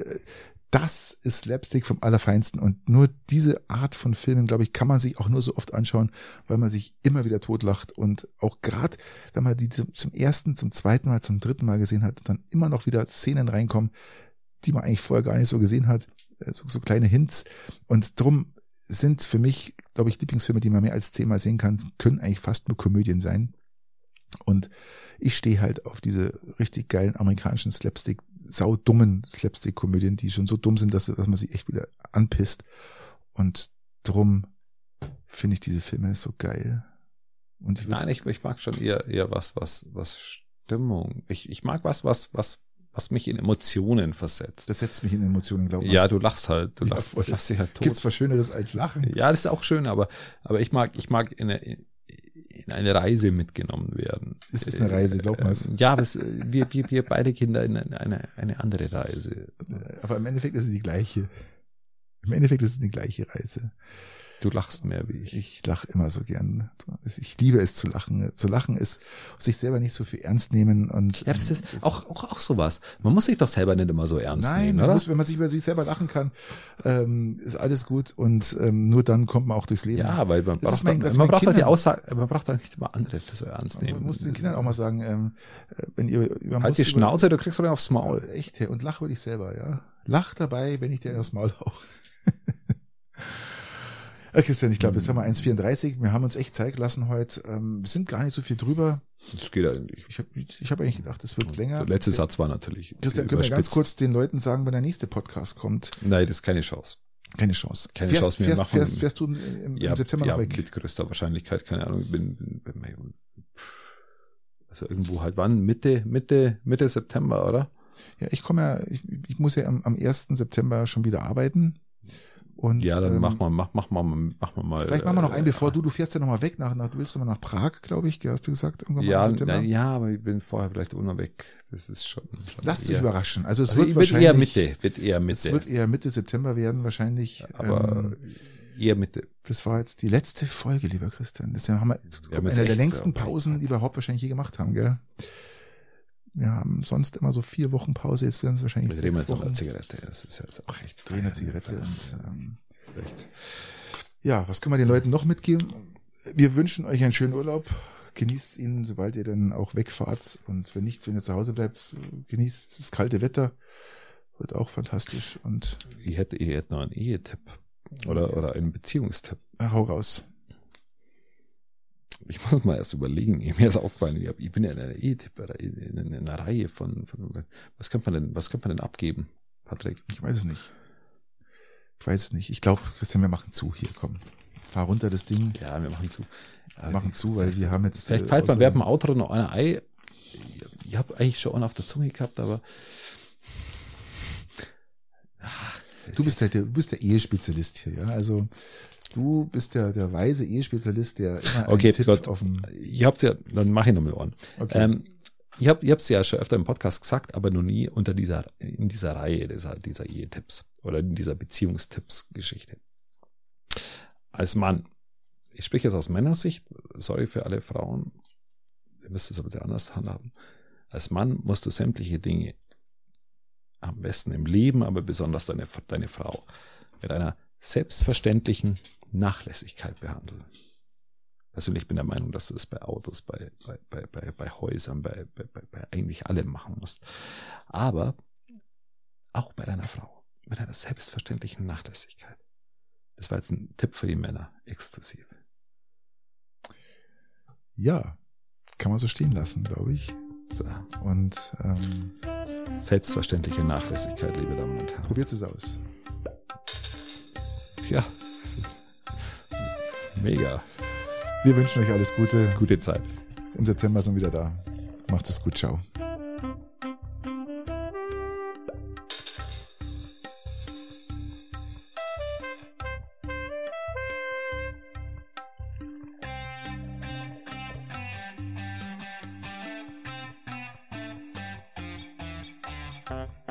Speaker 2: das ist Slapstick vom Allerfeinsten und nur diese Art von Filmen, glaube ich, kann man sich auch nur so oft anschauen, weil man sich immer wieder totlacht und auch gerade, wenn man die zum ersten, zum zweiten Mal, zum dritten Mal gesehen hat, dann immer noch wieder Szenen reinkommen, die man eigentlich vorher gar nicht so gesehen hat. So, so kleine Hints. Und drum sind für mich, glaube ich, Lieblingsfilme, die man mehr als zehnmal sehen kann, können eigentlich fast nur Komödien sein. Und ich stehe halt auf diese richtig geilen amerikanischen Slapstick, saudummen Slapstick-Komödien, die schon so dumm sind, dass, dass man sich echt wieder anpisst. Und drum finde ich diese Filme so geil. Und ich
Speaker 1: Nein, ich, ich mag schon eher, eher was, was, was Stimmung. Ich, ich mag was, was, was, was mich in Emotionen versetzt.
Speaker 2: Das setzt mich in Emotionen, glaube ich.
Speaker 1: Ja, du lachst halt, du
Speaker 2: ja,
Speaker 1: lachst, du lachst dich halt tot.
Speaker 2: Gibt's was Schöneres als Lachen?
Speaker 1: Ja, das ist auch schön, aber, aber ich mag, ich mag in eine, in eine Reise mitgenommen werden.
Speaker 2: Es ist eine Reise, glaub mal.
Speaker 1: Äh, ja, aber es, wir, wir, wir beide Kinder in eine, eine andere Reise.
Speaker 2: Aber im Endeffekt ist es die gleiche. Im Endeffekt ist es die gleiche Reise.
Speaker 1: Du lachst mehr wie ich.
Speaker 2: Ich lache immer so gern. Ich liebe es zu lachen. Zu lachen ist sich selber nicht so viel ernst nehmen und.
Speaker 1: Ja, das ist das auch, auch, auch sowas. Man muss sich doch selber nicht immer so ernst
Speaker 2: nein,
Speaker 1: nehmen,
Speaker 2: man
Speaker 1: oder?
Speaker 2: Muss, wenn man sich über sich selber lachen kann, ähm, ist alles gut und ähm, nur dann kommt man auch durchs Leben.
Speaker 1: Ja, weil man
Speaker 2: das
Speaker 1: braucht,
Speaker 2: mein,
Speaker 1: dann, man braucht halt die Aussage, man braucht halt nicht immer andere für so ernst nehmen.
Speaker 2: Man muss den Kindern auch mal sagen, ähm, wenn ihr über
Speaker 1: halt die Schnauze, du kriegst doch aufs Maul.
Speaker 2: Ja, echt, und lach über dich selber, ja. Lach dabei, wenn ich dir aufs Maul hau. Ja, Christian, ich glaube, jetzt haben wir eins vierunddreißig. Wir haben uns echt Zeit gelassen heute. Ähm, wir sind gar nicht so viel drüber.
Speaker 1: Das geht eigentlich.
Speaker 2: Ich habe ich hab eigentlich gedacht, das wird länger.
Speaker 1: Der letzte Satz war natürlich
Speaker 2: Christian, können wir ganz kurz den Leuten sagen, wenn der nächste Podcast kommt?
Speaker 1: Nein, das ist keine Chance.
Speaker 2: Keine Chance.
Speaker 1: Keine
Speaker 2: fährst,
Speaker 1: Chance mehr
Speaker 2: fährst,
Speaker 1: machen.
Speaker 2: fährst, fährst du im,
Speaker 1: ja,
Speaker 2: im September
Speaker 1: ja,
Speaker 2: noch weg?
Speaker 1: Mit größter Wahrscheinlichkeit, keine Ahnung. Ich bin, bin, bin, also irgendwo halt wann? Mitte, Mitte, Mitte September, oder?
Speaker 2: Ja, ich komme ja, ich, ich muss ja am, am ersten September schon wieder arbeiten. Und,
Speaker 1: ja, dann
Speaker 2: ähm,
Speaker 1: mach mal, mach, mach mal, mach mal mal.
Speaker 2: Vielleicht machen wir noch einen,
Speaker 1: äh,
Speaker 2: bevor du, du fährst ja nochmal weg nach, nach, du willst nochmal nach Prag, glaube ich, hast du gesagt, irgendwann mal
Speaker 1: Ja,
Speaker 2: im September?
Speaker 1: na, ja, aber ich bin vorher vielleicht auch noch weg. Das ist schon. schon
Speaker 2: Lass dich
Speaker 1: eher-
Speaker 2: überraschen. Also es
Speaker 1: Also
Speaker 2: wird
Speaker 1: wird
Speaker 2: wahrscheinlich
Speaker 1: eher Mitte, wird eher Mitte.
Speaker 2: Es wird eher Mitte September werden wahrscheinlich.
Speaker 1: aber
Speaker 2: ähm,
Speaker 1: eher Mitte.
Speaker 2: das war jetzt die letzte Folge, lieber Christian. Das haben wir,
Speaker 1: Wir haben
Speaker 2: eine
Speaker 1: jetzt
Speaker 2: der
Speaker 1: echt,
Speaker 2: längsten
Speaker 1: ja,
Speaker 2: Pausen, die wir überhaupt wahrscheinlich je gemacht haben, gell? Wir haben sonst immer so vier Wochen Pause, jetzt werden es wahrscheinlich
Speaker 1: Wir drehen
Speaker 2: sechs
Speaker 1: jetzt noch
Speaker 2: Wochen.
Speaker 1: eine Zigarette. Das ist jetzt auch echt.
Speaker 2: Drehen eine Zigarette und ähm,
Speaker 1: Echt.
Speaker 2: ja, was können wir den Leuten noch mitgeben? Wir wünschen euch einen schönen Urlaub. Genießt ihn, sobald ihr dann auch wegfahrt. Und wenn nicht, wenn ihr zu Hause bleibt, genießt das kalte Wetter. Wird auch fantastisch. Und
Speaker 1: Ich hätte, ich hätte noch einen Ehetipp. Oder, oder einen Beziehungstipp.
Speaker 2: äh, hau raus.
Speaker 1: Ich muss mal erst überlegen. Mir ist aufgefallen, ich hab- ich bin ja in einer Ehetipp, in, in, in einer Reihe von, von, was könnte man denn, was könnte man denn abgeben, Patrick?
Speaker 2: Ich weiß es nicht. Ich weiß es nicht. Ich glaube, Christian, wir machen zu. Hier, komm. Fahr runter das Ding.
Speaker 1: Ja, wir machen zu.
Speaker 2: Wir machen zu, weil wir haben jetzt.
Speaker 1: Vielleicht
Speaker 2: äh,
Speaker 1: fällt mir
Speaker 2: außer-
Speaker 1: während dem Outro noch einer Ei. Ich, ich habe eigentlich schon einen auf der Zunge gehabt, aber ach,
Speaker 2: Du bist der, der, du bist der Ehespezialist hier, ja. Also du bist der, der weise Ehespezialist, der immer einen
Speaker 1: Okay,
Speaker 2: Tipp
Speaker 1: Gott.
Speaker 2: auf dem.
Speaker 1: ihr habt's ja, dann mache ich noch mal Ohren.
Speaker 2: Okay.
Speaker 1: Ähm, ich habe ich hab's ja schon öfter im Podcast gesagt, aber noch nie unter dieser, in dieser Reihe dieser, dieser Ehetipps oder in dieser Beziehungstipps-Geschichte. Als Mann, ich spreche jetzt aus Männersicht, sorry für alle Frauen, ihr müsst es aber bitte anders handhaben. Als Mann musst du sämtliche Dinge, am besten im Leben, aber besonders deine, deine Frau, mit einer selbstverständlichen Nachlässigkeit behandeln. Persönlich bin der Meinung, dass du das bei Autos, bei, bei, bei, bei, bei Häusern, bei, bei, bei, bei eigentlich allem machen musst. Aber auch bei deiner Frau, mit einer selbstverständlichen Nachlässigkeit. Das war jetzt ein Tipp für die Männer, exklusiv.
Speaker 2: Ja, kann man so stehen lassen, glaube ich.
Speaker 1: So.
Speaker 2: Und ähm,
Speaker 1: Selbstverständliche Nachlässigkeit, liebe Damen und Herren.
Speaker 2: probiert es aus.
Speaker 1: Ja, mega.
Speaker 2: Wir wünschen euch alles Gute.
Speaker 1: Gute Zeit.
Speaker 2: Im September sind wir wieder da. Macht es gut. Ciao.
Speaker 3: Thank